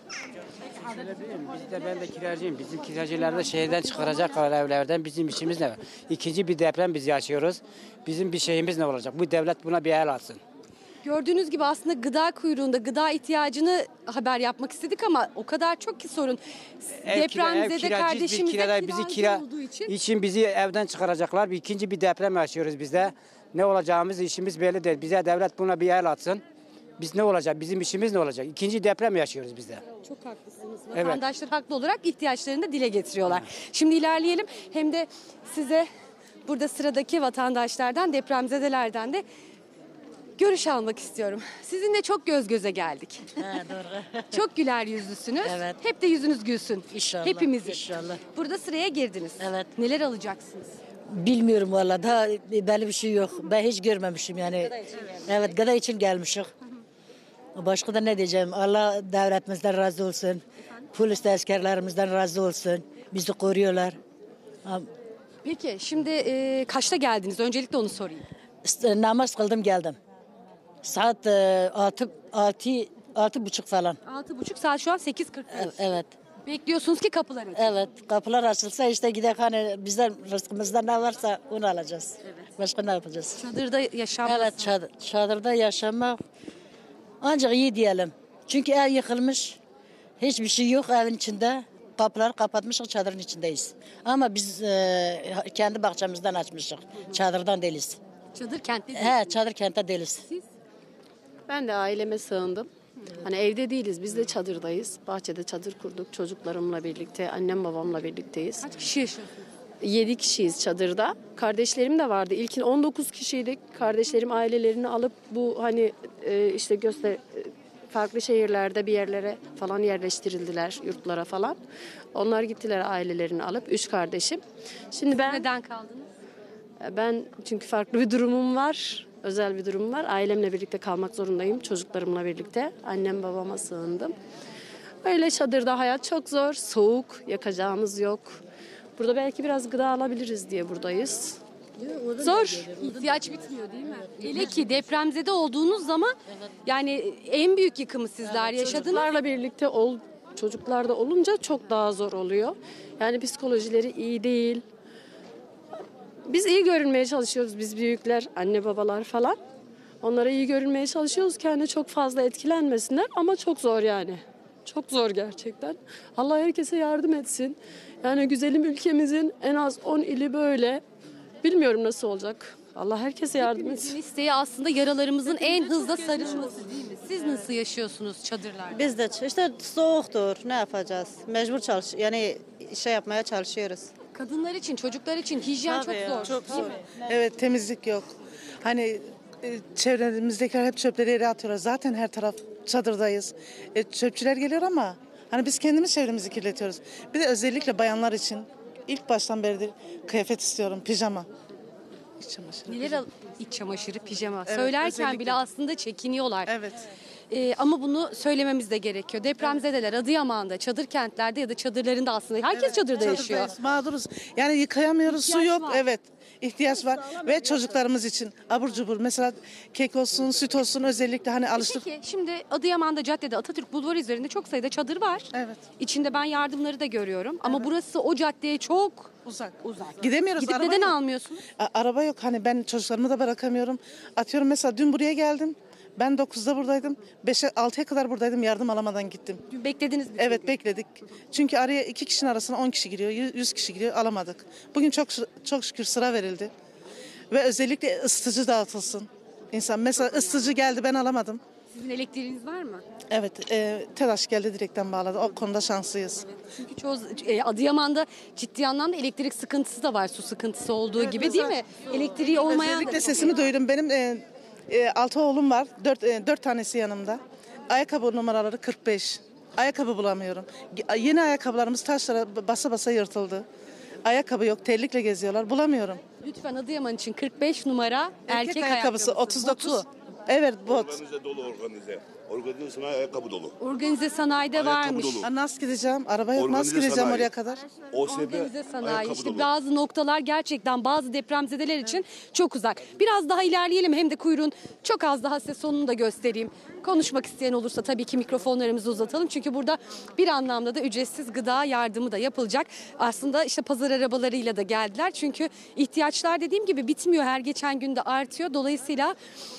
Ben de kiracıyım. Bizim kiracıları da şehirden çıkaracaklar evlerden. Bizim işimiz ne var? İkinci bir deprem biz yaşıyoruz. Bizim bir şeyimiz ne olacak? Bu devlet buna bir el alsın. Gördüğünüz gibi aslında gıda kuyruğunda gıda ihtiyacını haber yapmak istedik ama o kadar çok ki sorun. Depremzede kardeşimize bizi kiracı olduğu için. bizi evden çıkaracaklar. İkinci bir deprem yaşıyoruz biz de. Ne olacağımız işimiz belli değil. Bize devlet buna bir el atsın. Biz ne olacak? Bizim işimiz ne olacak? İkinci deprem yaşıyoruz biz de. Çok haklısınız. Evet. Vatandaşlar haklı olarak ihtiyaçlarını da dile getiriyorlar. Şimdi ilerleyelim. Hem de size burada sıradaki vatandaşlardan, depremzedelerden de görüş almak istiyorum. Sizinle çok göz göze geldik. Doğru. Çok güler yüzlüsünüz. Evet. Hep de yüzünüz gülsün. İnşallah. Hepimizin. İnşallah. Burada sıraya girdiniz. Evet. Neler alacaksınız? Bilmiyorum valla daha belli bir şey yok. Ben hiç görmemişim yani. Evet gıda için gelmişik. Başka da ne diyeceğim? Allah devletimizden razı olsun. Polis de askerlerimizden razı olsun. Bizi koruyorlar. Peki şimdi kaçta geldiniz? Öncelikle onu sorayım. Namaz kıldım geldim. Saat 6:30 falan. 6:30 saat şu an 8:45. Evet. Bekliyorsunuz ki kapılar açılsın. Evet. Kapılar açılsa işte gidelim hani bizden rızkımızda ne varsa onu alacağız. Evet. Başka ne yapacağız? Çadırda yaşamak. Evet çadırda yaşamak ancak iyi diyelim. Çünkü ev yıkılmış. Hiçbir şey yok evin içinde. Kapıları kapatmışız, çadırın içindeyiz. Ama biz kendi bahçemizden açmışız. Çadırdan değiliz. Çadır kentte değil. He, çadır kentte değiliz. Siz? Ben de aileme sığındım. Hani evde değiliz, biz de çadırdayız. Bahçede çadır kurduk çocuklarımla birlikte, annem babamla birlikteyiz. Kaç kişi yaşıyorsunuz? 7 kişiyiz çadırda. Kardeşlerim de vardı. İlkin 19 kişiydik. Kardeşlerim ailelerini alıp bu hani işte farklı şehirlerde bir yerlere falan yerleştirildiler, yurtlara falan. Onlar gittiler ailelerini alıp 3 kardeşim. Şimdi ben neden kaldınız? Ben çünkü farklı bir durumum var. Özel bir durum var. Ailemle birlikte kalmak zorundayım. Çocuklarımla birlikte. Annem babama sığındım. Öyle çadırda hayat çok zor. Soğuk. Yakacağımız yok. Burada belki biraz gıda alabiliriz diye buradayız. Zor. İhtiyaç bitmiyor değil mi? Hele ki depremzede olduğunuz zaman yani en büyük yıkımı sizler yaşadınız. Çocuklarla birlikte çocuklar da olunca çok daha zor oluyor. Yani psikolojileri iyi değil. Biz iyi görünmeye çalışıyoruz, biz büyükler, anne babalar falan. Onlara iyi görünmeye çalışıyoruz ki hani çok fazla etkilenmesinler ama çok zor yani. Çok zor gerçekten. Allah herkese yardım etsin. Yani güzelim ülkemizin en az 10 ili böyle. Bilmiyorum nasıl olacak. Allah herkese yardım etsin. İsteği aslında yaralarımızın en hızlı sarılması değil mi? Siz nasıl yaşıyorsunuz çadırlarda? Biz de işte soğuktur. Ne yapacağız? Mecbur yani yapmaya çalışıyoruz. Kadınlar için, çocuklar için hijyen çok zor. Çok zor. Evet, temizlik yok. Hani çevremizdekiler hep çöpleri yere atıyorlar. Zaten her taraf çadırdayız. Çöpçüler geliyor ama hani biz kendimiz çevremizi kirletiyoruz. Bir de özellikle bayanlar için ilk baştan beridir kıyafet istiyorum, pijama. İç çamaşırı. İç çamaşırı, pijama. Evet, Söylerken özellikle. bile aslında çekiniyorlar. Evet. Ama bunu söylememiz de gerekiyor. Depremzedeler Adıyaman'da, çadır kentlerde ya da çadırlarında aslında herkes çadırda yaşıyor. Mağduruz. Yani yıkayamıyoruz, su yok. var. Evet. İhtiyaç var ve çocuklarımız için abur cubur mesela kek olsun, süt olsun özellikle hani alıştık. Peki şimdi Adıyaman'da caddede Atatürk Bulvarı üzerinde çok sayıda çadır var. Evet. İçinde ben yardımları da görüyorum. Ama burası o caddeye çok uzak. Uzak. Gidemiyoruz. Gidip araba neden yok. almıyorsunuz? Araba yok. Hani ben çocuklarımı da bırakamıyorum. Atıyorum mesela dün buraya geldim. Ben 9'da buradaydım. 5'e 6'ya kadar buradaydım. Yardım alamadan gittim. Beklediniz mi? Evet bekledik. Çünkü araya 2 kişinin arasına 10 kişi giriyor. 100 kişi giriyor. Alamadık. Bugün çok şükür sıra verildi. Ve özellikle ısıtıcı dağıtılsın. İnsan mesela ısıtıcı geldi ben alamadım. Sizin elektriğiniz var mı? Evet, TEDAŞ geldi direkten bağladı. O konuda şanslıyız. Çünkü çoğu Adıyaman'da ciddi anlamda elektrik sıkıntısı da var. Su sıkıntısı olduğu gibi değil mi? Elektriği olmayan Özellikle da sesimi duydum. Benim 6 oğlum var. 4 tanesi yanımda. Ayakkabı numaraları 45. Ayakkabı bulamıyorum. Yeni ayakkabılarımız taşlara basa basa yırtıldı. Ayakkabı yok. Terlikle geziyorlar. Bulamıyorum. Lütfen Adıyaman için 45 numara erkek ayakkabısı 39. Botu. Evet bot. Organize dolu organize. Organize sanayi ayakkabı dolu. Organize sanayide varmış. Nasıl gideceğim? Araba yok. Nasıl gideceğim oraya kadar? Organize sanayi. İşte bazı noktalar gerçekten bazı depremzedeler için çok uzak. Biraz daha ilerleyelim, hem de kuyruğun çok az daha size sonunu da göstereyim. Konuşmak isteyen olursa tabii ki mikrofonlarımızı uzatalım. Çünkü burada bir anlamda da ücretsiz gıda yardımı da yapılacak. Aslında işte pazar arabalarıyla da geldiler. Çünkü ihtiyaçlar dediğim gibi bitmiyor. Her geçen gün de artıyor. Dolayısıyla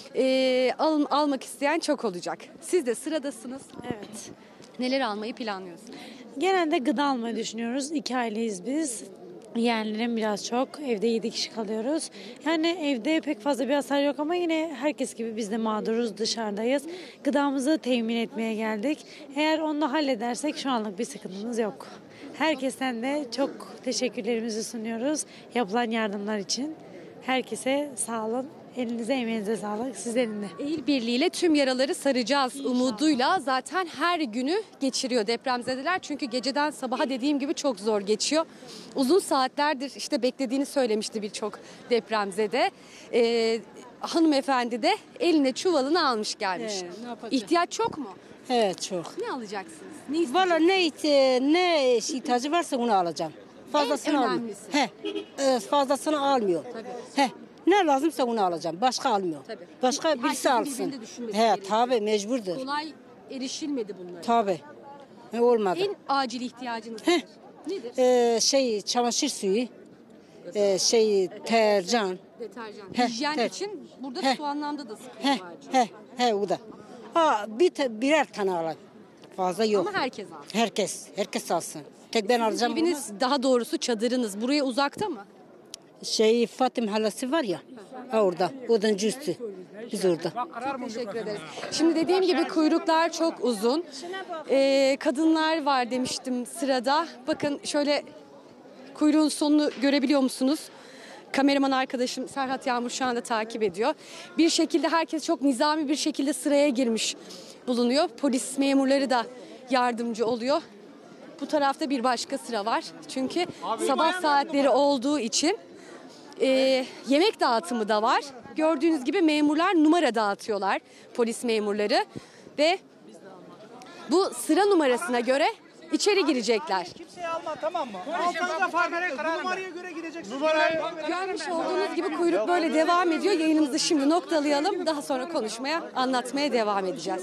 almak isteyen çok olacak. Siz de sıradasınız. Evet. Neler almayı planlıyorsunuz? Genelde gıda almayı düşünüyoruz. 2 aileyiz biz. Yeğenlerim biraz çok. Evde 7 kişi kalıyoruz. Yani evde pek fazla bir hasar yok ama yine herkes gibi biz de mağduruz, dışarıdayız. Gıdamızı temin etmeye geldik. Eğer onu halledersek şu anlık bir sıkıntımız yok. Herkesten de çok teşekkürlerimizi sunuyoruz yapılan yardımlar için. Herkese sağ olun. Elinize emeğinize sağlık. Sizlerin de. El birliğiyle tüm yaraları saracağız umuduyla zaten her günü geçiriyor depremzedeler. Çünkü geceden sabaha dediğim gibi çok zor geçiyor. Uzun saatlerdir işte beklediğini söylemişti birçok depremzede. Hanımefendi de eline çuvalını almış gelmiş. İhtiyaç çok mu? Evet çok. Ne alacaksınız? Valla ne ihtiyacı varsa onu alacağım. Fazlasını almıyor. Fazlasını almıyor. Tabii. Ne lazımsa onu alacağım. Başka almıyor. Tabii. Başka birisi alsın. Tabii mecburdur. Kolay erişilmedi bunlara. Tabii. Olmadı. En acil ihtiyacınız nedir? Çamaşır suyu. Deterjan. Hijyen için burada su anlamda da sıkıntı var. O da. Birer tane alayım. Fazla yok. Ama herkes alsın. Herkes alsın. Tek ben alacağım. Eviniz daha doğrusu çadırınız buraya uzakta mı? Fatim halası var ya. Orada. Odancı üstü. Biz orada. Çok teşekkür ederiz. Şimdi dediğim gibi kuyruklar çok uzun. Kadınlar var demiştim sırada. Bakın şöyle kuyruğun sonunu görebiliyor musunuz? Kameraman arkadaşım Serhat Yağmur şu anda takip ediyor. Bir şekilde herkes çok nizami bir şekilde sıraya girmiş bulunuyor. Polis memurları da yardımcı oluyor. Bu tarafta bir başka sıra var. Çünkü sabah saatleri olduğu için yemek dağıtımı da var. Gördüğünüz gibi memurlar numara dağıtıyorlar. Polis memurları ve bu sıra numarasına göre içeri girecekler. Kimseyi alma, tamam mı? Alsanıza farkına karar. Numaraya göre gireceksin. Görmüş olduğunuz gibi kuyruk böyle devam ediyor. Yayınımızı şimdi noktalayalım. Daha sonra konuşmaya, anlatmaya devam edeceğiz.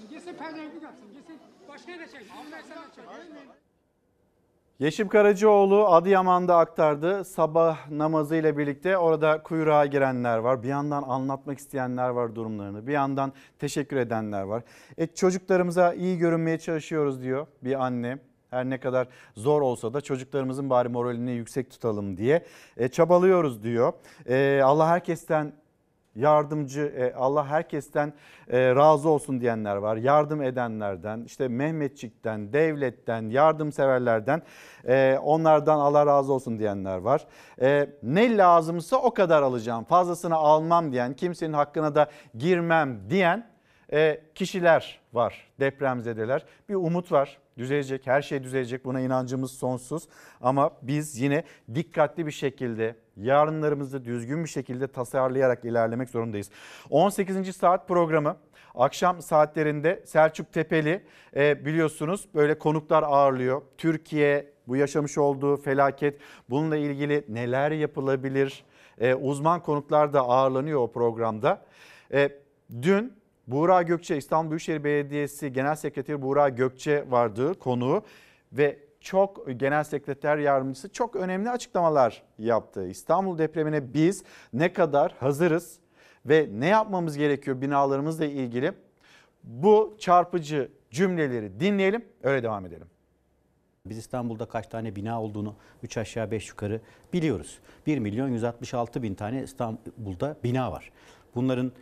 Yeşim Karacaoğlu Adıyaman'da aktardı. Sabah namazı ile birlikte orada kuyruğa girenler var. Bir yandan anlatmak isteyenler var durumlarını. Bir yandan teşekkür edenler var. Çocuklarımıza iyi görünmeye çalışıyoruz diyor bir anne. Her ne kadar zor olsa da çocuklarımızın bari moralini yüksek tutalım diye çabalıyoruz diyor. Allah herkesten yardımcı, Allah herkesten razı olsun diyenler var. Yardım edenlerden, işte Mehmetçik'ten, devletten, yardımseverlerden, onlardan Allah razı olsun diyenler var. Ne lazımsa o kadar alacağım, fazlasını almam diyen, kimsenin hakkına da girmem diyen kişiler var, depremzedeler. Bir umut var, düzelecek, her şey düzelecek, buna inancımız sonsuz. Ama biz yine dikkatli bir şekilde, yarınlarımızı düzgün bir şekilde tasarlayarak ilerlemek zorundayız. 18. saat programı akşam saatlerinde Selçuk Tepeli biliyorsunuz böyle konuklar ağırlıyor. Türkiye bu yaşamış olduğu felaket, bununla ilgili neler yapılabilir? Uzman konuklar da ağırlanıyor o programda. Dün Buğra Gökçe, İstanbul Büyükşehir Belediyesi Genel Sekreteri Buğra Gökçe vardı konuğu ve Genel Sekreter Yardımcısı çok önemli açıklamalar yaptı. İstanbul depremine biz ne kadar hazırız ve ne yapmamız gerekiyor binalarımızla ilgili, bu çarpıcı cümleleri dinleyelim, öyle devam edelim. Biz İstanbul'da kaç tane bina olduğunu 3 aşağı 5 yukarı biliyoruz. 1.166.000 tane İstanbul'da bina var. Bunların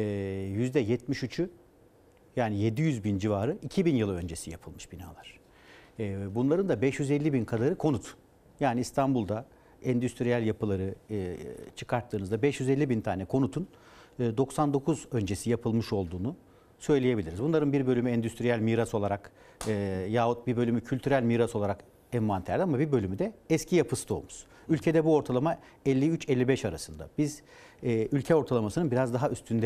%73'ü yani 700.000 civarı 2000 yılı öncesi yapılmış binalar. Bunların da 550.000 kadarı konut. Yani İstanbul'da endüstriyel yapıları çıkarttığınızda 550.000 tane konutun 99 öncesi yapılmış olduğunu söyleyebiliriz. Bunların bir bölümü endüstriyel miras olarak yahut bir bölümü kültürel miras olarak envanterde ama bir bölümü de eski yapı stoğumuz. Ülkede bu ortalama 53-55 arasında. Biz ülke ortalamasının biraz daha üstünde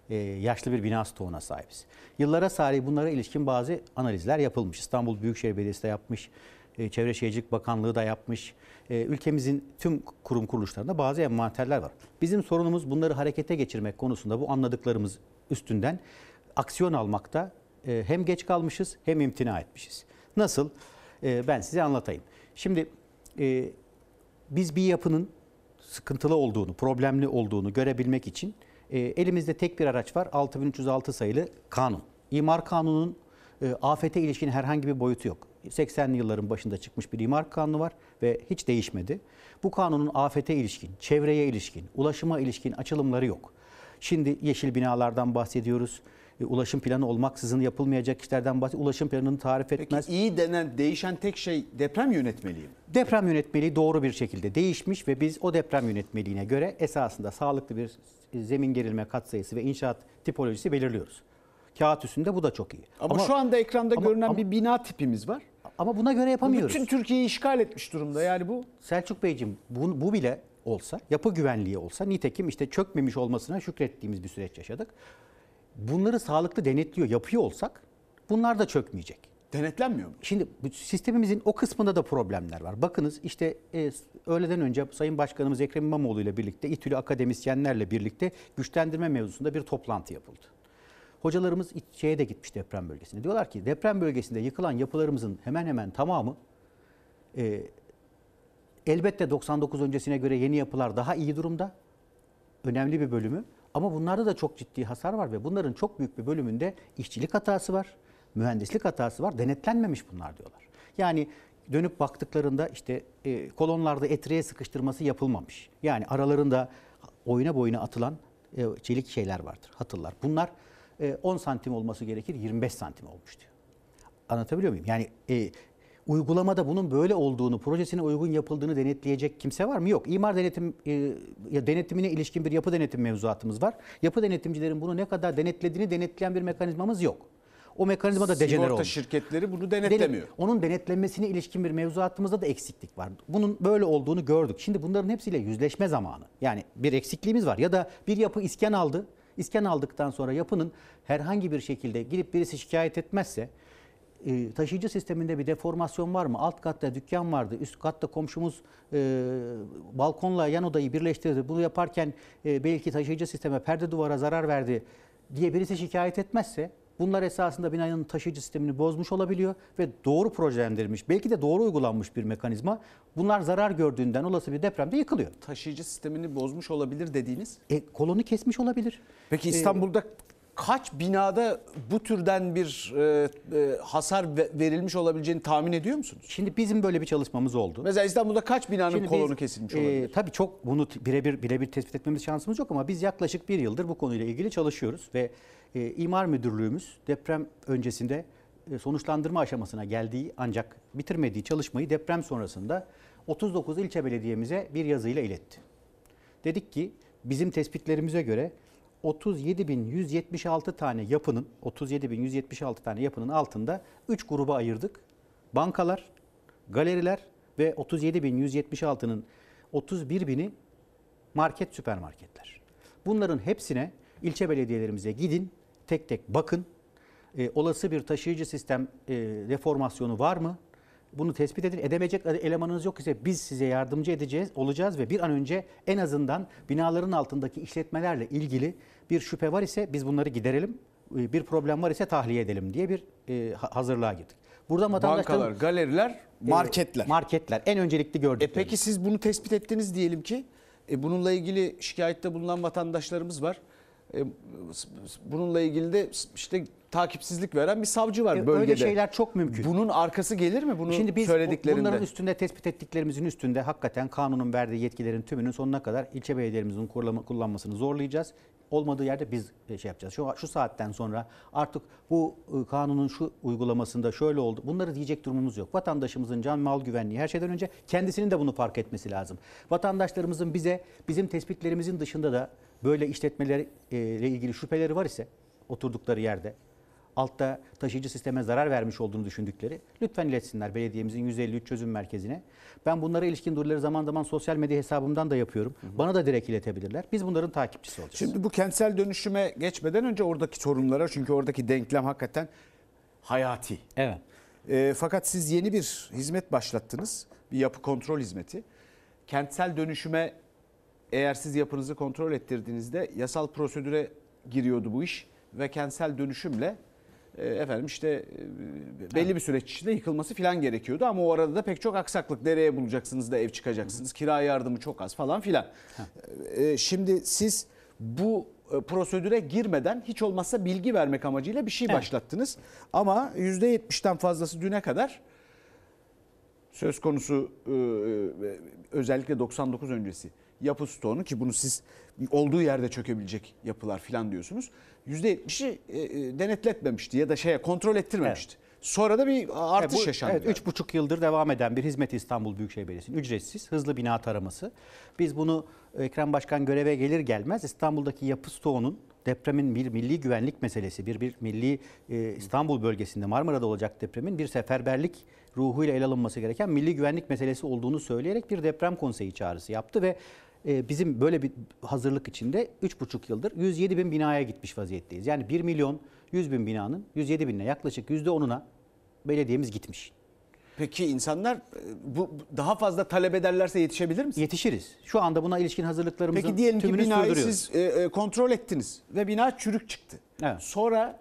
yaşlı bir bina stoğuna sahibiz. Yıllara sari bunlara ilişkin bazı analizler yapılmış. İstanbul Büyükşehir Belediyesi de yapmış, Çevre Şehircilik Bakanlığı da yapmış. Ülkemizin tüm kurum kuruluşlarında bazı envanterler var. Bizim sorunumuz bunları harekete geçirmek konusunda bu anladıklarımız üstünden aksiyon almakta hem geç kalmışız hem imtina etmişiz. Nasıl? Ben size anlatayım. Şimdi biz bir yapının sıkıntılı olduğunu, problemli olduğunu görebilmek için elimizde tek bir araç var. 6306 sayılı kanun. İmar Kanunu'nun afete ilişkin herhangi bir boyutu yok. 80'li yılların başında çıkmış bir imar kanunu var ve hiç değişmedi. Bu kanunun afete ilişkin, çevreye ilişkin, ulaşıma ilişkin açılımları yok. Şimdi yeşil binalardan bahsediyoruz. Ulaşım planı olmaksızın yapılmayacak işlerden bahsediyoruz. Ulaşım planını tarif etmez. Peki iyi denen değişen tek şey deprem yönetmeliği mi? Deprem yönetmeliği doğru bir şekilde değişmiş ve biz o deprem yönetmeliğine göre esasında sağlıklı bir zemin gerilme katsayısı ve inşaat tipolojisi belirliyoruz. Kağıt üstünde bu da çok iyi. Ama şu anda ekranda görünen bir bina tipimiz var. Ama buna göre yapamıyoruz. Bütün Türkiye'yi işgal etmiş durumda yani bu. Selçuk Beyciğim bu bile olsa, yapı güvenliği olsa, nitekim işte çökmemiş olmasına şükrettiğimiz bir süreç yaşadık. Bunları sağlıklı denetliyor, yapıyor olsak bunlar da çökmeyecek. Denetlenmiyor mu? Şimdi sistemimizin o kısmında da problemler var. Bakınız işte öğleden önce Sayın Başkanımız Ekrem İmamoğlu ile birlikte, İTÜ'lü akademisyenlerle birlikte güçlendirme mevzusunda bir toplantı yapıldı. Hocalarımız şeye de gitmiş deprem bölgesine. Diyorlar ki deprem bölgesinde yıkılan yapılarımızın hemen hemen tamamı elbette 99 öncesine göre yeni yapılar daha iyi durumda. Önemli bir bölümü. Ama bunlarda da çok ciddi hasar var ve bunların çok büyük bir bölümünde işçilik hatası var, mühendislik hatası var. Denetlenmemiş bunlar diyorlar. Yani dönüp baktıklarında işte kolonlarda etriğe sıkıştırması yapılmamış. Yani aralarında oyuna boyuna atılan çelik şeyler vardır, hatırlar. Bunlar 10 santim olması gerekir, 25 santim olmuş diyor. Anlatabiliyor muyum? Yani uygulamada bunun böyle olduğunu, projesine uygun yapıldığını denetleyecek kimse var mı? Yok. İmar denetimine ilişkin bir yapı denetim mevzuatımız var. Yapı denetimcilerin bunu ne kadar denetlediğini denetleyen bir mekanizmamız yok. O mekanizma da dejenere olmuş. Sigorta şirketleri bunu denetlemiyor. Onun denetlenmesine ilişkin bir mevzuatımızda da eksiklik var. Bunun böyle olduğunu gördük. Şimdi bunların hepsiyle yüzleşme zamanı. Yani bir eksikliğimiz var ya da bir yapı iskan aldı. İskan aldıktan sonra yapının herhangi bir şekilde gidip birisi şikayet etmezse taşıyıcı sisteminde bir deformasyon var mı? Alt katta dükkan vardı, üst katta komşumuz balkonla yan odayı birleştirdi. Bunu yaparken belki taşıyıcı sisteme, perde duvara zarar verdi diye birisi şikayet etmezse bunlar esasında binanın taşıyıcı sistemini bozmuş olabiliyor ve doğru projelendirilmiş, belki de doğru uygulanmış bir mekanizma. Bunlar zarar gördüğünden olası bir depremde yıkılıyor. Taşıyıcı sistemini bozmuş olabilir dediğiniz? Kolonu kesmiş olabilir. Peki İstanbul'da kaç binada bu türden bir hasar verilmiş olabileceğini tahmin ediyor musunuz? Şimdi bizim böyle bir çalışmamız oldu. Mesela İstanbul'da kaç binanın kolonu kesilmiş olabilir? Tabii çok bunu birebir tespit etmemiz şansımız yok ama biz yaklaşık bir yıldır bu konuyla ilgili çalışıyoruz ve İmar Müdürlüğümüz deprem öncesinde sonuçlandırma aşamasına geldiği ancak bitirmediği çalışmayı deprem sonrasında 39 ilçe belediyemize bir yazıyla iletti. Dedik ki bizim tespitlerimize göre 37.176 tane yapının altında 3 gruba ayırdık. Bankalar, galeriler ve 37.176'nın 31.000'i market, süpermarketler. Bunların hepsine ilçe belediyelerimize gidin, tek tek bakın. Olası bir taşıyıcı sistem deformasyonu var mı? Bunu tespit edin. Edemeyecek elemanınız yok ise biz size yardımcı olacağız ve bir an önce en azından binaların altındaki işletmelerle ilgili bir şüphe var ise biz bunları giderelim. Bir problem var ise tahliye edelim diye bir hazırlığa girdik. Burada bankalar, galeriler, marketler. Marketler en öncelikli gördüklerimiz. Peki siz bunu tespit ettiniz diyelim ki. Bununla ilgili şikayette bulunan vatandaşlarımız var. Bununla ilgili de işte takipsizlik veren bir savcı var bölgede. Öyle şeyler çok mümkün. Bunun arkası gelir mi bunu Şimdi biz söylediklerinde? Bunların üstünde tespit ettiklerimizin üstünde hakikaten kanunun verdiği yetkilerin tümünün sonuna kadar ilçe belediyelerimizin kullanmasını zorlayacağız. Olmadığı yerde biz yapacağız. Şu saatten sonra artık bu kanunun şu uygulamasında şöyle oldu. Bunları diyecek durumumuz yok. Vatandaşımızın can mal güvenliği her şeyden önce kendisinin de bunu fark etmesi lazım. Vatandaşlarımızın bizim tespitlerimizin dışında da böyle işletmelerle ilgili şüpheleri var ise oturdukları yerde altta taşıyıcı sisteme zarar vermiş olduğunu düşündükleri lütfen iletsinler belediyemizin 153 çözüm merkezine. Ben bunlara ilişkin duyuruları zaman zaman sosyal medya hesabımdan da yapıyorum. Bana da direkt iletebilirler. Biz bunların takipçisi olacağız. Şimdi bu kentsel dönüşüme geçmeden önce oradaki sorunlara, çünkü oradaki denklem hakikaten hayati. Evet. Fakat siz yeni bir hizmet başlattınız. Bir yapı kontrol hizmeti. Kentsel dönüşüme eğer siz yapınızı kontrol ettirdiğinizde yasal prosedüre giriyordu bu iş ve kentsel dönüşümle belli bir süreç içinde yıkılması falan gerekiyordu ama o arada da pek çok aksaklık. Nereye bulacaksınız da ev çıkacaksınız, kira yardımı çok az falan filan. Şimdi siz bu prosedüre girmeden hiç olmazsa bilgi vermek amacıyla bir şey başlattınız. Ama %70'ten fazlası düne kadar söz konusu özellikle 99 öncesi yapı stoğunu, ki bunu siz olduğu yerde çökebilecek yapılar falan diyorsunuz, %70'i denetletmemişti ya da kontrol ettirmemişti. Evet. Sonra da bir artış yaşandı. Evet, 3,5 yıldır devam eden bir hizmet İstanbul Büyükşehir Belediyesi'nin ücretsiz hızlı bina taraması. Biz bunu Ekrem Başkan göreve gelir gelmez İstanbul'daki yapı stoğunun depremin bir milli güvenlik meselesi, bir milli İstanbul bölgesinde Marmara'da olacak depremin bir seferberlik ruhuyla ele alınması gereken milli güvenlik meselesi olduğunu söyleyerek bir deprem konseyi çağrısı yaptı ve bizim böyle bir hazırlık içinde 3,5 yıldır 107 bin binaya gitmiş vaziyetteyiz. Yani 1 milyon 100 bin binanın 107 binine yaklaşık %10'una belediyemiz gitmiş. Peki insanlar bu daha fazla talep ederlerse yetişebilir misiniz? Yetişiriz. Şu anda buna ilişkin hazırlıklarımızın tümünü sürdürüyoruz. Peki diyelim ki binayı siz kontrol ettiniz ve bina çürük çıktı. Evet. Sonra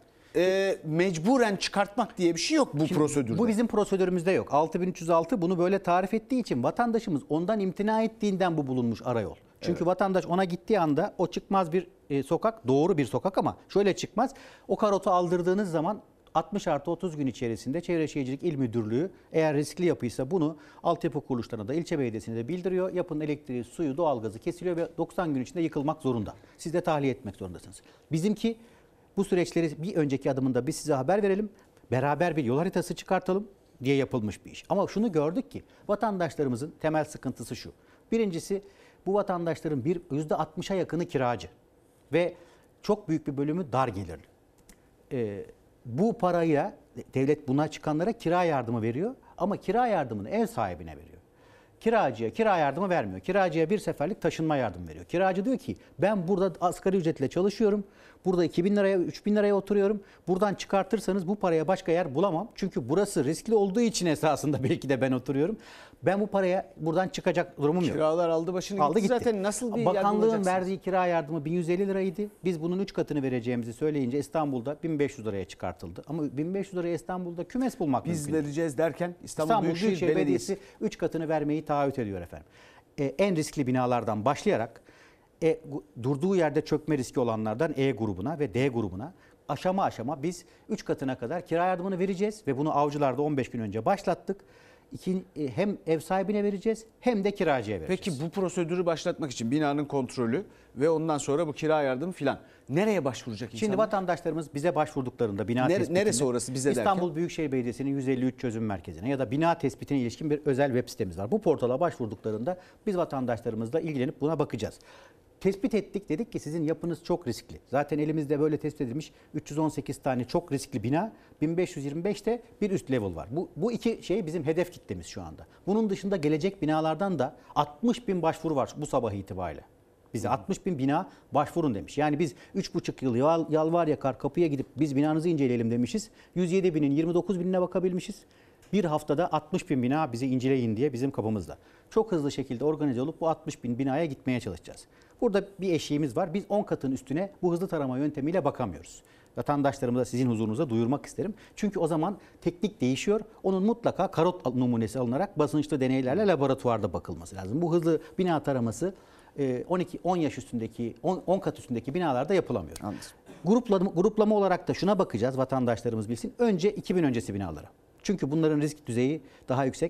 mecburen çıkartmak diye bir şey yok bu prosedürde. Bu bizim prosedürümüzde yok. 6306 bunu böyle tarif ettiği için vatandaşımız ondan imtina ettiğinden bu bulunmuş arayol. Çünkü vatandaş ona gittiği anda o çıkmaz bir sokak, doğru bir sokak ama şöyle çıkmaz. O karotu aldırdığınız zaman 60+30 gün içerisinde Çevre Şehircilik İl Müdürlüğü eğer riskli yapıysa bunu altyapı kuruluşlarına da ilçe belediyesine de bildiriyor. Yapının elektriği, suyu, doğalgazı kesiliyor ve 90 gün içinde yıkılmak zorunda. Siz de tahliye etmek zorundasınız. Bizimki bu süreçleri bir önceki adımında biz size haber verelim. Beraber bir yol haritası çıkartalım diye yapılmış bir iş. Ama şunu gördük ki vatandaşlarımızın temel sıkıntısı şu. Birincisi bu vatandaşların %60'a yakını kiracı ve çok büyük bir bölümü dar gelirli. Bu parayla devlet buna çıkanlara kira yardımı veriyor ama kira yardımını ev sahibine veriyor. Kiracıya kira yardımı vermiyor. Kiracıya bir seferlik taşınma yardımı veriyor. Kiracı diyor ki ben burada asgari ücretle çalışıyorum. Burada 2.000 liraya 3.000 liraya oturuyorum. Buradan çıkartırsanız bu paraya başka yer bulamam. Çünkü burası riskli olduğu için esasında belki de ben oturuyorum. Ben bu paraya buradan çıkacak durumum yok. Kiralar aldı başını gitti. Zaten nasıl bir yer bulacaksınız? Bakanlığın verdiği kira yardımı 1150 liraydı. Biz bunun 3 katını vereceğimizi söyleyince İstanbul'da 1500 liraya çıkartıldı. Ama 1500 liraya İstanbul'da kümes bulmak mümkün. Biz vereceğiz derken İstanbul Büyükşehir Belediyesi 3 katını vermeyi taahhüt ediyor efendim. En riskli binalardan başlayarak durduğu yerde çökme riski olanlardan E grubuna ve D grubuna aşama aşama biz 3 katına kadar kira yardımını vereceğiz ve bunu Avcılar'da 15 gün önce başlattık. Hem ev sahibine vereceğiz hem de kiracıya vereceğiz. Peki bu prosedürü başlatmak için binanın kontrolü ve ondan sonra bu kira yardımı filan nereye başvuracak insanlar? Şimdi vatandaşlarımız bize başvurduklarında bina tespitinde neresi orası bize derken? İstanbul Büyükşehir Belediyesi'nin 153 çözüm merkezine ya da bina tespitine ilişkin bir özel web sitemiz var. Bu portala başvurduklarında biz vatandaşlarımızla ilgilenip buna bakacağız. Tespit ettik, dedik ki sizin yapınız çok riskli. Zaten elimizde böyle tespit edilmiş 318 tane çok riskli bina, 1525'te bir üst level var. Bu iki şey bizim hedef kitlemiz şu anda. Bunun dışında gelecek binalardan da 60 bin başvuru var bu sabah itibariyle. Bize 60 bin bina başvurun demiş. Yani biz 3,5 yıl yalvar yakar kapıya gidip biz binanızı inceleyelim demişiz. 107 binin 29 binine bakabilmişiz. Bir haftada 60 bin bina bizi inceleyin diye bizim kapımızda. Çok hızlı şekilde organize olup bu 60 bin binaya gitmeye çalışacağız. Burada bir eşiğimiz var. Biz 10 katın üstüne bu hızlı tarama yöntemiyle bakamıyoruz. Vatandaşlarımıza sizin huzurunuza duyurmak isterim. Çünkü o zaman teknik değişiyor. Onun mutlaka karot numunesi alınarak basınçlı deneylerle laboratuvarda bakılması lazım. Bu hızlı bina taraması 10 yaş üstündeki 10 kat üstündeki binalarda yapılamıyor. Anladım. Gruplama olarak da şuna bakacağız, vatandaşlarımız bilsin. Önce 2000 öncesi binalara. Çünkü bunların risk düzeyi daha yüksek.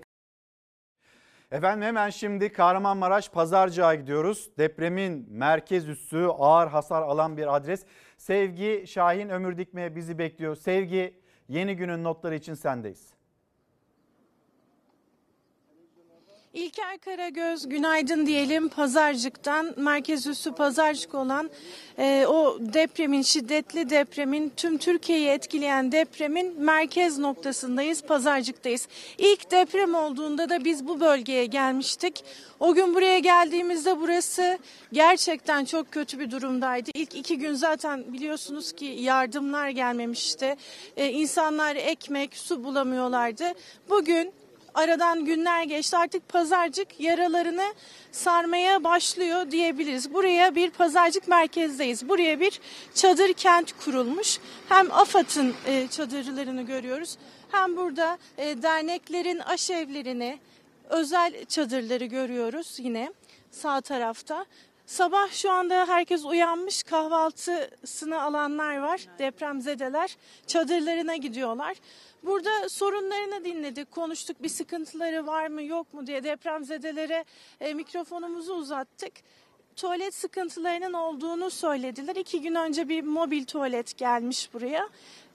Efendim hemen şimdi Kahramanmaraş Pazarcık'a gidiyoruz. Depremin merkez üssü ağır hasar alan bir adres. Sevgi Şahin Ömür Dikme bizi bekliyor. Sevgi, yeni günün notları için sendeyiz. İlker Karagöz, günaydın diyelim. Pazarcık'tan, merkez üssü Pazarcık olan o depremin, şiddetli depremin, tüm Türkiye'yi etkileyen depremin merkez noktasındayız, Pazarcık'tayız. İlk deprem olduğunda da biz bu bölgeye gelmiştik. O gün buraya geldiğimizde burası gerçekten çok kötü bir durumdaydı. İlk 2 gün zaten biliyorsunuz ki yardımlar gelmemişti. İnsanlar ekmek, su bulamıyorlardı. Bugün aradan günler geçti, artık Pazarcık yaralarını sarmaya başlıyor diyebiliriz. Buraya bir Pazarcık merkezdeyiz. Buraya bir çadır kent kurulmuş. Hem AFAD'ın çadırlarını görüyoruz, hem burada derneklerin aşevlerini, özel çadırları görüyoruz yine sağ tarafta. Sabah şu anda herkes uyanmış, kahvaltısını alanlar var, depremzedeler çadırlarına gidiyorlar. Burada sorunlarını dinledik, konuştuk, bir sıkıntıları var mı yok mu diye depremzedelere mikrofonumuzu uzattık. Tuvalet sıkıntılarının olduğunu söylediler. 2 gün önce bir mobil tuvalet gelmiş buraya.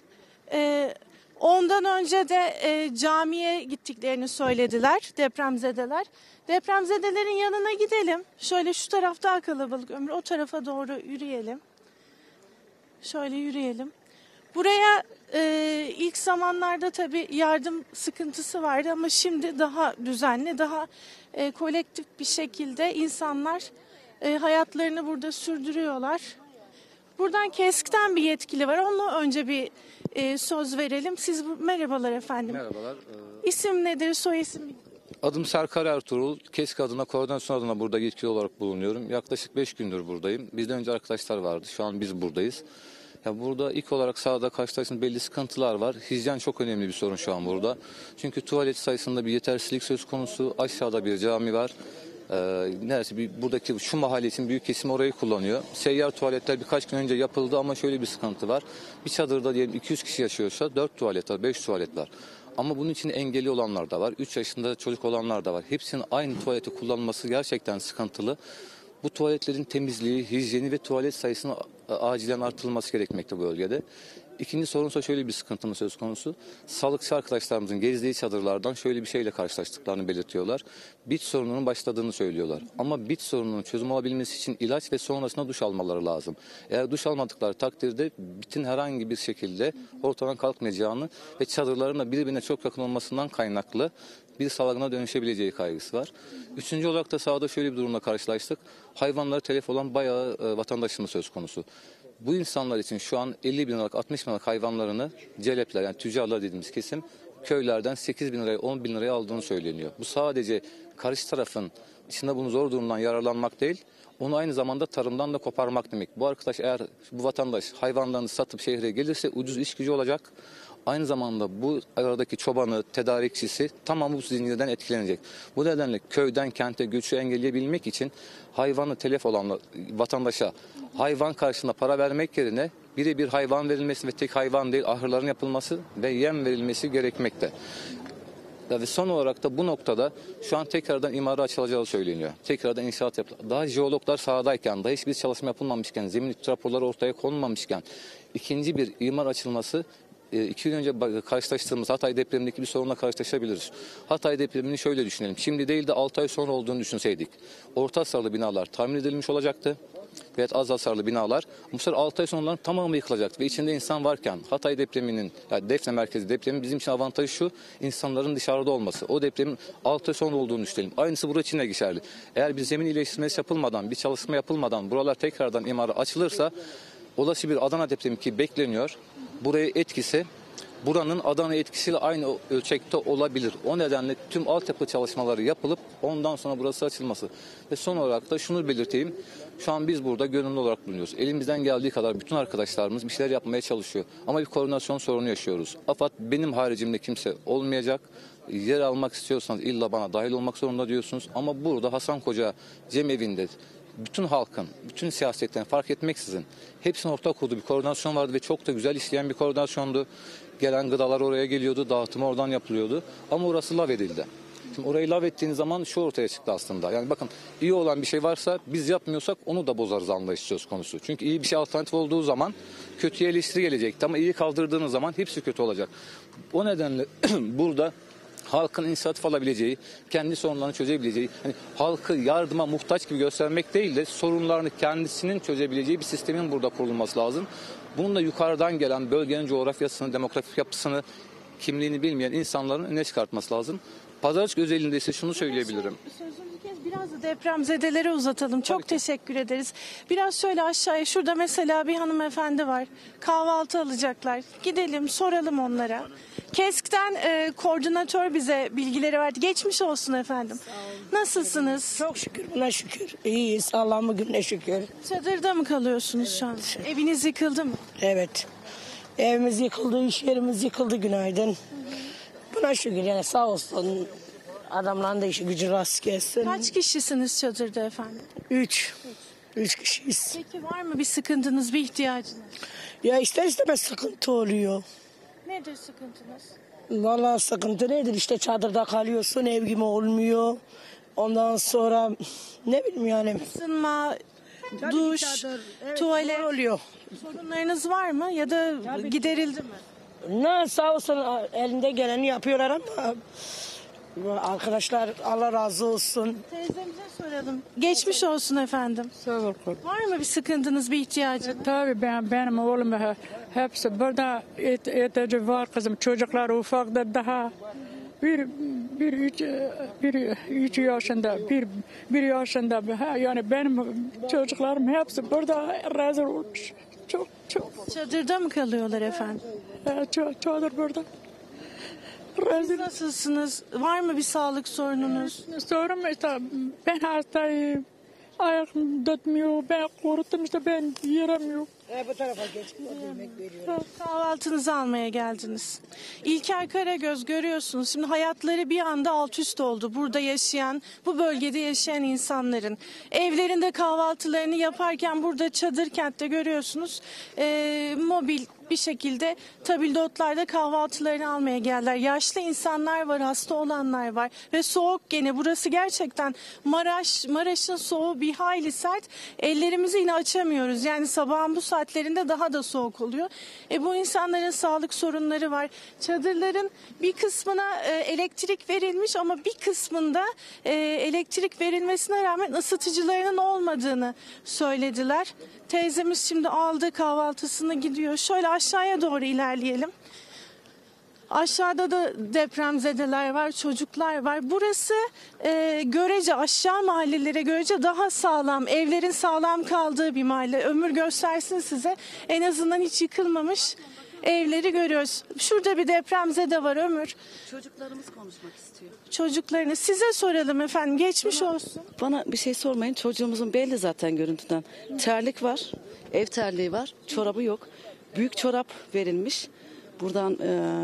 Ondan önce de camiye gittiklerini söylediler depremzedeler. Depremzedelerin yanına gidelim. Şöyle şu taraf daha kalabalık Ömür, o tarafa doğru yürüyelim. Şöyle yürüyelim. Buraya ilk zamanlarda tabii yardım sıkıntısı vardı ama şimdi daha düzenli, daha kolektif bir şekilde insanlar hayatlarını burada sürdürüyorlar. Buradan KESK'ten bir yetkili var. Onunla önce bir söz verelim. Merhabalar efendim. Merhabalar. İsim nedir, soy isim? Adım Serkar Ertuğrul. KESK adına, koordinasyon adına burada yetkili olarak bulunuyorum. Yaklaşık 5 gündür buradayım. Bizden önce arkadaşlar vardı. Şu an biz buradayız. Ya burada ilk olarak sahada karşılaştığımız belli sıkıntılar var. Hijyen çok önemli bir sorun şu an burada. Çünkü tuvalet sayısında bir yetersizlik söz konusu. Aşağıda bir cami var. Neredeyse buradaki şu mahalle için büyük kesim orayı kullanıyor. Seyyar tuvaletler birkaç gün önce yapıldı ama şöyle bir sıkıntı var. Bir çadırda diyelim 200 kişi yaşıyorsa 4 tuvalet var, 5 tuvalet var. Ama bunun için engelli olanlar da var. 3 yaşında çocuk olanlar da var. Hepsinin aynı tuvaleti kullanması gerçekten sıkıntılı. Bu tuvaletlerin temizliği, hijyeni ve tuvalet sayısının acilen artırılması gerekmekte bu bölgede. İkinci sorunsa şöyle bir sıkıntımız söz konusu. Sağlıkçı arkadaşlarımızın gezdiği çadırlardan şöyle bir şeyle karşılaştıklarını belirtiyorlar. Bit sorununun başladığını söylüyorlar. Ama bit sorununun çözüm olabilmesi için ilaç ve sonrasında duş almaları lazım. Eğer duş almadıkları takdirde bitin herhangi bir şekilde ortadan kalkmayacağını ve çadırların da birbirine çok yakın olmasından kaynaklı bir salgına dönüşebileceği kaygısı var. Üçüncü olarak da sahada şöyle bir durumla karşılaştık. Hayvanları telef olan bayağı vatandaşımız söz konusu. Bu insanlar için şu an 50 bin liralık, 60 bin liralık hayvanlarını celepler, yani tüccarlar dediğimiz kesim köylerden 8 bin liraya, 10 bin liraya aldığını söyleniyor. Bu sadece karşı tarafın içinde bunun zor durumdan yararlanmak değil, onu aynı zamanda tarımdan da koparmak demek. Bu arkadaş, eğer bu vatandaş hayvanlarını satıp şehre gelirse ucuz iş gücü olacak. Aynı zamanda bu aradaki çobanı, tedarikçisi tamamı bu zincirden etkilenecek. Bu nedenle köyden kente göçü engelleyebilmek için hayvanı telef olan vatandaşa hayvan karşılığında para vermek yerine birebir hayvan verilmesi ve tek hayvan değil ahırların yapılması ve yem verilmesi gerekmekte. Ve son olarak da bu noktada şu an tekrardan imara açılacağı söyleniyor. Tekrardan inşaat yapılıyor. Daha jeologlar sahadayken, daha hiçbir çalışma yapılmamışken, zemin etüt raporları ortaya konulmamışken ikinci bir imar açılması 2 gün önce karşılaştığımız Hatay depremindeki bir sorunla karşılaşabiliriz. Hatay depremini şöyle düşünelim. Şimdi değil de 6 ay sonra olduğunu düşünseydik. Orta hasarlı binalar tamir edilmiş olacaktı. Ve az hasarlı binalar bu sefer 6 ay sonra onların tamamı yıkılacaktı. Ve içinde insan varken Hatay depreminin, yani Defne merkezi depremin bizim için avantajı şu: insanların dışarıda olması. O depremin 6 ay sonra olduğunu düşünelim. Aynısı burası için de geçerli. Eğer bir zemin iyileştirmesi yapılmadan, bir çalışma yapılmadan buralar tekrardan imara açılırsa olası bir Adana depremi ki bekleniyor, buraya etkisi buranın Adana etkisiyle aynı ölçekte olabilir. O nedenle tüm altyapı çalışmaları yapılıp ondan sonra burası açılması. Ve son olarak da şunu belirteyim. Şu an biz burada gönüllü olarak bulunuyoruz. Elimizden geldiği kadar bütün arkadaşlarımız bir şeyler yapmaya çalışıyor. Ama bir koordinasyon sorunu yaşıyoruz. AFAD benim haricimde kimse olmayacak. Yer almak istiyorsanız illa bana dahil olmak zorunda diyorsunuz. Ama burada Hasan Koca Cemevi'nde bütün halkın, bütün siyasetten fark etmeksizin hepsinin ortak olduğu bir koordinasyon vardı ve çok da güzel işleyen bir koordinasyondu. Gelen gıdalar oraya geliyordu, dağıtımı oradan yapılıyordu. Ama orası lav edildi. Şimdi orayı lav ettiğiniz zaman şu ortaya çıktı aslında. Yani bakın, iyi olan bir şey varsa biz yapmıyorsak onu da bozarız anlayış söz konusu. Çünkü iyi bir şey alternatif olduğu zaman kötüye eleştiri gelecekti ama iyi kaldırdığınız zaman hepsi kötü olacak. O nedenle burada halkın inisiyatif alabileceği, kendi sorunlarını çözebileceği, hani halkı yardıma muhtaç gibi göstermek değil de sorunlarını kendisinin çözebileceği bir sistemin burada kurulması lazım. Bunun da yukarıdan gelen bölgenin coğrafyasını, demografik yapısını, kimliğini bilmeyen insanların öne çıkartması lazım. Pazarcık özelinde ise şunu söyleyebilirim. Biraz da depremzedelere uzatalım. Çok teşekkür ederiz. Biraz şöyle aşağıya, şurada mesela bir hanımefendi var. Kahvaltı alacaklar. Gidelim soralım onlara. KESK'ten koordinatör bize bilgileri verdi. Geçmiş olsun efendim. Nasılsınız? Çok şükür, buna şükür. İyiyiz, Allah'ın gününe şükür. Çadırda mı kalıyorsunuz şu an? Eviniz yıkıldı mı? Evet. Evimiz yıkıldı, iş yerimiz yıkıldı, günaydın. Buna şükür, yani sağ olsun. Adamların da işi gücü rast gelsin. Kaç kişisiniz çadırda efendim? 3 kişiyiz. Peki var mı bir sıkıntınız, bir ihtiyacınız? Ya ister istemez sıkıntı oluyor. Nedir sıkıntınız? Vallahi sıkıntı nedir? İşte çadırda kalıyorsun, ev gibi olmuyor. Ondan sonra ne bileyim yani. Isınma, duş, tuvalet oluyor. Sorunlarınız var mı ya da giderildi mi? Ne sağ olsun elinde geleni yapıyorlar ama arkadaşlar Allah razı olsun. Teyzemize soralım. Geçmiş olsun efendim. Sağ ol. Var mı bir sıkıntınız, bir ihtiyacınız? Tabii benim oğlum hepsi burada ihtiyacı var kızım. Çocuklar ufakta daha bir 3 yaşında, bir yaşında. Yani benim çocuklarım hepsi burada rezil olmuş. Çok. Çadırda mı kalıyorlar efendim? Çadır burada. Siz nasılsınız? Var mı bir sağlık sorununuz? Sorun işte ben hastayım. Ayakım tutmuyor. Ben korktum işte ben yiyemiyorum. Bu tarafa geç. Kahvaltınızı almaya geldiniz. İlker Karagöz görüyorsunuz. Şimdi hayatları bir anda alt üst oldu. Burada yaşayan, bu bölgede yaşayan insanların. Evlerinde kahvaltılarını yaparken burada çadır kentte görüyorsunuz. Mobil bir şekilde tabildotlarda kahvaltılarını almaya geldiler. Yaşlı insanlar var, hasta olanlar var ve soğuk gene. Burası gerçekten Maraş'ın soğuğu bir hayli sert. Ellerimizi yine açamıyoruz. Yani sabahın bu saatlerinde daha da soğuk oluyor. Bu insanların sağlık sorunları var. Çadırların bir kısmına elektrik verilmiş ama bir kısmında elektrik verilmesine rağmen ısıtıcılarının olmadığını söylediler. Teyzemiz şimdi aldı kahvaltısını gidiyor. Şöyle aşağıya doğru ilerleyelim. Aşağıda da depremzedeler var, çocuklar var. Burası görece aşağı mahallelere görece daha sağlam, evlerin sağlam kaldığı bir mahalle. Ömür göstersin size. En azından hiç yıkılmamış evleri görüyoruz. Şurada bir depremzede var Ömür. Çocuklarımız konuşmak istiyor. Çocuklarını size soralım efendim. Geçmiş olsun. Bana bir şey sormayın. Çocuğumuzun belli zaten görüntüden. Terlik var, ev terliği var, çorabı yok. Büyük çorap verilmiş. Buradan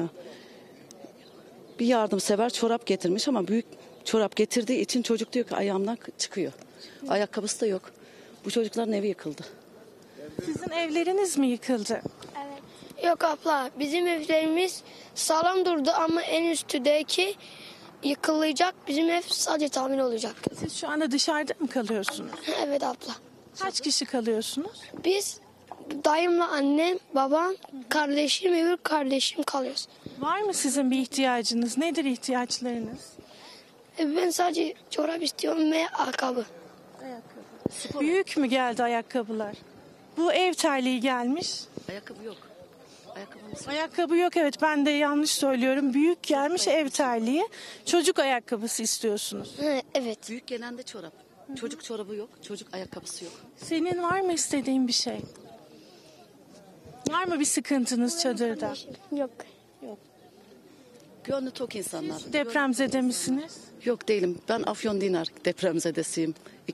bir yardımsever çorap getirmiş ama büyük çorap getirdiği için çocuk diyor ki ayağımdan çıkıyor. Ayakkabısı da yok. Bu çocukların evi yıkıldı. Sizin evleriniz mi yıkıldı? Yok abla, bizim evlerimiz sağlam durdu ama en üstündeki yıkılacak. Bizim ev sadece tahmin olacak. Siz şu anda dışarıda mı kalıyorsunuz? Evet abla. Kaç kişi kalıyorsunuz? Biz dayımla annem, babam, kardeşim, öbür kardeşim kalıyoruz. Var mı sizin bir ihtiyacınız? Nedir ihtiyaçlarınız? Ben sadece çorap istiyorum ve ayakkabı. Büyük mü geldi ayakkabılar? Bu ev terliği gelmiş. Ayakkabı yok. Ayakkabı yok, evet, ben de yanlış söylüyorum. Büyük gelmiş ev terliği. Çocuk ayakkabısı istiyorsunuz. Evet. Büyük gelen de çorap. Çocuk çorabı yok, çocuk ayakkabısı yok. Senin var mı istediğin bir şey? Var mı bir sıkıntınız çadırda? Yok. Gönlü tok insanlar. Depremzede misiniz? Yok değilim. Ben Afyondinar depremzedesiyim.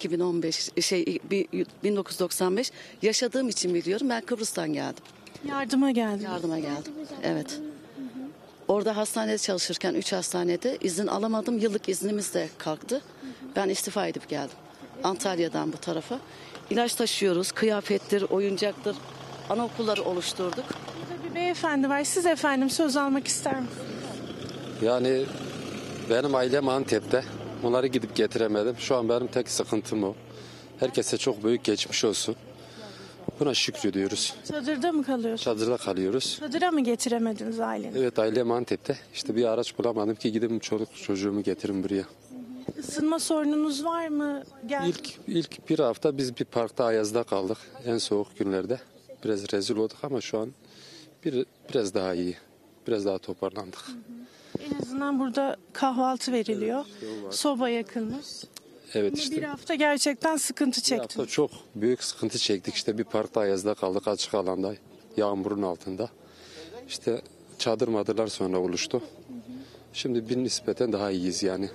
1995 yaşadığım için biliyorum. Ben Kıbrıs'tan geldim. Yardıma geldim. Yardıma geldim. Evet. Orada hastanede çalışırken 3 hastanede izin alamadım. Yıllık iznimiz de kalktı. Ben istifa edip geldim. Antalya'dan bu tarafa. İlaç taşıyoruz. Kıyafettir, oyuncaktır. Anaokulları oluşturduk. Burada bir beyefendi var. Siz efendim söz almak ister misiniz? Yani benim ailem Antep'te. Onları gidip getiremedim. Şu an benim tek sıkıntım o. Herkese çok büyük geçmiş olsun. Buna şükrediyoruz. Çadırda mı kalıyorsunuz? Çadırda kalıyoruz. Çadıra mı getiremediniz ailenizi? Evet, ailem Antep'te. İşte bir araç bulamadım ki gidip çoluk çocuğumu getirin buraya. Isınma sorununuz var mı? İlk bir hafta biz bir parkta Ayaz'da kaldık. En soğuk günlerde. Biraz rezil olduk ama şu an biraz daha iyi. Biraz daha toparlandık. En azından burada kahvaltı veriliyor. Soba yakılmış. Evet Ama işte. bir hafta gerçekten sıkıntı çektiniz. Bir hafta çok büyük sıkıntı çektik. İşte bir parkta Ayaz'da kaldık, açık alanda. Yağmurun altında. İşte çadır madırlar sonra oluştu. Şimdi bir nispeten daha iyiyiz yani.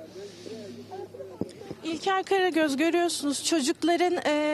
İlker Karagöz, görüyorsunuz çocukların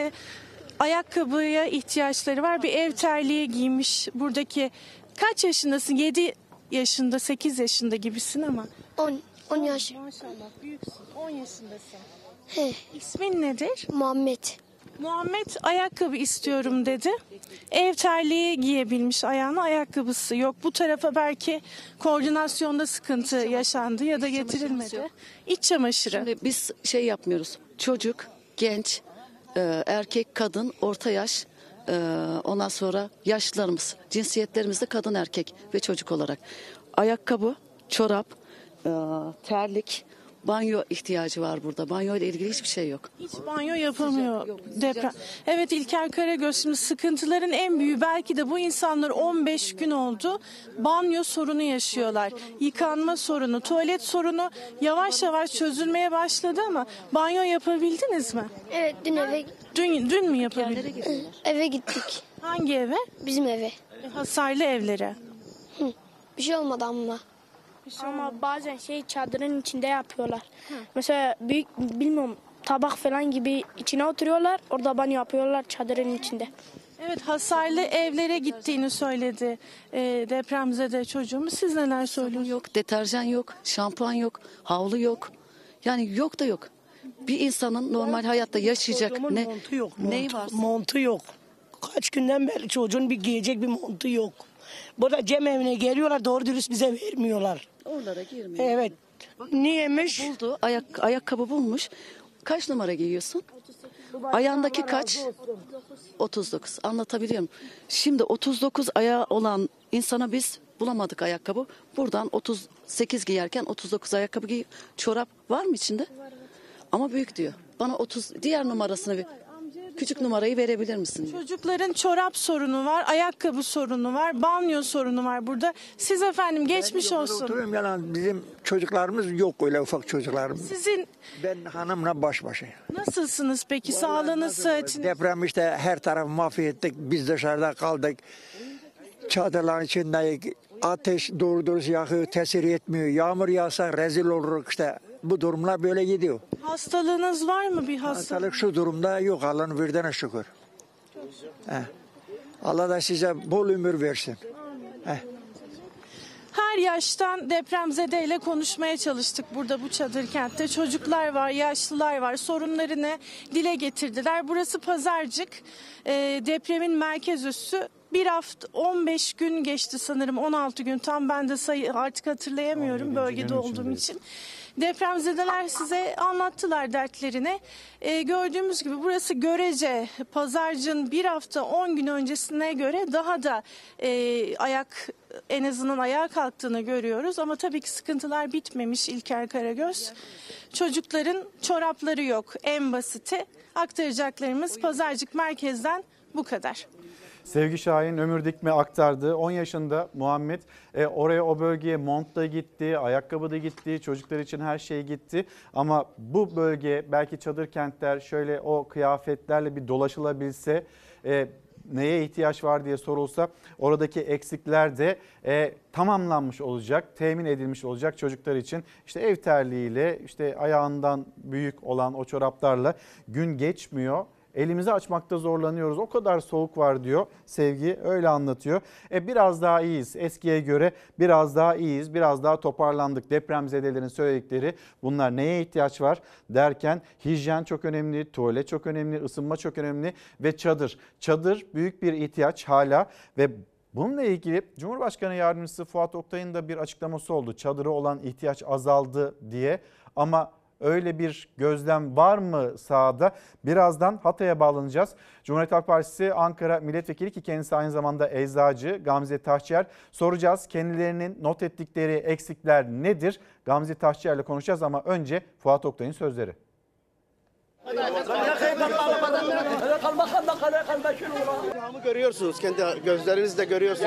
ayakkabıya ihtiyaçları var. Bir ev terliği giymiş. Buradaki kaç yaşındasın? 7 yaşında, 8 yaşında gibisin ama. 10 yaş. Maşallah büyüksün. 10 yaşındasın. He. İsmin nedir? Muhammed. Muhammed ayakkabı istiyorum dedi. Ev terliği giyebilmiş, ayağına ayakkabısı yok. Bu tarafa belki koordinasyonda sıkıntı yaşandı ya da getirilmedi. İç çamaşırı. Şimdi biz şey yapmıyoruz. Çocuk, genç, erkek, kadın, orta yaş, ondan sonra yaşlılarımız, cinsiyetlerimizde kadın, erkek ve çocuk olarak. Ayakkabı, çorap, terlik, banyo ihtiyacı var burada. Banyo ile ilgili hiçbir şey yok. Hiç banyo yapamıyor deprem. Evet İlker Karagöz, şimdi sıkıntıların en büyüğü belki de bu insanlar 15 gün oldu. Banyo sorunu yaşıyorlar. Yıkanma sorunu, tuvalet sorunu yavaş yavaş çözülmeye başladı ama banyo yapabildiniz mi? Evet, dün eve Dün mü yapabildiniz? eve gittik. Hangi eve? Bizim eve. Hasarlı evlere. Bir şey olmadı ama. Ama bazen çadırın içinde yapıyorlar. Mesela büyük bilmiyorum tabak falan gibi içine oturuyorlar. Orada banyo yapıyorlar çadırın içinde. Evet, hasarlı evlere gittiğini söyledi depremzede çocuğumuz. Siz neler söylüyorsunuz? Yok, deterjan yok, şampuan yok, havlu yok. Yani yok da yok. Bir insanın normal hayatta yaşayacak Montu yok. neyi var? Montu yok. Kaç günden beri çocuğun bir giyecek bir montu yok. Burada cem evine geliyorlar, doğru dürüst bize vermiyorlar. Oralara girmiyor. Evet. Niyemiş? Buldu, ayakkabı bulmuş. Kaç numara giyiyorsun? Ayağındaki kaç? 39. Anlatabiliyor muyum? Şimdi 39 ayağı olan insana biz bulamadık ayakkabı. Buradan 38 giyerken 39 ayakkabı giy. Çorap var mı içinde? Ama büyük diyor. Bana 30 diğer numarasını bir küçük numarayı verebilir misin? Çocukların çorap sorunu var, ayakkabı sorunu var, banyo sorunu var burada. Siz efendim geçmiş olsun. Oturuyorum yani bizim çocuklarımız yok, öyle ufak çocuklarımız. Sizin Ben hanımla baş başa. nasılsınız peki? Sağlığınız, sıhhatiniz? Deprem işte her tarafı mahvettik. Biz dışarıda kaldık. Çadırların içindeyiz. Ateş doğru dürüst yakıyor, tesir etmiyor. Yağmur yağsa rezil oluruz işte. Bu durumlar böyle gidiyor. Hastalığınız var mı, bir hastalık? Hastalık şu durumda yok, Allah'ın verdiğine şükür. Allah da size bol ömür versin. Her yaştan depremzedeyle konuşmaya çalıştık burada bu çadır kentte. Çocuklar var, yaşlılar var. Sorunlarını dile getirdiler. Burası Pazarcık. Depremin merkez üssü. Bir hafta 15 gün geçti sanırım, 16 gün tam, ben de sayı artık hatırlayamıyorum bölgede olduğum için. Depremzedeler size anlattılar dertlerini. Gördüğümüz gibi burası görece Pazarcık'ın bir hafta 10 gün öncesine göre daha da en azından ayağa kalktığını görüyoruz. Ama tabii ki sıkıntılar bitmemiş İlker Karagöz. Çocukların çorapları yok, en basiti. Aktaracaklarımız Pazarcık merkezden bu kadar. Sevgi Şahin Ömür Dikme aktardı. 10 yaşında Muhammed oraya, o bölgeye mont da gitti, ayakkabı da gitti, çocuklar için her şey gitti. Ama bu bölge, belki çadır kentler şöyle o kıyafetlerle bir dolaşılabilse, neye ihtiyaç var diye sorulsa oradaki eksikler de tamamlanmış olacak, temin edilmiş olacak çocuklar için. İşte ev terliğiyle, işte ayağından büyük olan o çoraplarla gün geçmiyor. Elimizi açmakta zorlanıyoruz. O kadar soğuk var diyor Sevgi, öyle anlatıyor. Biraz daha iyiyiz. Eskiye göre biraz daha iyiyiz. Biraz daha toparlandık. Depremzedelerin söyledikleri bunlar, neye ihtiyaç var derken hijyen çok önemli, tuvalet çok önemli, ısınma çok önemli ve çadır. Çadır büyük bir ihtiyaç hala ve bununla ilgili Cumhurbaşkanı Yardımcısı Fuat Oktay'ın da bir açıklaması oldu. Çadırı olan ihtiyaç azaldı diye, ama Öyle bir gözlem var mı sahada? Birazdan Hatay'a bağlanacağız. Cumhuriyet Halk Partisi Ankara Milletvekili ki kendisi aynı zamanda eczacı Gamze Taşçıyer. Soracağız kendilerinin not ettikleri eksikler nedir? Gamze Taşçıyer'le konuşacağız ama önce Fuat Oktay'ın sözleri. Görüyorsunuz, kendi gözlerinizle görüyorsunuz.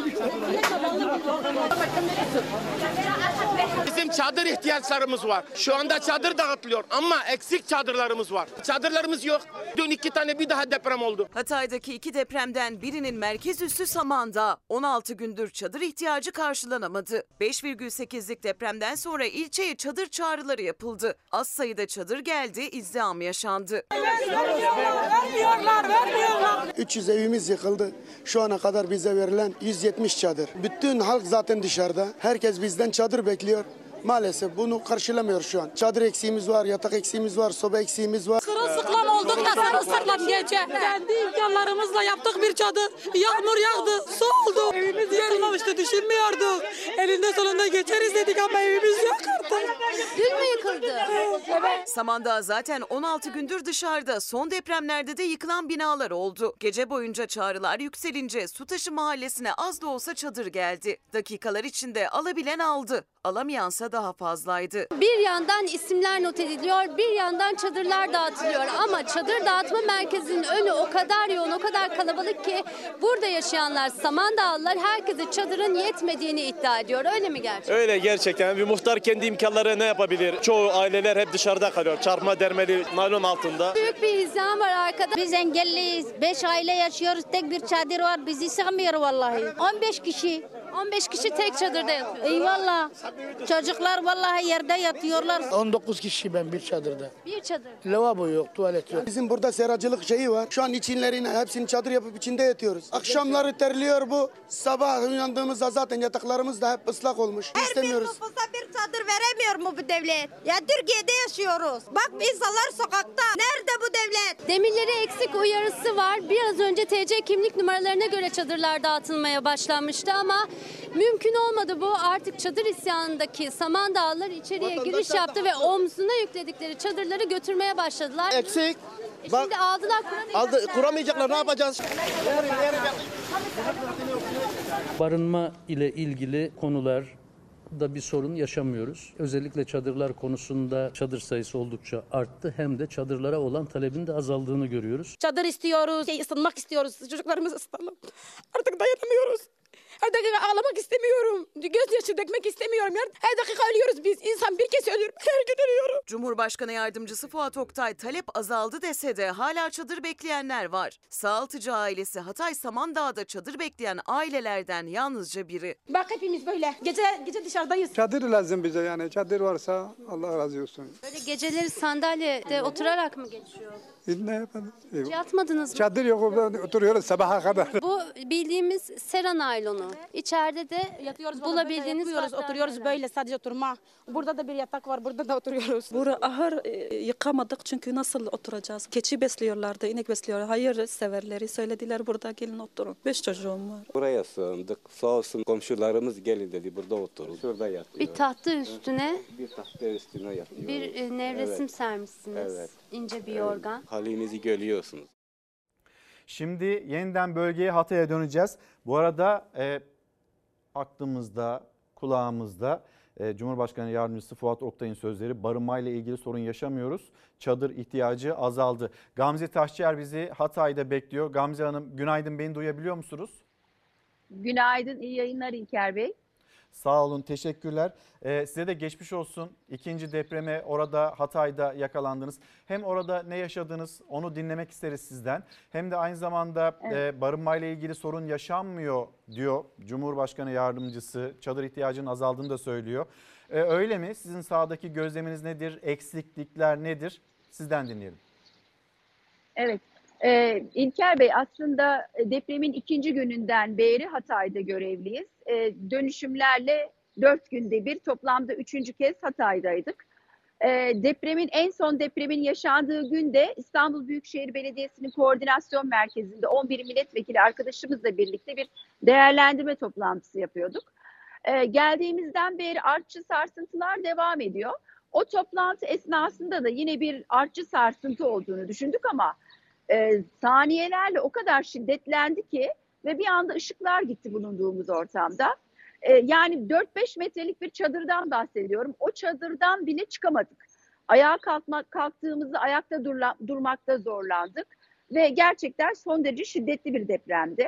Bizim çadır ihtiyaçlarımız var. Şu anda çadır dağıtılıyor ama eksik çadırlarımız var. Çadırlarımız yok. Dün 2 tane bir daha deprem oldu. Hatay'daki 2 depremden birinin merkez üssü Samandağ. 16 gündür çadır ihtiyacı karşılanamadı. 5,8'lik depremden sonra ilçeye çadır çağrıları yapıldı. Az sayıda çadır geldi, izdiham yaşandı. Vermiyorlar. 300 evimiz yıkıldı. Şu ana kadar bize verilen 170 çadır. Bütün halk zaten dışarıda. Herkes bizden çadır bekliyor. Maalesef bunu karşılamıyor şu an. Çadır eksiğimiz var, yatak eksiğimiz var, soba eksiğimiz var. Sırılsıklam olduk da sırılsıklam gece. Kendi imkanlarımızla yaptık bir çadır. Yağmur yağdı, su oldu. Evimiz yıkılmamıştı, düşünmüyorduk. Elinde sonunda geçeriz dedik ama evimiz yok artık. Dün mü yıkıldı? Evet. Samandağ zaten 16 gündür dışarıda. Son depremlerde de yıkılan binalar oldu. Gece boyunca çağrılar yükselince Sutaşı mahallesine az da olsa çadır geldi. Dakikalar içinde alabilen aldı. Alamayansa daha fazlaydı. Bir yandan isimler not ediliyor, bir yandan çadırlar dağıtılıyor. Ama çadır dağıtma merkezinin önü o kadar yoğun, o kadar kalabalık ki burada yaşayanlar, Samandağlılar herkese çadırın yetmediğini iddia ediyor. Öyle mi gerçekten? Öyle gerçekten. Bir muhtar kendi imkanları ne yapabilir? Çoğu aileler hep dışarıda kalıyor. Çarpma dermeli naylon altında. Büyük bir hizam var arkada. Biz engelliyiz. 5 aile yaşıyoruz. Tek bir çadır var. Bizi sığmıyor vallahi. 15 kişi. 15 kişi tek çadırda yatıyor. Eyvallah. Çocuklar vallahi yerde yatıyorlar. 19 kişi ben bir çadırda. Bir çadır. Lavabo yok, tuvalet yok. Bizim burada seracılık şeyi var. Şu an içinlerini hepsini çadır yapıp içinde yatıyoruz. Akşamları terliyor bu. Sabah uyandığımızda zaten yataklarımız da hep ıslak olmuş. İstemiyoruz. Her bir nüfusa bir çadır veremiyor mu bu devlet? Ya Türkiye'de yaşıyoruz. Bak insanlar sokakta. Nerede bu devlet? Demirleri eksik uyarısı var. Biraz önce TC kimlik numaralarına göre çadırlar dağıtılmaya başlanmıştı ama mümkün olmadı bu. Artık çadır isyanındaki Samandağlılar içeriye giriş yaptı ve omzuna yükledikleri çadırları götürmeye başladılar. Eksik. Şimdi aldılar, kuramayacaklar. Ne yapacağız? Barınma ile ilgili konularda bir sorun yaşamıyoruz. Özellikle çadırlar konusunda çadır sayısı oldukça arttı. Hem de çadırlara olan talebin de azaldığını görüyoruz. Çadır istiyoruz. Isınmak istiyoruz. Çocuklarımız ısınalım. Artık dayanamıyoruz. Her dakika ağlamak istemiyorum. Gözyaşı dökmek istemiyorum. Her dakika ölüyoruz biz. İnsan bir kez ölür. Her gün ölüyorum. Cumhurbaşkanı Yardımcısı Fuat Oktay talep azaldı dese de hala çadır bekleyenler var. Sağaltıcı ailesi Hatay Samandağ'da çadır bekleyen ailelerden yalnızca biri. Bak hepimiz böyle. Gece dışarıdayız. Çadır lazım bize yani. Çadır varsa Allah razı olsun. Böyle geceleri sandalyede oturarak mı geçiyor? Ne yapalım? Hiç yatmadınız mı? Çadır yok, oturuyoruz sabaha kadar. Bu bildiğimiz sera naylonu. İçeride de Yatıyoruz, bulabildiğiniz oturuyoruz böyle sadece oturma. Burada da bir yatak var, burada da oturuyoruz. Bura ahır yıkamadık çünkü nasıl oturacağız? Keçi besliyorlardı, inek besliyorlar. Hayır severleri söylediler burada gelin oturun. 5 çocuğum var. Buraya sığındık. Sağ olsun komşularımız gelin dedi burada oturun. Şurada yatıyoruz. bir tahta üstüne Bir tahta üstüne yatıyoruz. bir nevresim Evet. sermişsiniz. Evet. İnce bir yorgan. Halimizi görüyorsunuz. Şimdi yeniden bölgeye Hatay'a döneceğiz. Bu arada aklımızda, kulağımızda Cumhurbaşkanı Yardımcısı Fuat Oktay'ın sözleri, barınmayla ilgili sorun yaşamıyoruz. Çadır ihtiyacı azaldı. Gamze Taşçıyer bizi Hatay'da bekliyor. Gamze Hanım günaydın, beni duyabiliyor musunuz? Günaydın, iyi yayınlar İlker Bey. Sağ olun, teşekkürler. Size de geçmiş olsun. İkinci depreme orada Hatay'da yakalandınız. Hem orada ne yaşadınız onu dinlemek isteriz sizden. Hem de aynı zamanda barınmayla ilgili sorun yaşanmıyor diyor Cumhurbaşkanı Yardımcısı. Çadır ihtiyacının azaldığını da söylüyor. Öyle mi? Sizin sahadaki gözleminiz nedir? Eksiklikler nedir? Sizden dinleyelim. Evet. İlker Bey, aslında depremin 2. gününden beri Hatay'da görevliyiz. Dönüşümlerle 4 günde bir, toplamda 3. kez Hatay'daydık. En son depremin yaşandığı günde İstanbul Büyükşehir Belediyesi'nin koordinasyon merkezinde 11 milletvekili arkadaşımızla birlikte bir değerlendirme toplantısı yapıyorduk. Geldiğimizden beri artçı sarsıntılar devam ediyor. O toplantı esnasında da yine bir artçı sarsıntı olduğunu düşündük ama saniyelerle o kadar şiddetlendi ki ve bir anda ışıklar gitti bulunduğumuz ortamda. Yani 4-5 metrelik bir çadırdan bahsediyorum. O çadırdan bile çıkamadık. Ayağa kalktığımızda ayakta durmakta zorlandık. Ve gerçekten son derece şiddetli bir depremdi.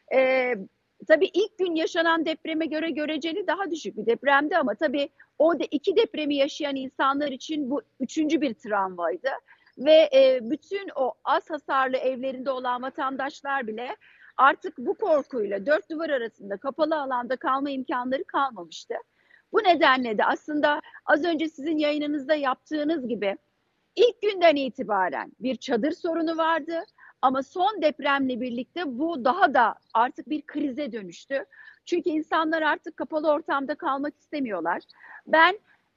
Tabii ilk gün yaşanan depreme göre göreceli daha düşük bir depremdi ama tabii o da 2 depremi yaşayan insanlar için bu 3. bir travmaydı. Ve bütün o az hasarlı evlerinde olan vatandaşlar bile artık bu korkuyla 4 duvar arasında kapalı alanda kalma imkanları kalmamıştı. Bu nedenle de aslında az önce sizin yayınınızda yaptığınız gibi ilk günden itibaren bir çadır sorunu vardı. Ama son depremle birlikte bu daha da artık bir krize dönüştü. Çünkü insanlar artık kapalı ortamda kalmak istemiyorlar. Ben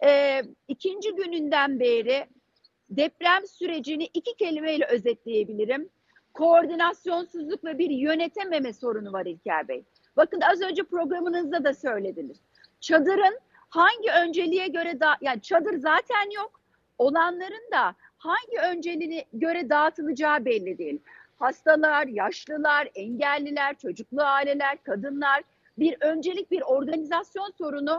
2. gününden beri deprem sürecini 2 kelimeyle özetleyebilirim. Koordinasyonsuzluk ve bir yönetememe sorunu var İlker Bey. Bakın az önce programınızda da söylediniz. Çadırın hangi önceliğe göre yani çadır zaten yok. Olanların da hangi önceliğine göre dağıtılacağı belli değil. Hastalar, yaşlılar, engelliler, çocuklu aileler, kadınlar bir öncelik bir organizasyon sorunu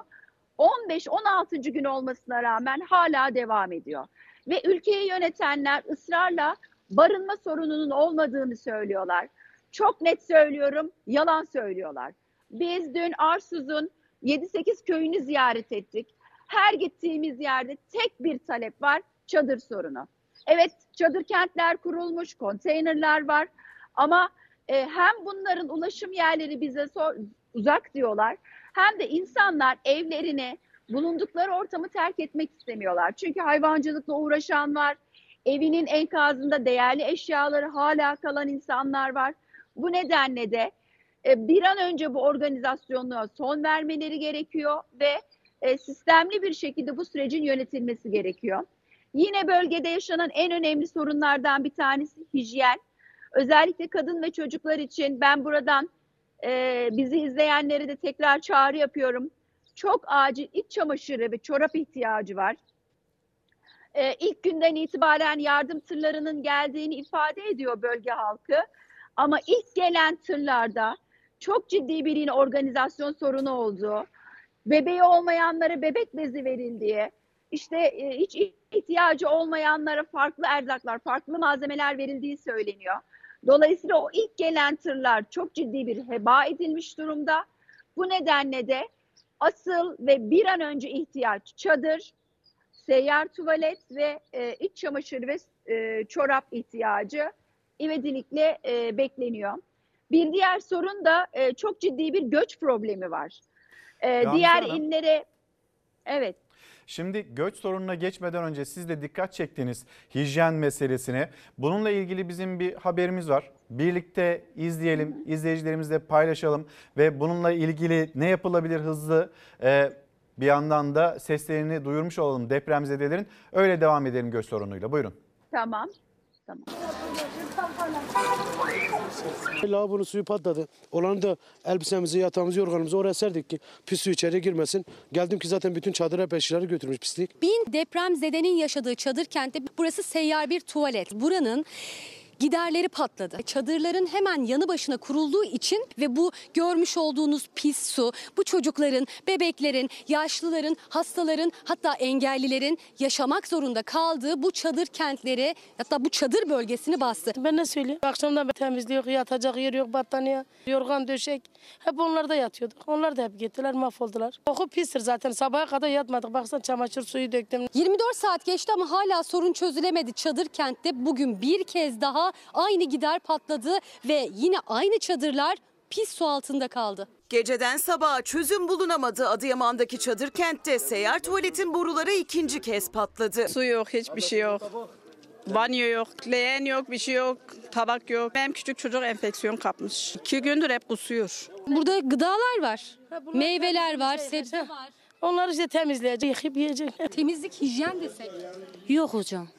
15-16. gün olmasına rağmen hala devam ediyor. Ve ülkeyi yönetenler ısrarla barınma sorununun olmadığını söylüyorlar. Çok net söylüyorum, yalan söylüyorlar. Biz dün Arsuz'un 7-8 köyünü ziyaret ettik. Her gittiğimiz yerde tek bir talep var, çadır sorunu. Evet, çadır kentler kurulmuş, konteynerler var ama hem bunların ulaşım yerleri bize uzak diyorlar hem de insanlar evlerini, bulundukları ortamı terk etmek istemiyorlar. Çünkü hayvancılıkla uğraşan var, evinin enkazında değerli eşyaları hala kalan insanlar var. Bu nedenle de bir an önce bu organizasyonuna son vermeleri gerekiyor ve sistemli bir şekilde bu sürecin yönetilmesi gerekiyor. Yine bölgede yaşanan en önemli sorunlardan bir tanesi hijyen. Özellikle kadın ve çocuklar için ben buradan bizi izleyenlere de tekrar çağrı yapıyorum. Çok acil iç çamaşırı ve çorap ihtiyacı var. İlk günden itibaren yardım tırlarının geldiğini ifade ediyor bölge halkı. Ama ilk gelen tırlarda çok ciddi bir yine organizasyon sorunu olduğu, bebeği olmayanlara bebek bezi verildiği, işte hiç ihtiyacı olmayanlara farklı erzaklar, farklı malzemeler verildiği söyleniyor. Dolayısıyla o ilk gelen tırlar çok ciddi bir heba edilmiş durumda. Bu nedenle de asıl ve bir an önce ihtiyaç çadır, seyyar tuvalet ve iç çamaşır ve çorap ihtiyacı ivedilikle bekleniyor. Bir diğer sorun da çok ciddi bir göç problemi var. Diğer illere, evet. Şimdi göç sorununa geçmeden önce siz de dikkat çektiniz hijyen meselesine. Bununla ilgili bizim bir haberimiz var. Birlikte izleyelim, izleyicilerimizle paylaşalım ve bununla ilgili ne yapılabilir hızlı bir yandan da seslerini duyurmuş olalım depremzedelerin. Öyle devam edelim göç sorunuyla. Buyurun. Tamam. Tamam. Lavabonun suyu patladı. Olanı da elbisemizi, yatağımızı, yorganımızı oraya serdik ki pis su içeri girmesin. Geldim ki zaten bütün çadır hep eşyaları götürmüş pislik. Bin depremzedenin yaşadığı çadır kentte burası seyyar bir tuvalet. Buranın giderleri patladı. Çadırların hemen yanı başına kurulduğu için ve bu görmüş olduğunuz pis su bu çocukların, bebeklerin, yaşlıların, hastaların hatta engellilerin yaşamak zorunda kaldığı bu çadır kentleri hatta bu çadır bölgesini bastı. Ben ne söyleyeyim? Akşamdan temizliği yok, yatacak yer yok, battaniye, yorgan, döşek. Hep onlarda yatıyorduk. Onlar da hep gittiler, mahvoldular. Koku pistir zaten. Sabaha kadar yatmadık. Baksana çamaşır suyu döktüm. 24 saat geçti ama hala sorun çözülemedi. Çadır kentte bugün bir kez daha aynı gider patladı ve yine aynı çadırlar pis su altında kaldı. Geceden sabaha çözüm bulunamadı. Adıyaman'daki çadır kentte seyyar tuvaletin boruları ikinci kez patladı. Su yok, hiçbir şey yok. Banyo yok, leğen yok, bir şey yok, tabak yok. Benim küçük çocuk enfeksiyon kapmış. 2 gündür hep kusuyor. Burada gıdalar var, meyveler var, sebze var. Onları işte temizleyecek, yıkayıp yiyecek. Temizlik, hijyen desek. Yok hocam.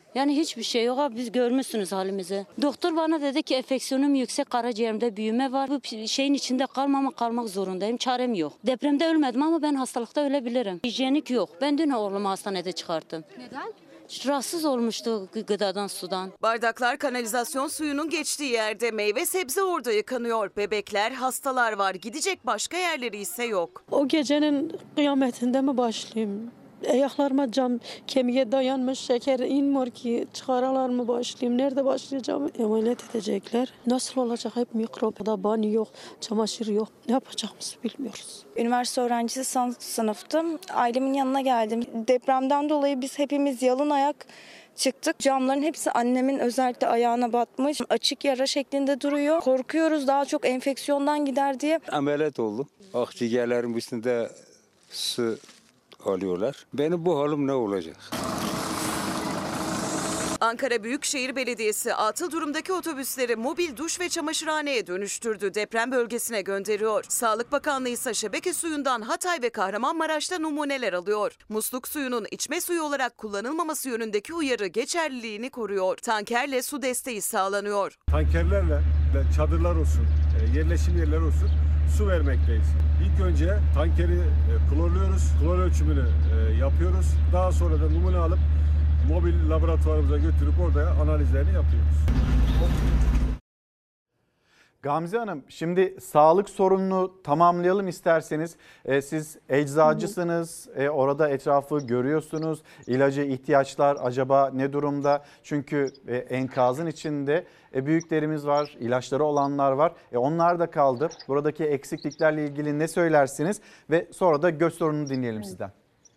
Yani hiçbir şey yok abi, biz görmüşsünüz halimizi. Doktor bana dedi ki enfeksiyonum yüksek, karaciğerimde büyüme var. Bu şeyin içinde kalmak zorundayım. Çarem yok. Depremde ölmedim ama ben hastalıkta ölebilirim. Hijyenik yok. Ben dün oğlumu hastanede çıkarttım. Neden? Rahatsız olmuştu gıdadan, sudan. Bardaklar kanalizasyon suyunun geçtiği yerde, meyve sebze orada yıkanıyor. Bebekler, hastalar var. Gidecek başka yerleri ise yok. O gecenin kıyametinde mi başlayayım? Ayaklarıma cam kemiğe dayanmış, şeker inmiyor ki, çıkaralar mı başlayayım, nerede başlayacağım? Emanet edecekler. Nasıl olacak? Hep mikrop, da banyo yok, çamaşır yok. Ne yapacağımızı bilmiyoruz. Üniversite öğrencisi son sınıftım. Ailemin yanına geldim. Depremden dolayı biz hepimiz yalın ayak çıktık. Camların hepsi annemin özellikle ayağına batmış. Açık yara şeklinde duruyor. Korkuyoruz daha çok enfeksiyondan gider diye. Ameliyat oldu. Akciğerlerin üstünde su alıyorlar. Benim bu halim ne olacak? Ankara Büyükşehir Belediyesi atıl durumdaki otobüsleri mobil duş ve çamaşırhaneye dönüştürdü. Deprem bölgesine gönderiyor. Sağlık Bakanlığı ise şebeke suyundan Hatay ve Kahramanmaraş'ta numuneler alıyor. Musluk suyunun içme suyu olarak kullanılmaması yönündeki uyarı geçerliliğini koruyor. Tankerle su desteği sağlanıyor. Tankerlerle ve çadırlar olsun, yerleşim yerleri olsun su vermekteyiz. İlk önce tankeri klorluyoruz, klor ölçümünü yapıyoruz. Daha sonra da numune alıp mobil laboratuvarımıza götürüp orada analizlerini yapıyoruz. Gamze Hanım, şimdi sağlık sorununu tamamlayalım isterseniz. Siz eczacısınız, orada etrafı görüyorsunuz. İlaca ihtiyaçlar acaba ne durumda? Çünkü enkazın içinde büyüklerimiz var, ilaçları olanlar var. Onlar da kaldı. Buradaki eksikliklerle ilgili ne söylersiniz? Ve sonra da göç sorununu dinleyelim sizden.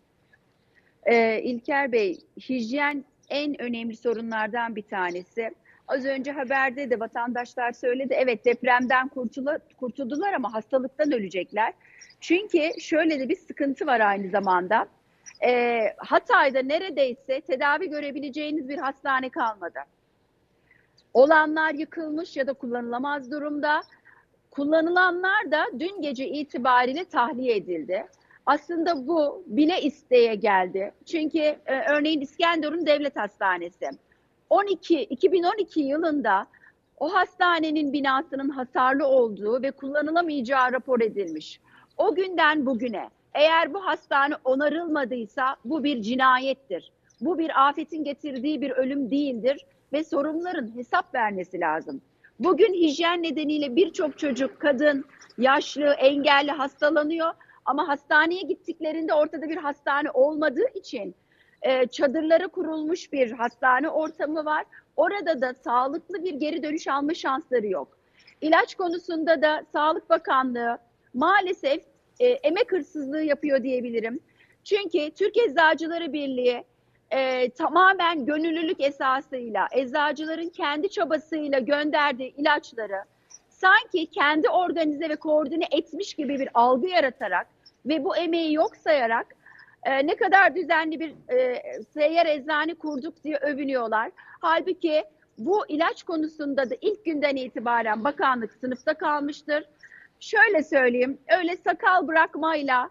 İlker Bey, hijyen en önemli sorunlardan bir tanesi. Az önce haberde de vatandaşlar söyledi. Evet, depremden kurtuldular ama hastalıktan ölecekler. Çünkü şöyle de bir sıkıntı var aynı zamanda. Hatay'da neredeyse tedavi görebileceğiniz bir hastane kalmadı. Olanlar yıkılmış ya da kullanılamaz durumda. Kullanılanlar da dün gece itibariyle tahliye edildi. Aslında bu bile isteye geldi. Çünkü örneğin İskenderun Devlet Hastanesi 2012 yılında o hastanenin binasının hasarlı olduğu ve kullanılamayacağı rapor edilmiş. O günden bugüne eğer bu hastane onarılmadıysa bu bir cinayettir. Bu bir afetin getirdiği bir ölüm değildir ve sorumluların hesap vermesi lazım. Bugün hijyen nedeniyle birçok çocuk, kadın, yaşlı, engelli hastalanıyor. Ama hastaneye gittiklerinde ortada bir hastane olmadığı için çadırlara kurulmuş bir hastane ortamı var. Orada da sağlıklı bir geri dönüş alma şansları yok. İlaç konusunda da Sağlık Bakanlığı maalesef emek hırsızlığı yapıyor diyebilirim. Çünkü Türk Eczacıları Birliği tamamen gönüllülük esasıyla, eczacıların kendi çabasıyla gönderdiği ilaçları sanki kendi organize ve koordine etmiş gibi bir algı yaratarak ve bu emeği yok sayarak ne kadar düzenli bir seyyar eczane kurduk diye övünüyorlar. Halbuki bu ilaç konusunda da ilk günden itibaren bakanlık sınıfta kalmıştır. Şöyle söyleyeyim, öyle sakal bırakmayla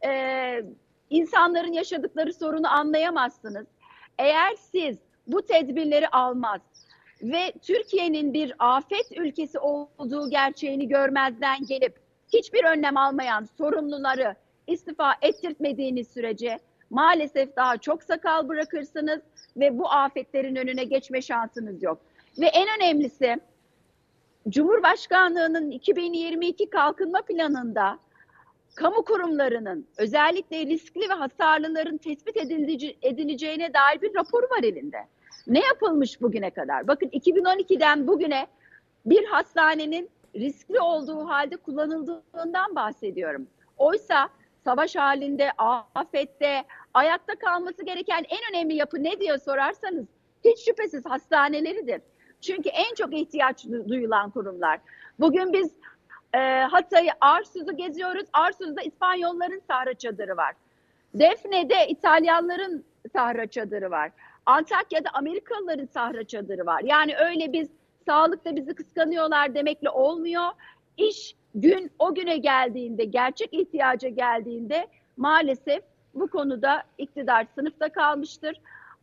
insanların yaşadıkları sorunu anlayamazsınız. Eğer siz bu tedbirleri almaz ve Türkiye'nin bir afet ülkesi olduğu gerçeğini görmezden gelip hiçbir önlem almayan sorumluları istifa ettirtmediğiniz sürece maalesef daha çok sakal bırakırsınız ve bu afetlerin önüne geçme şansınız yok. Ve en önemlisi Cumhurbaşkanlığı'nın 2022 kalkınma planında kamu kurumlarının özellikle riskli ve hasarlıların tespit edileceğine dair bir raporu var elinde. Ne yapılmış bugüne kadar? Bakın 2012'den bugüne bir hastanenin riskli olduğu halde kullanıldığından bahsediyorum. Oysa savaş halinde, afette, ayakta kalması gereken en önemli yapı ne diye sorarsanız hiç şüphesiz hastaneleridir. Çünkü en çok ihtiyaç duyulan kurumlar. Bugün biz Hatay'ı, Arsuz'u geziyoruz. Arsuz'da İspanyolların sahra çadırı var. Defne'de İtalyanların sahra çadırı var. Antakya'da Amerikalıların sahra çadırı var. Yani öyle biz sağlıkta bizi kıskanıyorlar demekle olmuyor. İş gün o güne geldiğinde, gerçek ihtiyaca geldiğinde maalesef bu konuda iktidar sınıfta kalmıştır.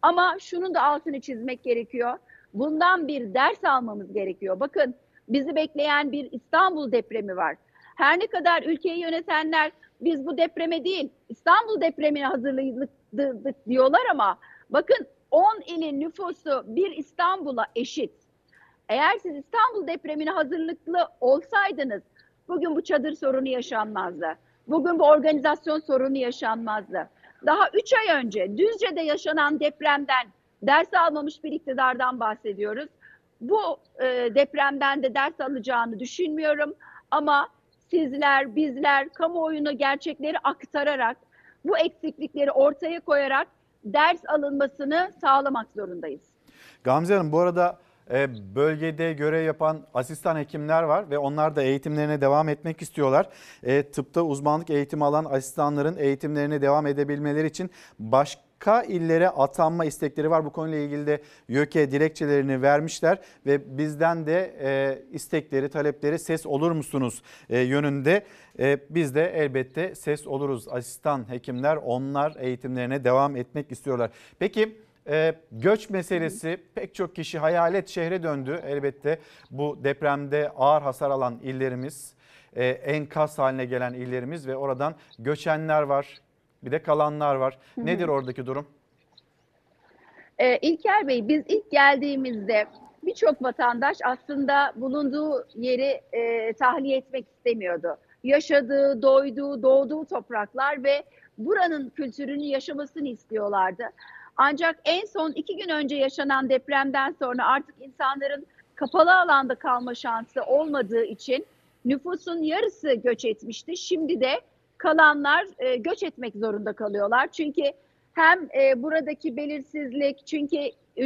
Ama şunun da altını çizmek gerekiyor. Bundan bir ders almamız gerekiyor. Bakın, bizi bekleyen bir İstanbul depremi var. Her ne kadar ülkeyi yönetenler biz bu depreme değil İstanbul depremine hazırladık diyorlar ama bakın 10 ilin nüfusu bir İstanbul'a eşit. Eğer siz İstanbul depremine hazırlıklı olsaydınız bugün bu çadır sorunu yaşanmazdı. Bugün bu organizasyon sorunu yaşanmazdı. Daha 3 ay önce Düzce'de yaşanan depremden ders almamış bir iktidardan bahsediyoruz. Bu depremden de ders alacağını düşünmüyorum ama sizler, bizler kamuoyuna gerçekleri aktararak, bu eksiklikleri ortaya koyarak ders alınmasını sağlamak zorundayız. Gamze Hanım, bu arada bölgede görev yapan asistan hekimler var ve onlar da eğitimlerine devam etmek istiyorlar. Tıpta uzmanlık eğitimi alan asistanların eğitimlerine devam edebilmeleri için başka illere atanma istekleri var. Bu konuyla ilgili de YÖK'e dilekçelerini vermişler ve bizden de istekleri, talepleri ses olur musunuz yönünde. Biz de elbette ses oluruz. Asistan hekimler, onlar eğitimlerine devam etmek istiyorlar. Peki göç meselesi, pek çok kişi hayalet şehre döndü. Elbette bu depremde ağır hasar alan illerimiz, enkaz haline gelen illerimiz ve oradan göçenler var. Bir de kalanlar var. Nedir oradaki durum? İlker Bey, biz ilk geldiğimizde birçok vatandaş aslında bulunduğu yeri tahliye etmek istemiyordu. Yaşadığı, doyduğu, doğduğu topraklar ve buranın kültürünü yaşamasını istiyorlardı. Ancak en son 2 gün önce yaşanan depremden sonra artık insanların kapalı alanda kalma şansı olmadığı için nüfusun yarısı göç etmişti. Şimdi de kalanlar göç etmek zorunda kalıyorlar. Çünkü hem buradaki belirsizlik, çünkü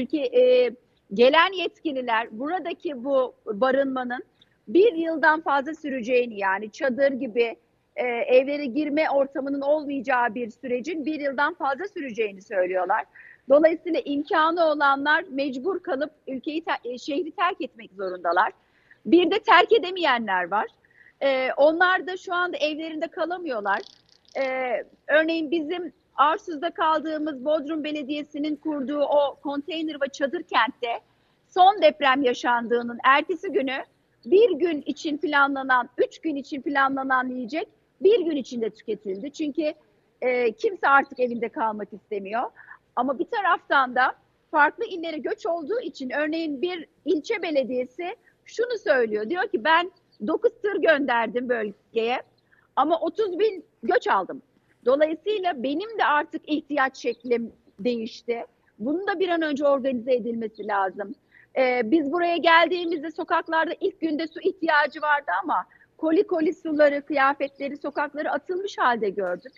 gelen yetkililer buradaki bu barınmanın 1 yıldan fazla süreceğini, yani çadır gibi evlere girme ortamının olmayacağı bir sürecin 1 yıldan fazla süreceğini söylüyorlar. Dolayısıyla imkanı olanlar mecbur kalıp şehri terk etmek zorundalar. Bir de terk edemeyenler var. Onlar da şu anda evlerinde kalamıyorlar. Örneğin bizim Arsuz'da kaldığımız Bodrum Belediyesi'nin kurduğu o konteyner ve çadır kentte son deprem yaşandığının ertesi günü 1 gün için planlanan, 3 gün için planlanan yiyecek 1 gün içinde tüketildi. Çünkü kimse artık evinde kalmak istemiyor. Ama bir taraftan da farklı illere göç olduğu için örneğin bir ilçe belediyesi şunu söylüyor. Diyor ki ben 9 tır gönderdim bölgeye ama 30 bin göç aldım. Dolayısıyla benim de artık ihtiyaç şeklim değişti. Bunun da bir an önce organize edilmesi lazım. Biz buraya geldiğimizde sokaklarda ilk günde su ihtiyacı vardı ama koli suları, kıyafetleri, sokakları atılmış halde gördük.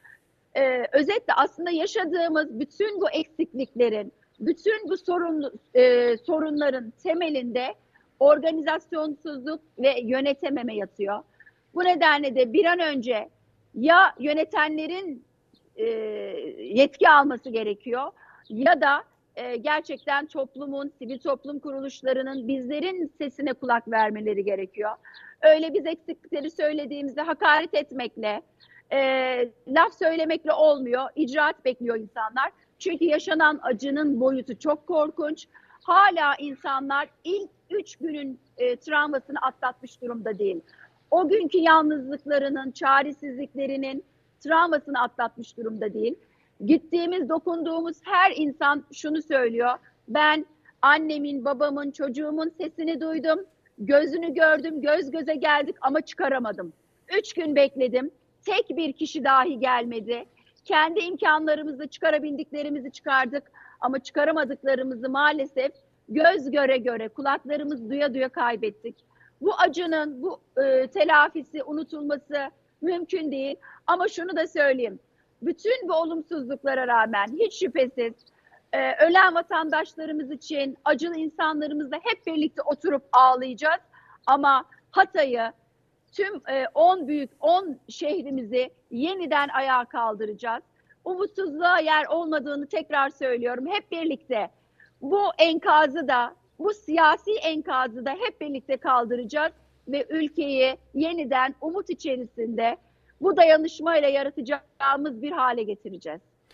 Özetle aslında yaşadığımız bütün bu eksikliklerin, bütün bu sorunların temelinde organizasyonsuzluk ve yönetememe yatıyor. Bu nedenle de bir an önce ya yönetenlerin yetki alması gerekiyor ya da gerçekten toplumun, sivil toplum kuruluşlarının bizlerin sesine kulak vermeleri gerekiyor. Öyle biz eksiklikleri söylediğimizde hakaret etmekle, laf söylemekle olmuyor. İcraat bekliyor insanlar. Çünkü yaşanan acının boyutu çok korkunç. Hala insanlar ilk 3 günün travmasını atlatmış durumda değil. O günkü yalnızlıklarının, çaresizliklerinin travmasını atlatmış durumda değil. Gittiğimiz, dokunduğumuz her insan şunu söylüyor. Ben annemin, babamın, çocuğumun sesini duydum. Gözünü gördüm, göz göze geldik ama çıkaramadım. 3 gün bekledim. Tek bir kişi dahi gelmedi. Kendi imkanlarımızla çıkarabildiklerimizi çıkardık. Ama çıkaramadıklarımızı maalesef göz göre göre, kulaklarımız duya duya kaybettik. Bu acının, bu telafisi, unutulması mümkün değil. Ama şunu da söyleyeyim. Bütün bu olumsuzluklara rağmen hiç şüphesiz ölen vatandaşlarımız için, acılı insanlarımızla hep birlikte oturup ağlayacağız. Ama Hatay'ı, tüm 10 şehrimizi yeniden ayağa kaldıracağız. Umutsuzluğa yer olmadığını tekrar söylüyorum. Hep birlikte bu enkazı da, bu siyasi enkazı da hep birlikte kaldıracağız ve ülkeyi yeniden umut içerisinde bu dayanışmayla yaratacağımız bir hale getireceğiz.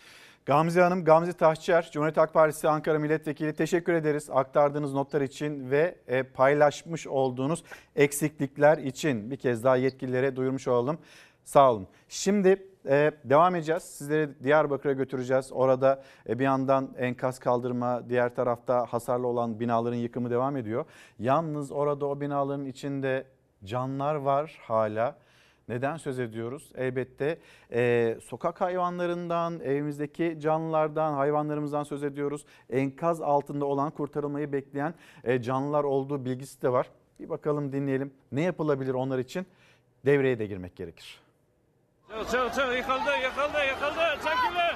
Gamze Hanım, Gamze Taşçıer, Cumhuriyet Halk Partisi Ankara Milletvekili, teşekkür ederiz aktardığınız notlar için ve paylaşmış olduğunuz eksiklikler için. Bir kez daha yetkililere duyurmuş olalım. Sağ olun. Şimdi devam edeceğiz. Sizleri Diyarbakır'a götüreceğiz. Orada bir yandan enkaz kaldırma, diğer tarafta hasarlı olan binaların yıkımı devam ediyor. Yalnız orada o binaların içinde canlar var hala. Neden söz ediyoruz? Elbette sokak hayvanlarından, evimizdeki canlılardan, hayvanlarımızdan söz ediyoruz. Enkaz altında olan, kurtarılmayı bekleyen canlılar olduğu bilgisi de var. Bir bakalım, dinleyelim. Ne yapılabilir onlar için? Devreye de girmek gerekir. Çık, yıkıldı. Çekilin.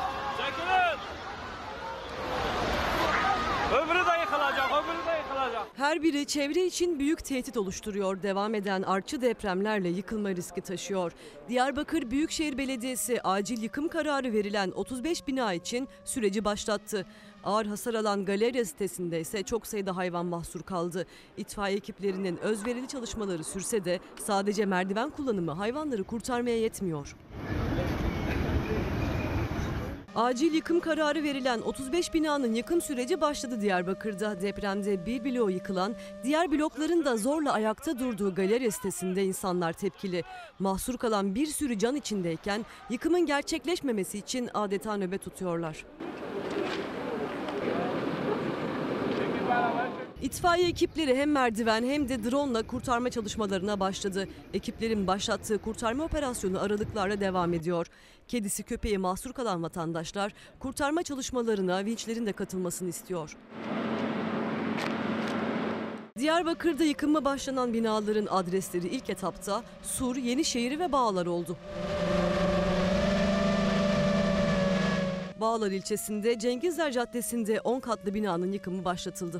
Öbürü de yıkılacak. Her biri çevre için büyük tehdit oluşturuyor. Devam eden artçı depremlerle yıkılma riski taşıyor. Diyarbakır Büyükşehir Belediyesi acil yıkım kararı verilen 35 bina için süreci başlattı. Ağır hasar alan galerya sitesinde ise çok sayıda hayvan mahsur kaldı. İtfaiye ekiplerinin özverili çalışmaları sürse de sadece merdiven kullanımı hayvanları kurtarmaya yetmiyor. Acil yıkım kararı verilen 35 binanın yıkım süreci başladı Diyarbakır'da. Depremde bir bloğu yıkılan, diğer blokların da zorla ayakta durduğu galerya sitesinde insanlar tepkili. Mahsur kalan bir sürü can içindeyken yıkımın gerçekleşmemesi için adeta nöbet tutuyorlar. İtfaiye ekipleri hem merdiven hem de drone'la kurtarma çalışmalarına başladı. Ekiplerin başlattığı kurtarma operasyonu aralıklarla devam ediyor. Kedisi köpeği mahsur kalan vatandaşlar kurtarma çalışmalarına vinçlerin de katılmasını istiyor. Diyarbakır'da yıkıma başlanan binaların adresleri ilk etapta Sur, Yenişehir ve Bağlar oldu. Bağlar ilçesinde Cengizler Caddesi'nde 10 katlı binanın yıkımı başlatıldı.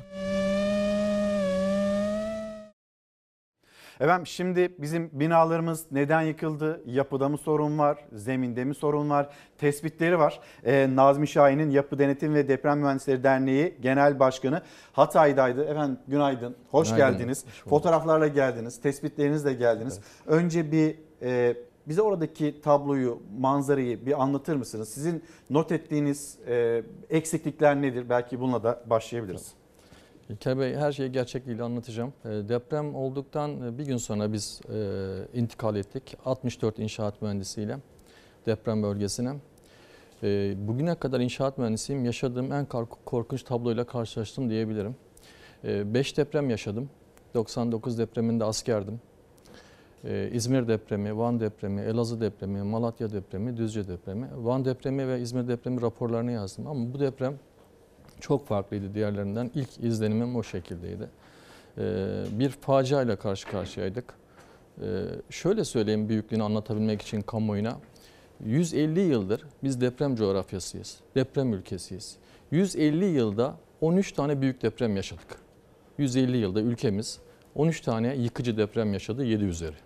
Efendim, şimdi bizim binalarımız neden yıkıldı? Yapıda mı sorun var? Zeminde mi sorun var? Tespitleri var. Nazmi Şahin'in Yapı Denetim ve Deprem Mühendisleri Derneği Genel Başkanı Hatay'daydı. Efendim günaydın, hoş geldiniz. Fotoğraflarla geldiniz, tespitlerinizle geldiniz. Evet. Önce bir bize oradaki tabloyu, manzarayı bir anlatır mısınız? Sizin not ettiğiniz eksiklikler nedir? Belki bununla da başlayabiliriz. İlker Bey, her şeyi gerçekliğiyle anlatacağım. Deprem olduktan bir gün sonra biz intikal ettik. 64 inşaat mühendisiyle deprem bölgesine. Bugüne kadar inşaat mühendisiyim. Yaşadığım en korkunç tabloyla karşılaştım diyebilirim. 5 deprem yaşadım. 99 depreminde askerdim. İzmir depremi, Van depremi, Elazığ depremi, Malatya depremi, Düzce depremi. Van depremi ve İzmir depremi raporlarını yazdım. Ama bu deprem çok farklıydı diğerlerinden. İlk izlenimim o şekildeydi. Bir faciayla karşı karşıyaydık. Şöyle söyleyeyim büyüklüğünü anlatabilmek için kamuoyuna. 150 yıldır biz deprem coğrafyasıyız. Deprem ülkesiyiz. 150 yılda 13 tane büyük deprem yaşadık. 150 yılda ülkemiz 13 tane yıkıcı deprem yaşadı 7 üzeri.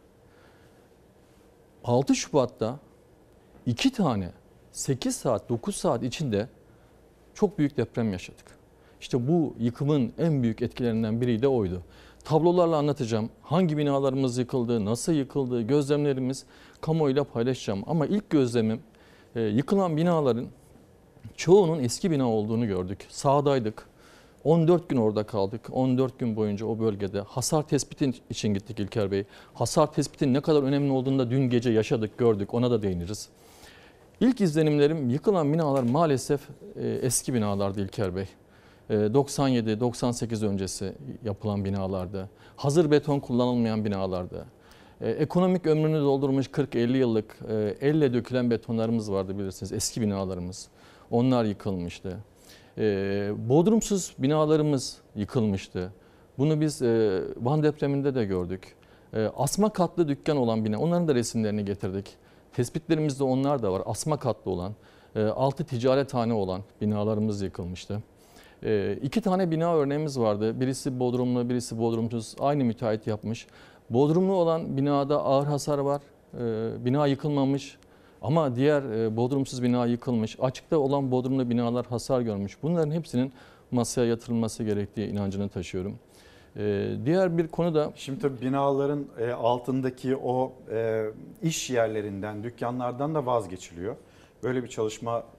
6 Şubat'ta 2 tane 8 saat 9 saat içinde çok büyük deprem yaşadık. İşte bu yıkımın en büyük etkilerinden biri de oydu. Tablolarla anlatacağım. Hangi binalarımız yıkıldı, nasıl yıkıldı, gözlemlerimiz kamuoyuyla paylaşacağım. Ama ilk gözlemim yıkılan binaların çoğunun eski bina olduğunu gördük. Sahadaydık. 14 gün orada kaldık. 14 gün boyunca o bölgede hasar tespiti için gittik İlker Bey. Hasar tespitinin ne kadar önemli olduğunu da dün gece yaşadık, gördük. Ona da değiniriz. İlk izlenimlerim yıkılan binalar maalesef eski binalardı İlker Bey. 97-98 öncesi yapılan binalardı. Hazır beton kullanılmayan binalardı. Ekonomik ömrünü doldurmuş 40-50 yıllık elle dökülen betonlarımız vardı bilirsiniz. Eski binalarımız. Onlar yıkılmıştı. Bodrumsuz binalarımız yıkılmıştı. Bunu biz Van depreminde de gördük. Asma katlı dükkan olan bina, onların da resimlerini getirdik. Tespitlerimizde onlar da var. Asma katlı olan, altı ticarethane olan binalarımız yıkılmıştı. 2 tane bina örneğimiz vardı. Birisi bodrumlu, birisi bodrumsuz. Aynı müteahhit yapmış. Bodrumlu olan binada ağır hasar var. Bina yıkılmamış. Ama diğer bodrumsuz bina yıkılmış. Açıkta olan bodrumlu binalar hasar görmüş. Bunların hepsinin masaya yatırılması gerektiği inancını taşıyorum. Diğer bir konu da... Şimdi tabii binaların altındaki o iş yerlerinden, dükkanlardan da vazgeçiliyor. Böyle bir çalışma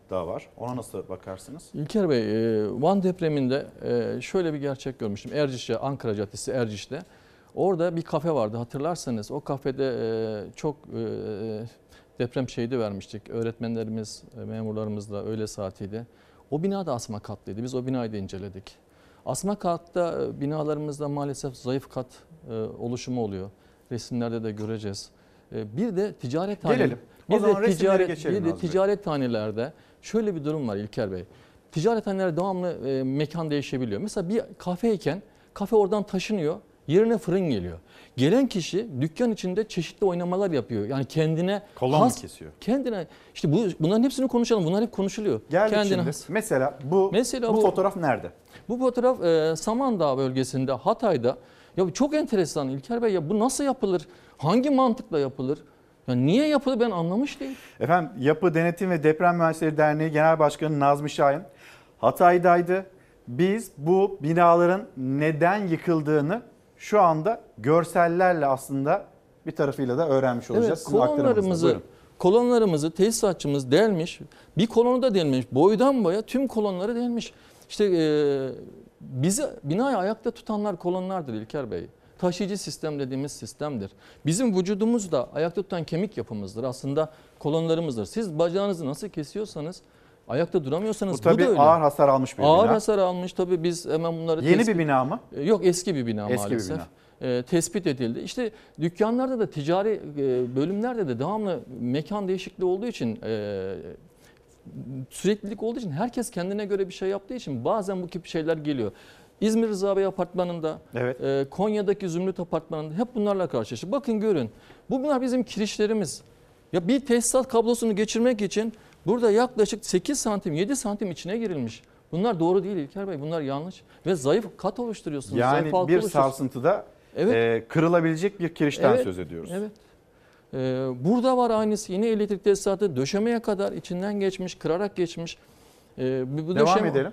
daha var. Ona nasıl bakarsınız? İlker Bey, Van depreminde şöyle bir gerçek görmüştüm. Erciş'te, Ankara Caddesi Erciş'te. Orada bir kafe vardı, hatırlarsanız. O kafede çok deprem şehidi vermiştik. Öğretmenlerimiz, memurlarımızla öğle saatiydi. O bina da asma katlıydı. Biz o binayı da inceledik. Asma katta binalarımızda maalesef zayıf kat oluşumu oluyor. Resimlerde de göreceğiz. Bir de ticarethanelerde. Gelelim. Bir de ticarethanelerde şöyle bir durum var İlker Bey. Ticarethanelerde devamlı mekan değişebiliyor. Mesela bir kafeyken kafe oradan taşınıyor. Yerine fırın geliyor. Gelen kişi dükkan içinde çeşitli oynamalar yapıyor. Yani kendine kolon has, kesiyor. Kendine işte bunların hepsini konuşalım. Bunlar hep konuşuluyor. Geldik kendine şimdi. has. Mesela bu fotoğraf nerede? Bu fotoğraf Samandağ bölgesinde, Hatay'da. Ya çok enteresan İlker Bey, ya bu nasıl yapılır? Hangi mantıkla yapılır? Ya niye yapılır ben anlamış değilim. Efendim, Yapı Denetim ve Deprem Mühendisleri Derneği Genel Başkanı Nazmi Şahin Hatay'daydı. Biz bu binaların neden yıkıldığını şu anda görsellerle aslında bir tarafıyla da öğrenmiş olacağız. Evet, kolonlarımızı tesisatçımız delmiş. Bir kolonu da delmiş. Boydan boya tüm kolonları delmiş. İşte bizi binayı ayakta tutanlar kolonlardır İlker Bey. Taşıyıcı sistem dediğimiz sistemdir. Bizim vücudumuz da ayakta tutan kemik yapımızdır. Aslında kolonlarımızdır. Siz bacağınızı nasıl kesiyorsanız, ayakta duramıyorsanız bu tabii da öyle. Ağır hasar almış bir bina. Ağır hasar almış tabii, biz hemen bunları Yeni bir bina mı? Yok, eski bir bina eski maalesef. Bir bina. Tespit edildi. İşte dükkanlarda da, ticari bölümlerde de devamlı mekan değişikliği olduğu için, süreklilik olduğu için, herkes kendine göre bir şey yaptığı için bazen bu gibi şeyler geliyor. İzmir Rıza Bey Apartmanı'nda, evet. Konya'daki Zümrüt Apartmanı'nda hep bunlarla karşılaştık. Bakın görün, bunlar bizim kirişlerimiz. Ya bir tesisat kablosunu geçirmek için burada yaklaşık 8 santim, 7 santim içine girilmiş. Bunlar doğru değil İlker Bey, bunlar yanlış. Ve zayıf kat oluşturuyorsunuz. Yani zayıf bir sarsıntıda kırılabilecek bir kirişten söz ediyoruz. Evet. Burada var aynısı, yine elektrik tesisatı döşemeye kadar içinden geçmiş, kırarak geçmiş. Devam edelim.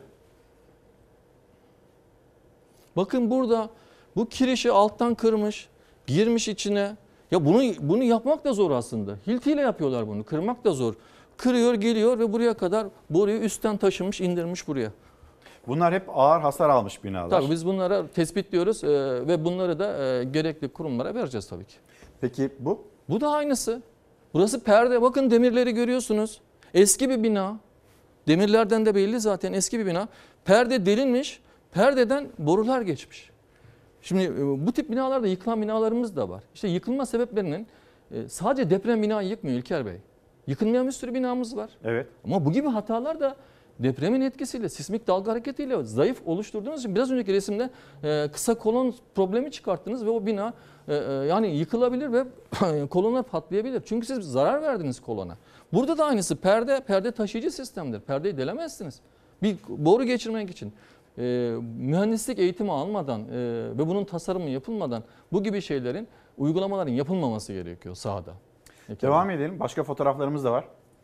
Bakın burada bu kirişi alttan kırmış, girmiş içine. Ya bunu yapmak da zor aslında. Hiltiyle yapıyorlar bunu. Kırmak da zor. Kırıyor, geliyor ve buraya kadar boruyu üstten taşımış, indirmiş buraya. Bunlar hep ağır hasar almış binalar. Tabii biz bunlara tespitliyoruz ve bunları da gerekli kurumlara vereceğiz tabii ki. Peki bu? Bu da aynısı. Burası perde. Bakın demirleri görüyorsunuz. Eski bir bina. Demirlerden de belli zaten, eski bir bina. Perde delinmiş. Perdeden borular geçmiş. Şimdi bu tip binalarda yıkılan binalarımız da var. İşte yıkılma sebeplerinin sadece deprem binayı yıkmıyor İlker Bey. Yıkılmayan bir sürü binamız var. Evet. Ama bu gibi hatalar da depremin etkisiyle, sismik dalga hareketiyle zayıf oluşturduğunuz için biraz önceki resimde kısa kolon problemi çıkarttınız ve o bina yani yıkılabilir ve kolonlar patlayabilir. Çünkü siz zarar verdiniz kolona. Burada da aynısı, perde taşıyıcı sistemdir. Perdeyi delemezsiniz. Bir boru geçirmek için. Mühendislik eğitimi almadan ve bunun tasarımı yapılmadan bu gibi şeylerin, uygulamaların yapılmaması gerekiyor sahada. Devam edelim. Başka fotoğraflarımız da var.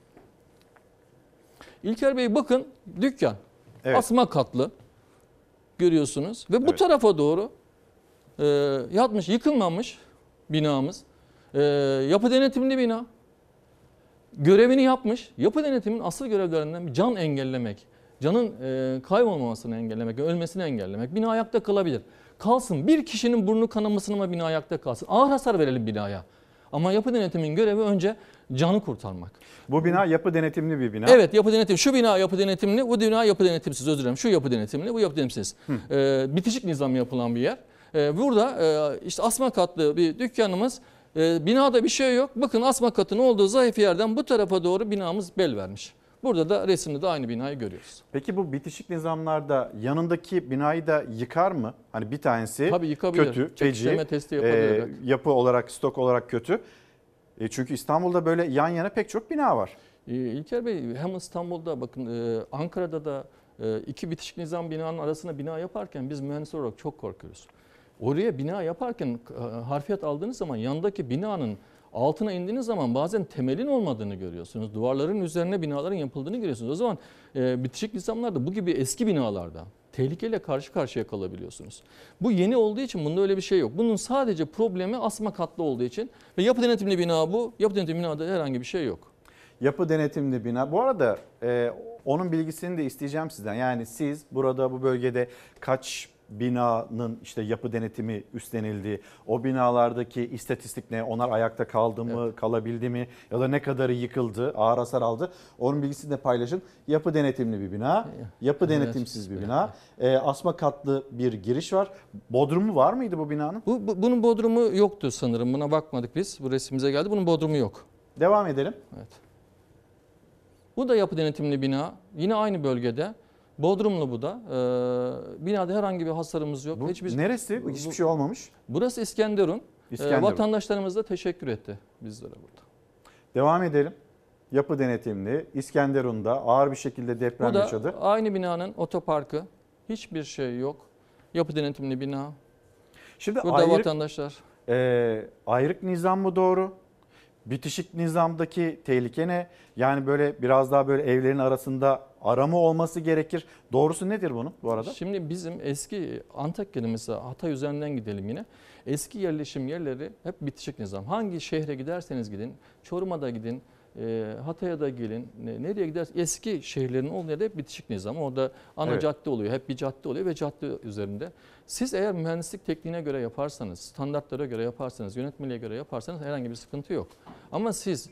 İlker Bey bakın, dükkan. Evet. Asma katlı görüyorsunuz ve bu tarafa doğru yatmış, yıkılmamış binamız. Yapı denetimli bina. Görevini yapmış. Yapı denetimin asıl görevlerinden bir can engellemek. Canın kaybolmamasını engellemek, ölmesini engellemek. Bina ayakta kalabilir. Kalsın. Bir kişinin burnu kanamasına ama bina ayakta kalsın. Ağır hasar verelim binaya. Ama yapı denetimin görevi önce canı kurtarmak. Bu bina yapı denetimli bir bina. Evet, yapı denetim. Şu bina yapı denetimli, bu bina yapı denetimsiz. Özür dilerim. Şu yapı denetimli, bu yapı denetimsiz. Bitişik nizam yapılan bir yer. Burada işte asma katlı bir dükkanımız. Binada bir şey yok. Bakın asma katının olduğu zayıf yerden bu tarafa doğru binamız bel vermiş. Burada da resimde de aynı binayı görüyoruz. Peki bu bitişik nizamlarda yanındaki binayı da yıkar mı? Hani bir tanesi kötü, feci, yapı olarak, stok olarak kötü. Çünkü İstanbul'da böyle yan yana pek çok bina var. İlker Bey, hem İstanbul'da bakın Ankara'da da iki bitişik nizam binanın arasına bina yaparken biz mühendis olarak çok korkuyoruz. Oraya bina yaparken harfiyat aldığınız zaman yandaki binanın altına indiğiniz zaman bazen temelin olmadığını görüyorsunuz. Duvarların üzerine binaların yapıldığını görüyorsunuz. O zaman bitişik nizamlarda bu gibi eski binalarda tehlikeyle karşı karşıya kalabiliyorsunuz. Bu yeni olduğu için bunda öyle bir şey yok. Bunun sadece problemi asma katlı olduğu için ve yapı denetimli bina bu. Yapı denetimli binada herhangi bir şey yok. Yapı denetimli bina. Bu arada onun bilgisini de isteyeceğim sizden. Yani siz burada bu bölgede kaç binanın işte yapı denetimi üstlenildi? O binalardaki istatistik ne? Onlar ayakta kaldı mı, kalabildi mi? Ya da ne kadarı yıkıldı, ağır hasar aldı? Onun bilgisini de paylaşın. Yapı denetimli bir bina, yapı denetimsiz bir bina. Asma katlı bir giriş var. Bodrumu var mıydı bu binanın? Bunun bodrumu yoktu sanırım. Buna bakmadık biz. Bu resmimize geldi. Bunun bodrumu yok. Devam edelim. Evet. Bu da yapı denetimli bina. Yine aynı bölgede. Bodrumlu bu da. Binada herhangi bir hasarımız yok. Neresi? Hiçbir şey olmamış. Burası İskenderun. Vatandaşlarımız da teşekkür etti bizlere burada. Devam edelim. Yapı denetimli. İskenderun'da ağır bir şekilde deprem yaşadı. Bu da aynı binanın otoparkı. Hiçbir şey yok. Yapı denetimli bina. Şimdi burada vatandaşlar. Ayrık nizam mı doğru? Bitişik nizamdaki tehlike ne? Yani böyle biraz daha böyle evlerin arasında arama olması gerekir. Doğrusu nedir bunun bu arada? Şimdi bizim eski Antakya'da mesela Hatay üzerinden gidelim yine. Eski yerleşim yerleri hep bitişik nizam. Hangi şehre giderseniz gidin, Çorum'a da gidin, Hatay'a da gelin, nereye giderseniz eski şehirlerin olduğu yerde hep bitişik nizam. Orada ana cadde oluyor, hep bir cadde oluyor ve cadde üzerinde. Siz eğer mühendislik tekniğine göre yaparsanız, standartlara göre yaparsanız, yönetmeliğe göre yaparsanız herhangi bir sıkıntı yok. Ama siz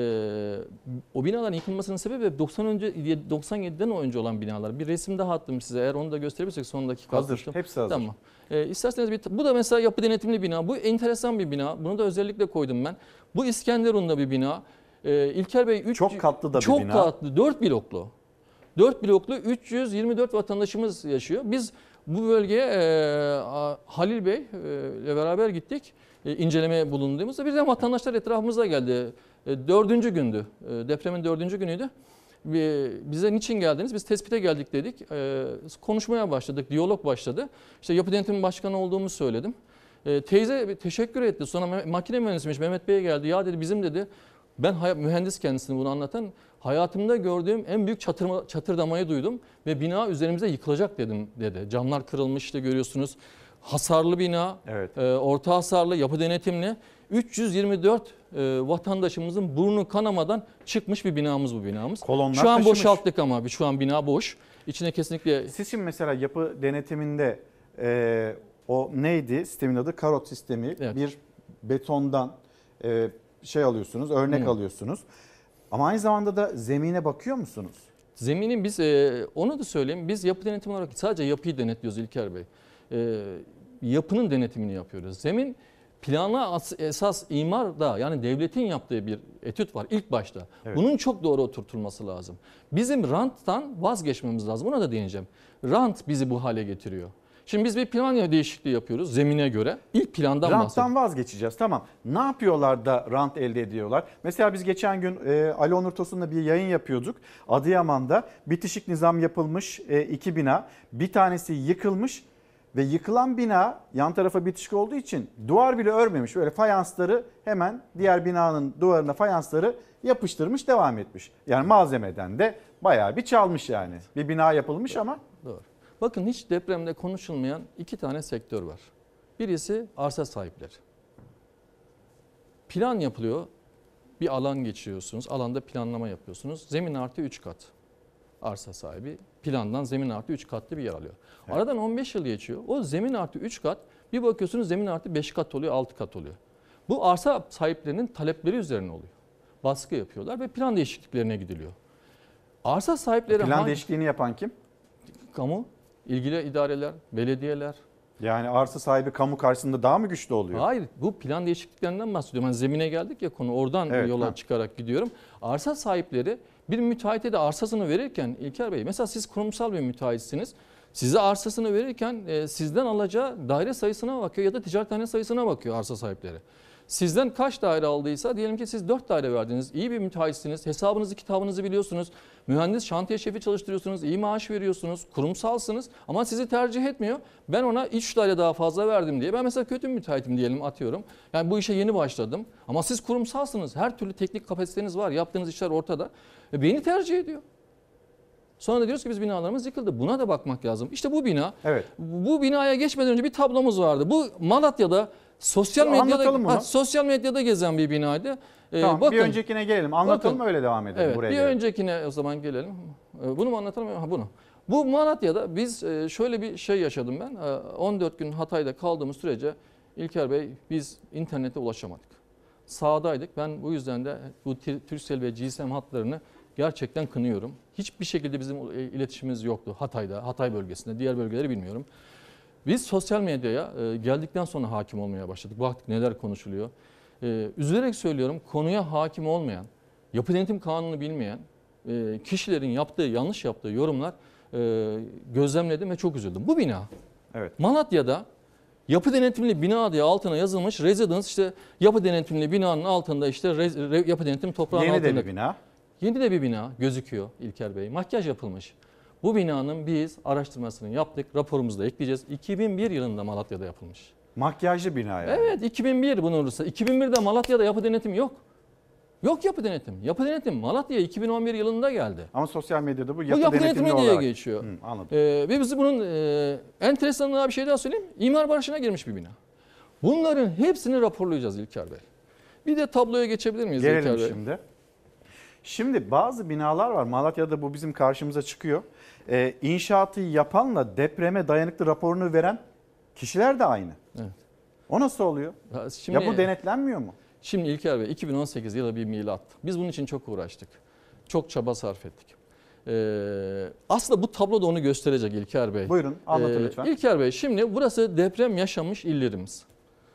o binaların yıkılmasının sebebi 97'den önce olan binalar. Bir resim daha attım size, eğer onu da gösterebilirsek son dakika hazır, atmıştım. hepsi hazır. Tamam. İsterseniz bu da mesela yapı denetimli bina. Bu enteresan bir bina. Bunu da özellikle koydum ben. Bu İskenderun'da bir bina. İlker Bey çok katlı da bir çok bina. Çok katlı, 4 bloklu. 4 bloklu 324 vatandaşımız yaşıyor. Biz bu bölgeye Halil Bey ile beraber gittik. İncelemeye bulunduğumuzda birden vatandaşlar etrafımıza geldi. 4. gündü. Depremin 4. günüydü. Bize niçin geldiniz? Biz tespite geldik dedik. Konuşmaya başladık. Diyalog başladı. İşte yapı denetimi başkanı olduğumu söyledim. Teyze teşekkür etti. Sonra makine mühendisiymiş Mehmet Bey'e geldi. Ya dedi bizim dedi. Ben mühendis kendisini bunu anlatan. Hayatımda gördüğüm en büyük çatırdamayı duydum. Ve bina üzerimize yıkılacak dedim dedi. Camlar kırılmış işte görüyorsunuz. Hasarlı bina, orta hasarlı, yapı denetimli. 324 vatandaşımızın burnu kanamadan çıkmış bir binamız bu binamız. Kolonlar şu an taşımış. boşalttık ama şu an bina boş. İçine kesinlikle... Siz şimdi mesela yapı denetiminde o neydi sistemin adı? Karot sistemi. Evet. Bir betondan şey alıyorsunuz, örnek alıyorsunuz. Ama aynı zamanda da zemine bakıyor musunuz? Zeminin biz onu da söyleyeyim. Biz yapı denetimi olarak sadece yapıyı denetliyoruz İlker Bey. Yapının denetimini yapıyoruz. Zemin plana esas imarda yani devletin yaptığı bir etüt var ilk başta. Evet. Bunun çok doğru oturtulması lazım. Bizim ranttan vazgeçmemiz lazım. Ona da değineceğim. Rant bizi bu hale getiriyor. Şimdi biz bir plan değişikliği yapıyoruz zemine göre. İlk plandan bahsediyoruz. Ranttan vazgeçeceğiz. Tamam. Ne yapıyorlar da rant elde ediyorlar? Mesela biz geçen gün Ali Onur Tosun'la bir yayın yapıyorduk. Adıyaman'da bitişik nizam yapılmış 2 bina. Bir tanesi yıkılmış ve yıkılan bina yan tarafa bitişik olduğu için duvar bile örmemiş. Böyle fayansları hemen diğer binanın duvarına fayansları yapıştırmış, devam etmiş. Yani malzemeden de bayağı bir çalmış yani. Bir bina yapılmış ama. Doğru. Bakın hiç depremde konuşulmayan 2 tane sektör var. Birisi arsa sahipleri. Plan yapılıyor. Bir alan geçiyorsunuz. Alanda planlama yapıyorsunuz. Zemin artı 3 kat. Arsa sahibi plandan zemin artı 3 katlı bir yer alıyor. Evet. Aradan 15 yıl geçiyor. O zemin artı 3 kat bir bakıyorsunuz zemin artı 5 kat oluyor, 6 kat oluyor. Bu arsa sahiplerinin talepleri üzerine oluyor. Baskı yapıyorlar ve plan değişikliklerine gidiliyor. Arsa sahipleri... Plan değişikliğini yapan kim? Kamu, ilgili idareler, belediyeler. Yani arsa sahibi kamu karşısında daha mı güçlü oluyor? Hayır, bu plan değişikliklerinden bahsediyorum. Yani zemine geldik ya konu, oradan yola çıkarak gidiyorum. Arsa sahipleri bir müteahhite de arsasını verirken İlker Bey, mesela siz kurumsal bir müteahhitsiniz. Size arsasını verirken sizden alacağı daire sayısına bakıyor ya da ticarethane sayısına bakıyor arsa sahipleri. Sizden kaç daire aldıysa diyelim ki siz 4 daire verdiniz. İyi bir müteahhitsiniz. Hesabınızı kitabınızı biliyorsunuz. Mühendis şantiye şefi çalıştırıyorsunuz. İyi maaş veriyorsunuz. Kurumsalsınız ama sizi tercih etmiyor. Ben ona 3 daire daha fazla verdim diye. Ben mesela kötü müteahhitim diyelim atıyorum. Yani bu işe yeni başladım. Ama siz kurumsalsınız. Her türlü teknik kapasiteniz var. Yaptığınız işler ortada. Beni tercih ediyor. Sonra da diyoruz ki biz binalarımız yıkıldı. Buna da bakmak lazım. İşte bu bina. Evet. Bu binaya geçmeden önce bir tablomuz vardı. Bu Malatya'da sosyal medyada gezen bir binaydı. Tamam, bakın, bir öncekine gelelim. Anlatalım, bakın, öyle devam edelim. Evet, buraya bir gelelim. öncekine o zaman gelelim. Bunu mu anlatalım? Ha, bunu. Bu Malatya'da biz şöyle bir şey yaşadım ben. 14 gün Hatay'da kaldığımız sürece İlker Bey biz internete ulaşamadık. Sahadaydık. Ben bu yüzden de bu Turkcell ve GSM hatlarını gerçekten kınıyorum. Hiçbir şekilde bizim iletişimimiz yoktu Hatay'da, Hatay bölgesinde. Diğer bölgeleri bilmiyorum. Biz sosyal medyaya geldikten sonra hakim olmaya başladık. Baktık neler konuşuluyor. Üzülerek söylüyorum, konuya hakim olmayan, yapı denetim kanunu bilmeyen kişilerin yanlış yaptığı yorumlar gözlemledim ve çok üzüldüm. Bu bina, evet, Malatya'da yapı denetimli bina diye altına yazılmış residence, işte yapı denetimli binanın altında işte yapı denetim toprağın Yeni altında. de bir bina. Yeni de bir bina gözüküyor İlker Bey. Makyaj yapılmış. Bu binanın biz araştırmasını yaptık. Raporumuzda ekleyeceğiz. 2001 yılında Malatya'da yapılmış. Makyajlı bina yani. Evet, 2001 bunu olursa. 2001'de Malatya'da yapı denetim yok. Yok yapı denetim. Yapı denetim Malatya'ya 2011 yılında geldi. Ama sosyal medyada bu Bu yapı yapı denetimli denetimi diye olarak geçiyor. Anladım. Ve biz bunun enteresan bir şey daha söyleyeyim. İmar barışına girmiş bir bina. Bunların hepsini raporlayacağız İlker Bey. Bir de tabloya geçebilir miyiz İlker Gelelim Bey? şimdi. Şimdi bazı binalar var. Malatya'da bu bizim karşımıza çıkıyor. İnşaatı yapanla depreme dayanıklı raporunu veren kişiler de aynı. Evet. O nasıl oluyor? Ya bu denetlenmiyor mu? Şimdi İlker Bey 2018 yılı bir milat. Biz bunun için çok uğraştık. Çok çaba sarf ettik. Aslında bu tablo da onu gösterecek İlker Bey. Buyurun anlatın lütfen. İlker Bey şimdi burası deprem yaşamış illerimiz.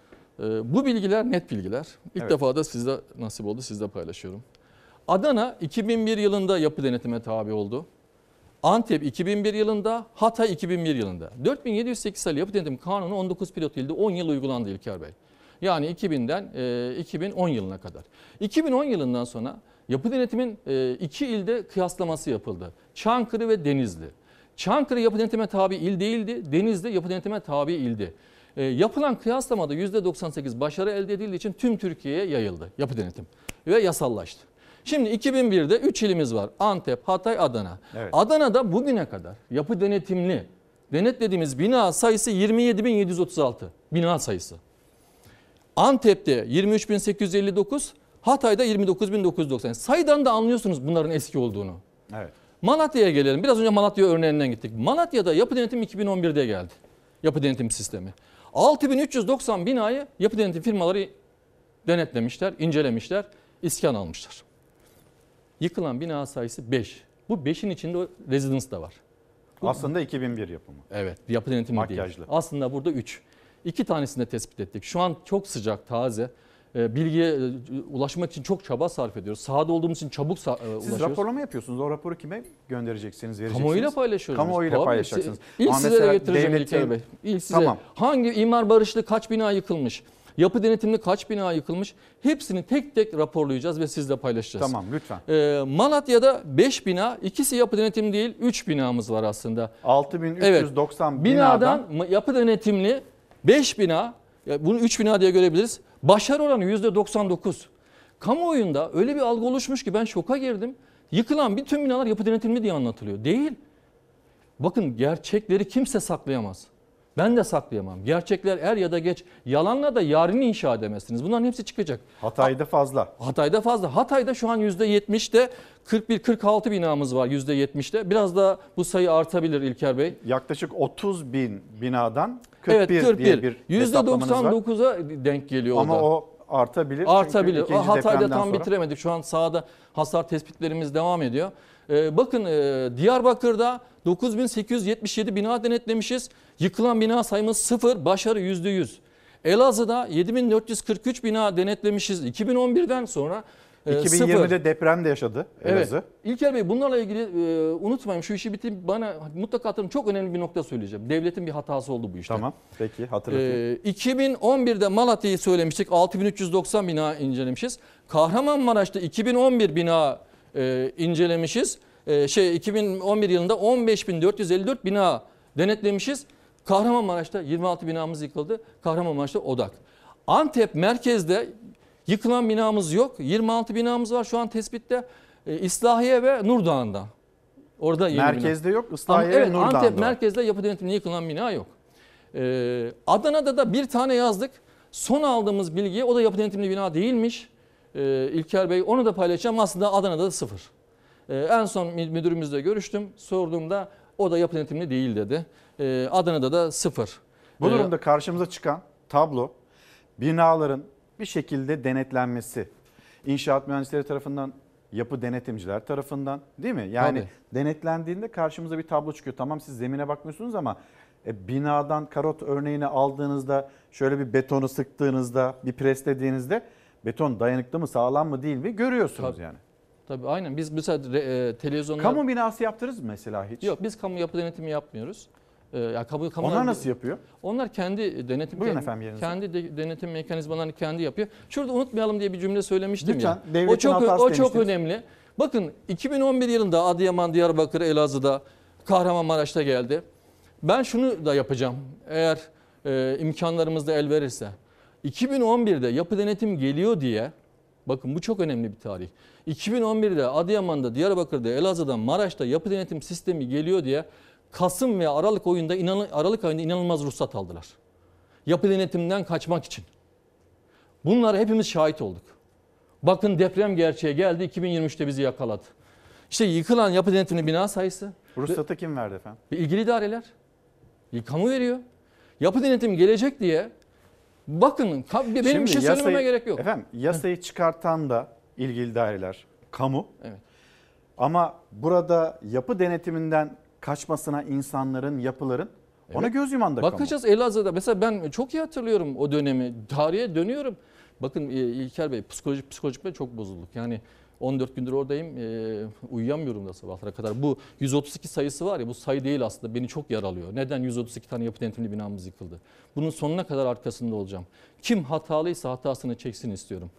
Bu bilgiler net bilgiler. İlk defa da sizde nasip oldu, sizle paylaşıyorum. Adana 2001 yılında yapı denetime tabi oldu. Antep 2001 yılında, Hatay 2001 yılında. 4708 sayılı yapı denetim kanunu 19 pilot ilde 10 yıl uygulandı İlker Bey. Yani 2000'den 2010 yılına kadar. 2010 yılından sonra yapı denetimin 2 ilde kıyaslaması yapıldı. Çankırı ve Denizli. Çankırı yapı denetime tabi il değildi, Denizli yapı denetime tabi ildi. Yapılan kıyaslamada %98 başarı elde edildiği için tüm Türkiye'ye yayıldı yapı denetim ve yasallaştı. Şimdi 2001'de 3 ilimiz var. Antep, Hatay, Adana. Evet. Adana'da bugüne kadar yapı denetimli denetlediğimiz bina sayısı 27.736 bina sayısı. Antep'te 23.859, Hatay'da 29.990. Sayıdan da anlıyorsunuz bunların eski olduğunu. Evet. Malatya'ya gelelim. Biraz önce Malatya örneğinden gittik. Malatya'da yapı denetim 2011'de geldi. Yapı denetim sistemi. 6.390 binayı yapı denetim firmaları denetlemişler, incelemişler, iskan almışlar. Yıkılan bina sayısı 5. Bu 5'in içinde residence da var. Aslında 2001 yapımı. Evet, yapı denetimi Makyajlı. değil. Aslında burada 3. 2 tanesini de tespit ettik. Şu an çok sıcak, taze. Bilgiye ulaşmak için çok çaba sarf ediyoruz. Sahada olduğumuz için çabuk ulaşıyoruz. Siz raporlama yapıyorsunuz. O raporu kime göndereceksiniz, vereceksiniz? Kamuoyuyla paylaşıyoruz. Kamuoyuyla paylaşacaksınız. İlk size de getireceğim devletin... İlker Bey. İlk size Tamam. hangi imar barışlı kaç bina yıkılmış? Yapı denetimli kaç bina yıkılmış? Hepsini tek tek raporlayacağız ve sizle paylaşacağız. Tamam lütfen. Malatya'da 5 bina, ikisi yapı denetim değil, 3 binamız var aslında. 6.390 evet. Binadan yapı denetimli 5 bina, bunu 3 bina diye görebiliriz. Başarı oranı %99. Kamuoyunda öyle bir algı oluşmuş ki ben şoka girdim. Yıkılan bütün binalar yapı denetimli diye anlatılıyor. Değil. Bakın gerçekleri kimse saklayamaz. Ben de saklayamam. Gerçekler er ya da geç. Yalanla da yarını inşa edemezsiniz. Bunların hepsi çıkacak. Hatay'da fazla. Hatay'da fazla. Hatay'da şu an %70'de 41-46 binamız var %70'de. Biraz da bu sayı artabilir İlker Bey. Yaklaşık 30 bin binadan 41, evet, diye bir hesaplamanız var. %99'a denk geliyor o da. Ama o artabilir. Artabilir. Çünkü Hatay'da tam sonra... bitiremedik. Şu an sahada hasar tespitlerimiz devam ediyor. Bakın Diyarbakır'da 9.877 bina denetlemişiz. Yıkılan bina sayımız 0, başarı %100. Elazığ'da 7.443 bina denetlemişiz 2011'den sonra. 2020'de 0. Deprem de yaşadı Elazığ. Evet. İlker Bey bunlarla ilgili unutmayın şu işi bitirip bana mutlaka hatırlayın, çok önemli bir nokta söyleyeceğim. Devletin bir hatası oldu bu işte. Tamam peki hatırlatayım. 2011'de Malatya'yı söylemiştik, 6.390 bina incelemişiz. Kahramanmaraş'ta 2011 bina incelemişiz. 2011 yılında 15.454 bina denetlemişiz. Kahramanmaraş'ta 26 binamız yıkıldı. Kahramanmaraş'ta odak. Antep merkezde yıkılan binamız yok. 26 binamız var şu an tespitte. İslahiye ve Nurdağ'ında. Orada yeni merkezde bina. yok. İslahiye ve Nurdağ'ında. Antep merkezde yapı denetiminde yıkılan bina yok. Adana'da da bir tane yazdık. Son aldığımız bilgiye o da yapı denetimli bina değilmiş. İlker Bey onu da paylaşacağım. Aslında Adana'da da 0. En son müdürümüzle görüştüm. Sorduğumda o da yapı denetimli değil dedi. Adana'da da 0. Bu durumda karşımıza çıkan tablo binaların bir şekilde denetlenmesi. İnşaat mühendisleri tarafından, yapı denetimciler tarafından, değil mi? Yani Tabii. denetlendiğinde karşımıza bir tablo çıkıyor. Tamam siz zemine bakmıyorsunuz ama binadan karot örneğini aldığınızda, şöyle bir betonu sıktığınızda, bir preslediğinizde beton dayanıklı mı, sağlam mı değil mi görüyorsunuz yani. Tabii aynen. Biz mesela televizyonda... Kamu binası yaptınız mı mesela hiç? Yok, biz kamu yapı denetimi yapmıyoruz. Yani Onlar nasıl yapıyor? Onlar kendi denetim denetim mekanizmalarını kendi yapıyor. Şurada unutmayalım diye bir cümle söylemiştim. Lütfen, ya. devletin hatası O çok demiştiniz. önemli. Bakın 2011 yılında Adıyaman, Diyarbakır, Elazığ'da, Kahramanmaraş'ta geldi. Ben şunu da yapacağım. Eğer imkanlarımız da el verirse. 2011'de yapı denetim geliyor diye, bakın bu çok önemli bir tarih. 2011'de Adıyaman'da, Diyarbakır'da, Elazığ'da, Maraş'ta yapı denetim sistemi geliyor diye Kasım ve Aralık ayında inanılmaz ruhsat aldılar. Yapı denetiminden kaçmak için. Bunlara hepimiz şahit olduk. Bakın deprem gerçeğe geldi, 2023'te bizi yakaladı. İşte yıkılan yapı denetimli bina sayısı. Ruhsatı kim verdi efendim? İlgili idareler. Kamu veriyor. Yapı denetim gelecek diye. Bakın benim Şimdi bir şey söylememe gerek yok. Efendim yasayı çıkartan da ilgili daireler, kamu. Evet. Ama burada yapı denetiminden kaçmasına insanların, yapıların ona göz yuman da kamu. Bakacağız Elazığ'da. Mesela ben çok iyi hatırlıyorum o dönemi. Tarihe dönüyorum. Bakın İlker Bey psikolojik ben çok bozulduk. Yani 14 gündür oradayım. Uyuyamıyorum da sabahlara kadar. Bu 132 sayısı var ya, bu sayı değil aslında. Beni çok yaralıyor. Neden 132 tane yapı denetimli binamız yıkıldı? Bunun sonuna kadar arkasında olacağım. Kim hatalıysa hatasını çeksin istiyorum.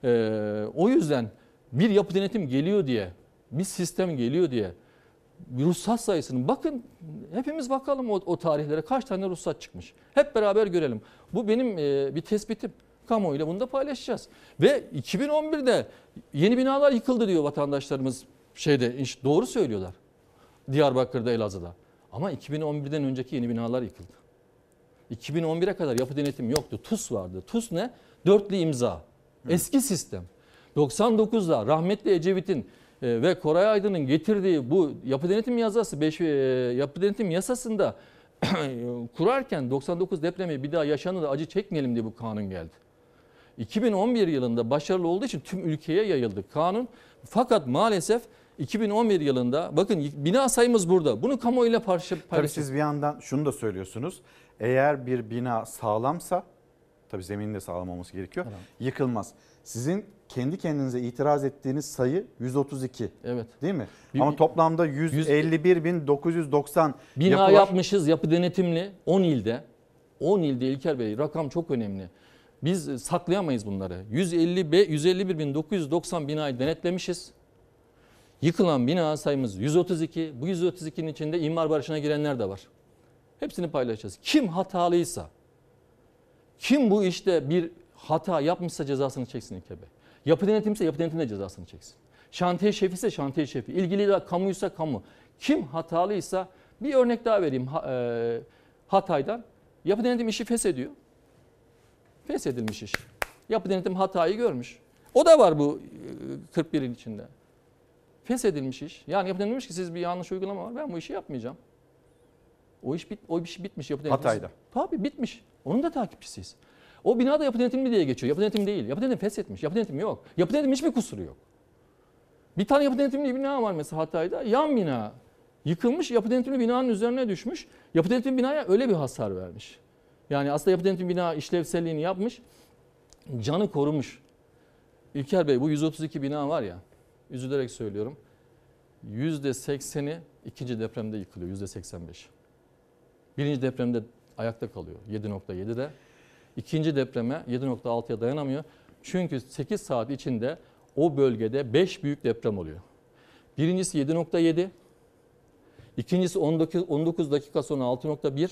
O yüzden bir yapı denetim geliyor diye, bir sistem geliyor diye ruhsat sayısını bakın, hepimiz bakalım o tarihlere kaç tane ruhsat çıkmış. Hep beraber görelim. Bu benim bir tespitim. Kamuoyuyla bunu da paylaşacağız. Ve 2011'de yeni binalar yıkıldı diyor vatandaşlarımız doğru söylüyorlar. Diyarbakır'da, Elazığ'da. Ama 2011'den önceki yeni binalar yıkıldı. 2011'e kadar yapı denetim yoktu. TUS vardı. TUS ne? Dörtlü imza. Eski sistem. 99'da rahmetli Ecevit'in ve Koray Aydın'ın getirdiği bu yapı denetim yasası, yapı denetim yasasında kurarken 99 depremi bir daha yaşanır da acı çekmeyelim diye bu kanun geldi. 2011 yılında başarılı olduğu için tüm ülkeye yayıldı kanun. Fakat maalesef 2011 yılında bakın bina sayımız burada. Bunu kamuoyuyla paylaşın. Tabii siz bir yandan şunu da söylüyorsunuz. Eğer bir bina sağlamsa, tabii zeminin de sağlam olması gerekiyor, yıkılmaz. Sizin kendi kendinize itiraz ettiğiniz sayı 132. Evet. Değil mi? Ama toplamda 151.990 bina yapmışız yapı denetimli 10 ilde. 10 ilde İlker Bey, rakam çok önemli. Biz saklayamayız bunları. 151.990 binayı denetlemişiz. Yıkılan bina sayımız 132. Bu 132'nin içinde imar barışına girenler de var. Hepsini paylaşacağız. Kim hatalıysa, kim bu işte bir hata yapmışsa cezasını çeksin İlker Bey. Yapı denetimse yapı denetimde cezasını çeksin. Şantiye şefi ise şantiye şefi. İlgili de kamuysa kamu. Kim hatalıysa, bir örnek daha vereyim Hatay'dan. Yapı denetim işi feshediyor. Feshedilmiş iş. Yapı denetim hatayı görmüş. O da var bu 41'in içinde. Feshedilmiş iş. Yani yapı denetim demiş ki siz bir yanlış uygulama var. Ben bu işi yapmayacağım. O iş bitmiş yapı denetim. Hatay'da. Tabii bitmiş. Onun da takipçisiyiz. O binada yapı denetimi diye geçiyor. Yapı denetim değil. Yapı denetim feshetmiş. Yapı denetim yok. Yapı denetim hiçbir kusuru yok. Bir tane yapı denetimli bina var mesela Hatay'da. Yan bina yıkılmış. Yapı denetimli binanın üzerine düşmüş. Yapı denetimli binaya öyle bir hasar vermiş. Yani aslında yapı denetim bina işlevselliğini yapmış. Canı korumuş. İlker Bey bu 132 bina var ya, üzülerek söylüyorum. %80'i ikinci depremde yıkılıyor. %85. Birinci depremde ayakta kalıyor 7.7'de. İkinci depreme 7.6'ya dayanamıyor. Çünkü 8 saat içinde o bölgede 5 büyük deprem oluyor. Birincisi 7.7. İkincisi 19 dakika sonra 6.1.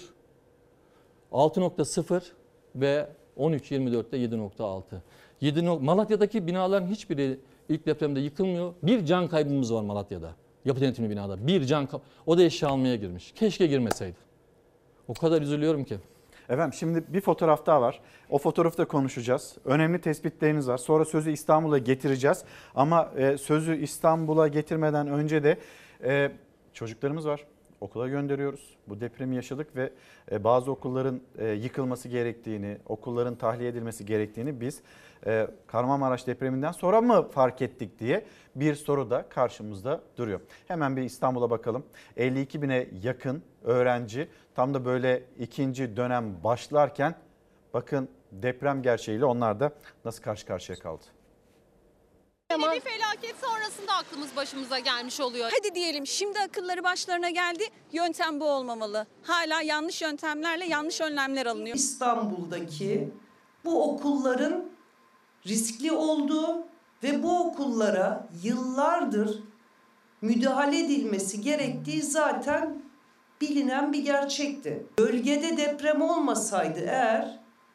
6.0 ve 13.24'te 7.6. Malatya'daki binaların hiçbiri ilk depremde yıkılmıyor. Bir can kaybımız var Malatya'da. Yapı denetimli binada. Bir can o da eşya almaya girmiş. Keşke girmeseydi. O kadar üzülüyorum ki. Efendim şimdi bir fotoğraf daha var. O fotoğrafı da konuşacağız. Önemli tespitleriniz var. Sonra sözü İstanbul'a getireceğiz. Ama sözü İstanbul'a getirmeden önce de çocuklarımız var. Okula gönderiyoruz. Bu depremi yaşadık ve bazı okulların yıkılması gerektiğini, okulların tahliye edilmesi gerektiğini biz Kahramanmaraş depreminden sonra mı fark ettik diye bir soru da karşımızda duruyor. Hemen bir İstanbul'a bakalım. 52 bine yakın öğrenci tam da böyle ikinci dönem başlarken bakın deprem gerçeğiyle onlar da nasıl karşı karşıya kaldı. Yine bir felaket sonrasında aklımız başımıza gelmiş oluyor. Hadi diyelim şimdi akılları başlarına geldi. Yöntem bu olmamalı. Hala yanlış yöntemlerle yanlış önlemler alınıyor. İstanbul'daki bu okulların riskli olduğu ve bu okullara yıllardır müdahale edilmesi gerektiği zaten bilinen bir gerçekti. Bölgede deprem olmasaydı eğer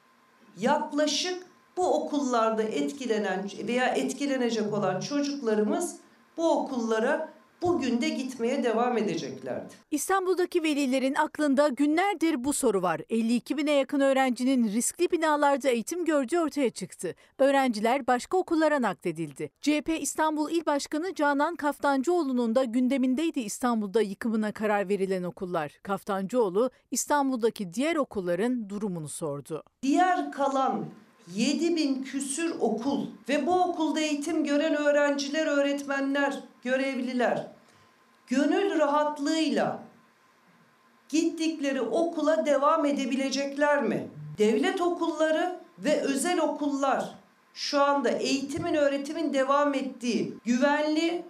yaklaşık bu okullarda etkilenen veya etkilenecek olan çocuklarımız bu okullara bugün de gitmeye devam edeceklerdi. İstanbul'daki velilerin aklında günlerdir bu soru var. 52 bine yakın öğrencinin riskli binalarda eğitim gördüğü ortaya çıktı. Öğrenciler başka okullara nakledildi. CHP İstanbul İl Başkanı Canan Kaftancıoğlu'nun da gündemindeydi İstanbul'da yıkımına karar verilen okullar. Kaftancıoğlu İstanbul'daki diğer okulların durumunu sordu. Diğer kalan 7.000 küsür okul ve bu okulda eğitim gören öğrenciler, öğretmenler, görevliler gönül rahatlığıyla gittikleri okula devam edebilecekler mi? Devlet okulları ve özel okullar şu anda eğitimin, öğretimin devam ettiği, güvenli,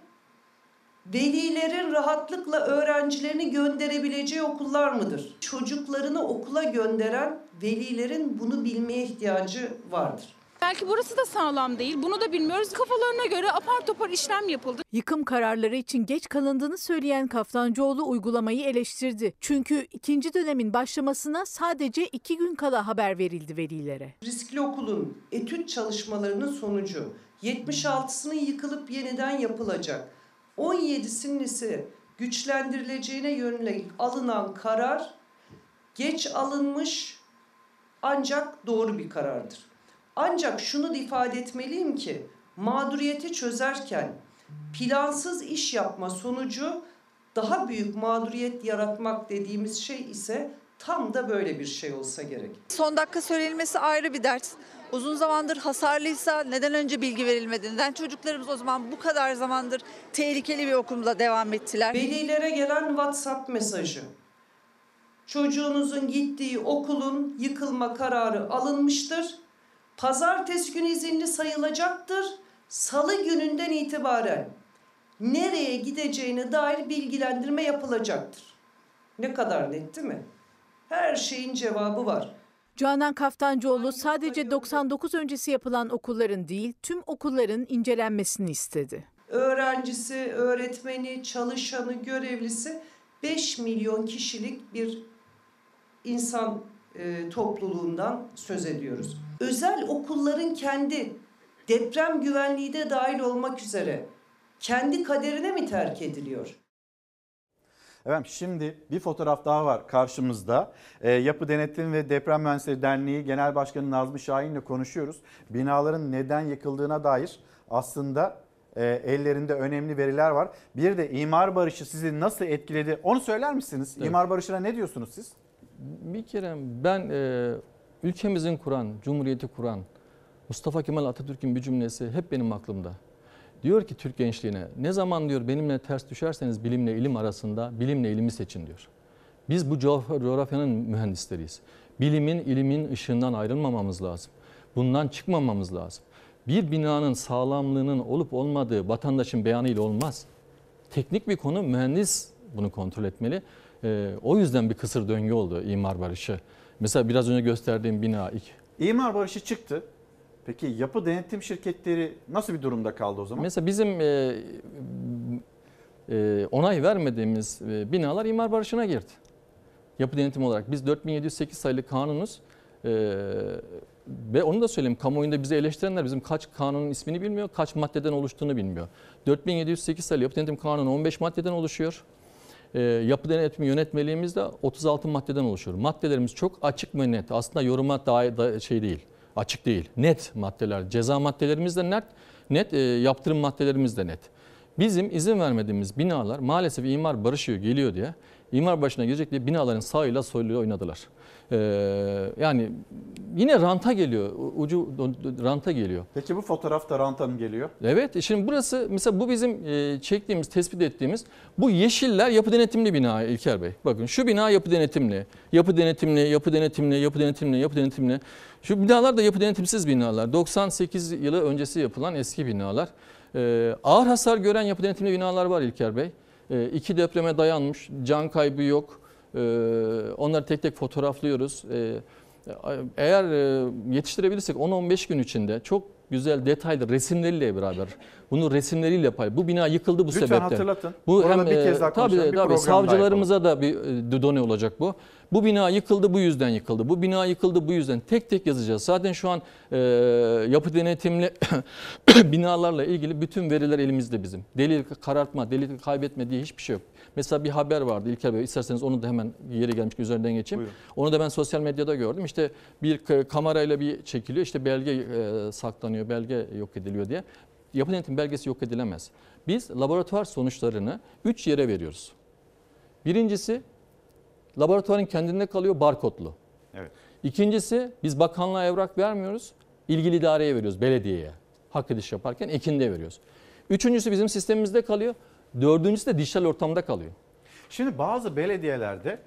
velilerin rahatlıkla öğrencilerini gönderebileceği okullar mıdır? Çocuklarını okula gönderen velilerin bunu bilmeye ihtiyacı vardır. Belki burası da sağlam değil. Bunu da bilmiyoruz. Kafalarına göre apar topar işlem yapıldı. Yıkım kararları için geç kalındığını söyleyen Kaftancıoğlu uygulamayı eleştirdi. Çünkü ikinci dönemin başlamasına sadece 2 gün kala haber verildi velilere. Riskli okulun etüt çalışmalarının sonucu 76'sının yıkılıp yeniden yapılacak. 17'sinin ise güçlendirileceğine yönelik alınan karar geç alınmış ancak doğru bir karardır. Ancak şunu da ifade etmeliyim ki mağduriyeti çözerken plansız iş yapma sonucu daha büyük mağduriyet yaratmak dediğimiz şey ise tam da böyle bir şey olsa gerek. Son dakika söylenmesi ayrı bir dert. Uzun zamandır hasarlıysa neden önce bilgi verilmedi? Neden çocuklarımız o zaman bu kadar zamandır tehlikeli bir okulda devam ettiler? Velilere gelen WhatsApp mesajı. Çocuğunuzun gittiği okulun yıkılma kararı alınmıştır. Pazartesi günü izinli sayılacaktır. Salı gününden itibaren nereye gideceğine dair bilgilendirme yapılacaktır. Ne kadar net değil mi? Her şeyin cevabı var. Canan Kaftancıoğlu sadece 99 öncesi yapılan okulların değil, tüm okulların incelenmesini istedi. Öğrencisi, öğretmeni, çalışanı, görevlisi 5 milyon kişilik bir insan topluluğundan söz ediyoruz. Özel okulların kendi deprem güvenliği de dahil olmak üzere kendi kaderine mi terk ediliyor? Evet, şimdi bir fotoğraf daha var karşımızda. Yapı Denetim ve Deprem Mühendisleri Derneği Genel Başkanı Nazmi Şahin ile konuşuyoruz. Binaların neden yıkıldığına dair aslında ellerinde önemli veriler var. Bir de imar barışı sizi nasıl etkiledi onu söyler misiniz? Evet. İmar barışına ne diyorsunuz siz? Bir kere ben ülkemizin kuran, Cumhuriyeti kuran Mustafa Kemal Atatürk'ün bir cümlesi hep benim aklımda. Diyor ki Türk gençliğine, ne zaman diyor benimle ters düşerseniz bilimle ilim arasında bilimle ilimi seçin diyor. Biz bu coğrafyanın mühendisleriyiz. Bilimin, ilimin ışığından ayrılmamamız lazım. Bundan çıkmamamız lazım. Bir binanın sağlamlığının olup olmadığı vatandaşın beyanıyla olmaz. Teknik bir konu, mühendis bunu kontrol etmeli. O yüzden bir kısır döngü oldu imar barışı. Mesela biraz önce gösterdiğim bina ilk. İmar barışı çıktı. Peki yapı denetim şirketleri nasıl bir durumda kaldı o zaman? Mesela bizim onay vermediğimiz binalar imar barışına girdi. Yapı denetim olarak biz 4708 sayılı kanunuz ve onu da söyleyeyim, kamuoyunda bizi eleştirenler bizim kaç kanunun ismini bilmiyor, kaç maddeden oluştuğunu bilmiyor. 4708 sayılı yapı denetim kanunu 15 maddeden oluşuyor. Yapı denetimi yönetmeliğimiz de 36 maddeden oluşuyor. Maddelerimiz çok açık ve net. Aslında yoruma şey değil, açık değil. Net maddeler. Ceza maddelerimiz de net, yaptırım maddelerimiz de net. Bizim izin vermediğimiz binalar maalesef imar barışıyor, geliyor diye, imar başına gelecek diye binaların sağıyla soluyla oynadılar. Yani yine ranta geliyor, ucu ranta geliyor. Peki bu fotoğrafta ranta mı geliyor? Evet, şimdi burası mesela bu bizim çektiğimiz, tespit ettiğimiz bu yeşiller yapı denetimli bina İlker Bey. Bakın şu bina yapı denetimli, yapı denetimli, yapı denetimli, yapı denetimli, yapı denetimli. Şu binalar da yapı denetimsiz binalar. 98 yılı öncesi yapılan eski binalar. Ağır hasar gören yapı denetimli binalar var İlker Bey. 2 depreme dayanmış, can kaybı yok. Onları tek tek fotoğraflıyoruz. Eğer yetiştirebilirsek 10-15 gün içinde çok güzel detaylı resimleriyle beraber, bunu resimleriyle paylaşıyoruz. Bu bina yıkıldı bu Lütfen sebepten. hatırlatın. Bu Burada hem bir kez daha konuşalım, bir program savcılarımıza da bir done olacak bu. Bu bina yıkıldı, bu yüzden yıkıldı. Bu bina yıkıldı, bu yüzden. Tek tek yazacağız. Zaten şu an yapı denetimli binalarla ilgili bütün veriler elimizde bizim. Delil karartma, delil kaybetme diye hiçbir şey yok. Mesela bir haber vardı İlker Bey. İsterseniz onu da hemen yeri gelmişken üzerinden geçeyim. Buyurun. Onu da ben sosyal medyada gördüm. İşte bir kamerayla bir çekiliyor. İşte belge saklanıyor, belge yok ediliyor diye. Yapı denetim belgesi yok edilemez. Biz laboratuvar sonuçlarını 3 yere veriyoruz. Birincisi laboratuvarın kendinde kalıyor, barkodlu. Evet. İkincisi biz bakanlığa evrak vermiyoruz. İlgili idareye veriyoruz, belediyeye. Hak ediş yaparken ekinde veriyoruz. Üçüncüsü bizim sistemimizde kalıyor. Dördüncüsü de dijital ortamda kalıyor. Şimdi bazı belediyelerde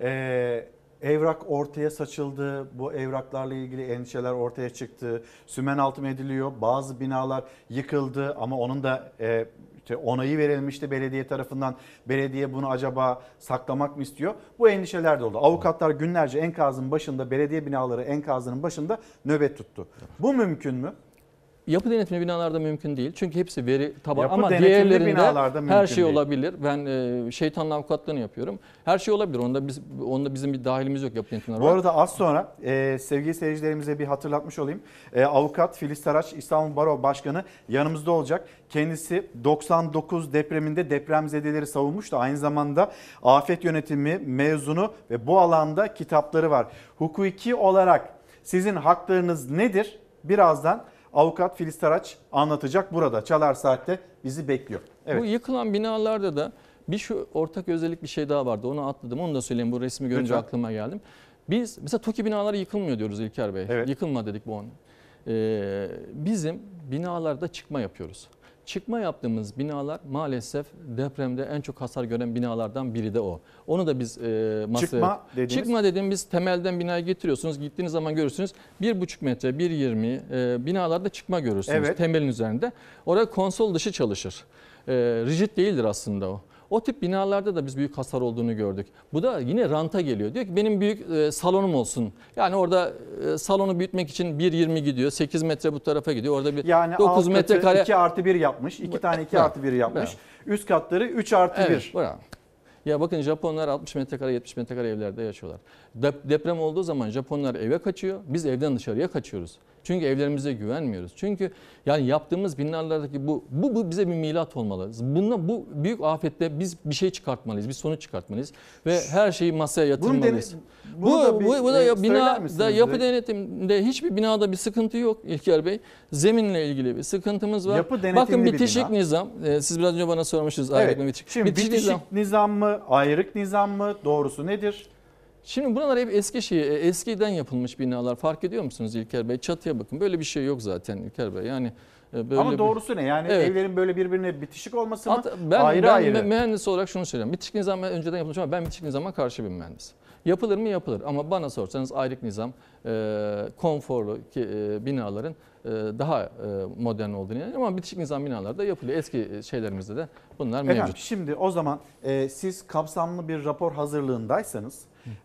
evrak ortaya saçıldı, bu evraklarla ilgili endişeler ortaya çıktı, sümen altı mı ediliyor, bazı binalar yıkıldı ama onun da onayı verilmişti belediye tarafından. Belediye bunu acaba saklamak mı istiyor? Bu endişeler de oldu. Avukatlar günlerce enkazın başında, belediye binaları enkazının başında nöbet tuttu. Bu mümkün mü? Yapı denetimli binalarda mümkün değil. Çünkü hepsi veri tabanı Yapı ama denetimli diğerlerinde binalarda mümkün her şey değil. olabilir. Ben şeytanın avukatlığını yapıyorum. Her şey olabilir. Onda bizim bir dahilimiz yok yapı denetimler. Bu arada az sonra sevgili seyircilerimize bir hatırlatmış olayım. Avukat Filiz Saraç, İstanbul Baro Başkanı yanımızda olacak. Kendisi 99 depreminde depremzedeleri savunmuştu. Aynı zamanda afet yönetimi mezunu ve bu alanda kitapları var. Hukuki olarak sizin haklarınız nedir? Birazdan Avukat Filiz Saraç anlatacak burada. Çalar Saat'te bizi bekliyor. Evet. Bu yıkılan binalarda da şu ortak özellik bir şey daha vardı. Onu atladım. Onu da söyleyeyim. Bu resmi görünce Lütfen. aklıma geldim. Biz mesela TOKİ binaları yıkılmıyor diyoruz İlker Bey. Evet. Yıkılma dedik bu an. Bizim binalarda çıkma yapıyoruz. Çıkma yaptığımız binalar maalesef depremde en çok hasar gören binalardan biri de o. Onu da biz masaya... Çıkma dediğimiz temelden binayı getiriyorsunuz. Gittiğiniz zaman görürsünüz 1,5 metre, 1,20 binalarda çıkma görürsünüz. Evet. Temelin üzerinde. Orada konsol dışı çalışır. Rigid değildir aslında o. O tip binalarda da biz büyük hasar olduğunu gördük. Bu da yine ranta geliyor. Diyor ki benim büyük salonum olsun. Yani orada salonu büyütmek için 1,20 gidiyor. 8 metre bu tarafa gidiyor. Orada bir yani 9 metrekare. 2+1 yapmış. 2 tane 2+1 yapmış. Bravo. Üst katları 3+1. Evet, bravo. Ya bakın Japonlar 60 metrekare 70 metrekare evlerde yaşıyorlar. Deprem olduğu zaman Japonlar eve kaçıyor. Biz evden dışarıya kaçıyoruz. Çünkü evlerimize güvenmiyoruz. Çünkü yani yaptığımız binalardaki bu bize bir milat olmalı. Bu büyük afette biz bir şey çıkartmalıyız. Bir sonuç çıkartmalıyız. Ve her şeyi masaya yatırmalıyız. Bu da binada yapı denetiminde hiçbir binada bir sıkıntı yok İlker Bey. Zeminle ilgili bir sıkıntımız var. Bakın bitişik nizam. Siz biraz önce bana sormuştunuz. Evet. Bitişik nizam mı? Ayrık nizam mı? Doğrusu nedir? Şimdi buralar hep eskiden yapılmış binalar. Fark ediyor musunuz İlker Bey? Çatıya bakın. Böyle bir şey yok zaten İlker Bey. Yani böyle ama doğrusu ne? Yani evet. Evlerin böyle birbirine bitişik olması mı? Ben mühendis olarak şunu söylüyorum. Bitişik nizam önceden yapılmış ama ben bitişik nizama karşı bir mühendis. Yapılır mı? Yapılır. Ama bana sorsanız ayrık nizam, konforlu binaların daha modern olduğunu inanıyorum. Ama bitişik nizam binalarda yapılıyor. Eski şeylerimizde de bunlar mevcut. Şimdi o zaman siz kapsamlı bir rapor hazırlığındaysanız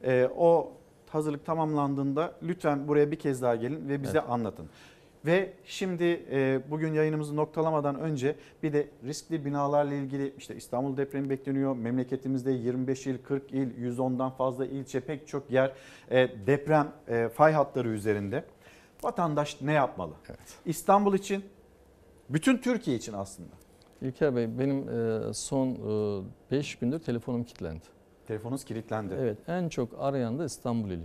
o hazırlık tamamlandığında lütfen buraya bir kez daha gelin ve bize anlatın. Ve şimdi bugün yayınımızı noktalamadan önce bir de riskli binalarla ilgili işte İstanbul depremi bekleniyor. Memleketimizde 25 il, 40 il, 110'dan fazla ilçe, pek çok yer deprem fay hatları üzerinde. Vatandaş ne yapmalı? Evet. İstanbul için, bütün Türkiye için aslında. İlker Bey, benim son 5 gündür telefonum kilitlendi. Telefonunuz kilitlendi. Evet, en çok arayan da İstanbul ili.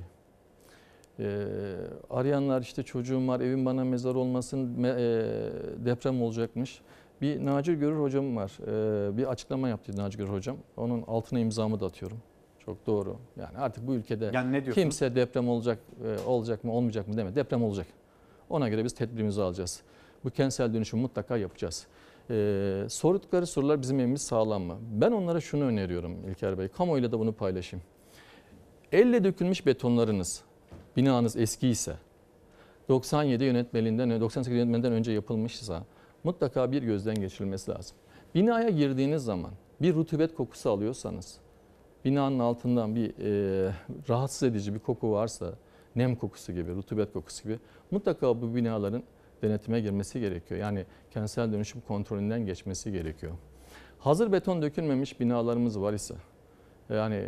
Arayanlar işte çocuğum var, evim bana mezar olmasın, deprem olacakmış. Bir Naci Görür hocam var. Bir açıklama yaptı Naci Görür hocam. Onun altına imzamı da atıyorum. Çok doğru. Yani artık bu ülkede kimse deprem olacak mı olmayacak mı demedi. Deprem olacak. Ona göre biz tedbirimizi alacağız. Bu kentsel dönüşümü mutlaka yapacağız. Sordukları sorular bizim evimiz sağlam mı? Ben onlara şunu öneriyorum İlker Bey. Kamuoyuyla da bunu paylaşayım. Elle dökülmüş betonlarınız, binanız eski ise, 98 yönetmeliğinden önce yapılmışsa mutlaka bir gözden geçirilmesi lazım. Binaya girdiğiniz zaman bir rutubet kokusu alıyorsanız, binanın altından bir rahatsız edici bir koku varsa, nem kokusu gibi, rutubet kokusu gibi mutlaka bu binaların denetime girmesi gerekiyor. Yani kentsel dönüşüm kontrolünden geçmesi gerekiyor. Hazır beton dökülmemiş binalarımız var ise, yani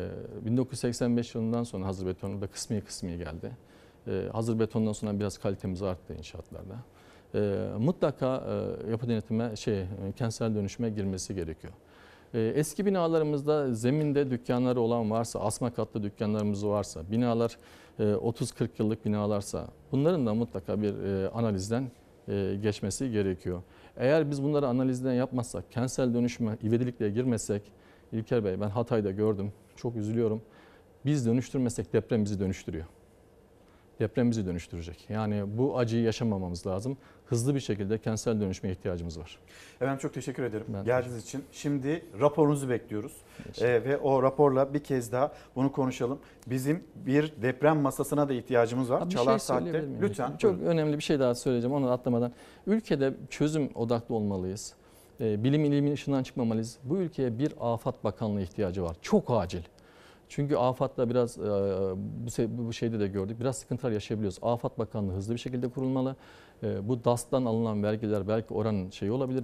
1985 yılından sonra hazır beton da kısmi geldi. Hazır betondan sonra biraz kalitemiz arttı inşaatlarda. Mutlaka yapı denetime kentsel dönüşüme girmesi gerekiyor. Eski binalarımızda zeminde dükkanları olan varsa, asma katlı dükkanlarımız varsa, binalar 30-40 yıllık binalarsa bunların da mutlaka bir analizden geçmesi gerekiyor. Eğer biz bunları analizden yapmazsak, kentsel dönüşüme ivedilikle girmezsek, İlker Bey ben Hatay'da gördüm, çok üzülüyorum. Biz dönüştürmesek deprem bizi dönüştürüyor. Deprem bizi dönüştürecek. Yani bu acıyı yaşamamamız lazım. Hızlı bir şekilde kentsel dönüşme ihtiyacımız var. Efendim çok teşekkür ederim geldiğiniz için. Şimdi raporunuzu bekliyoruz. Ve o raporla bir kez daha bunu konuşalım. Bizim bir deprem masasına da ihtiyacımız var. Çalar Saat'te. Lütfen. Çok önemli bir şey daha söyleyeceğim onu atlamadan. Ülkede çözüm odaklı olmalıyız. Bilim ilimin ışığından çıkmamalıyız. Bu ülkeye bir afat bakanlığı ihtiyacı var. Çok acil. Çünkü AFAD'la biraz bu şeyde de gördük. Biraz sıkıntılar yaşayabiliyoruz. AFAD Bakanlığı hızlı bir şekilde kurulmalı. Bu DAS'tan alınan vergiler belki oranın şeyi olabilir.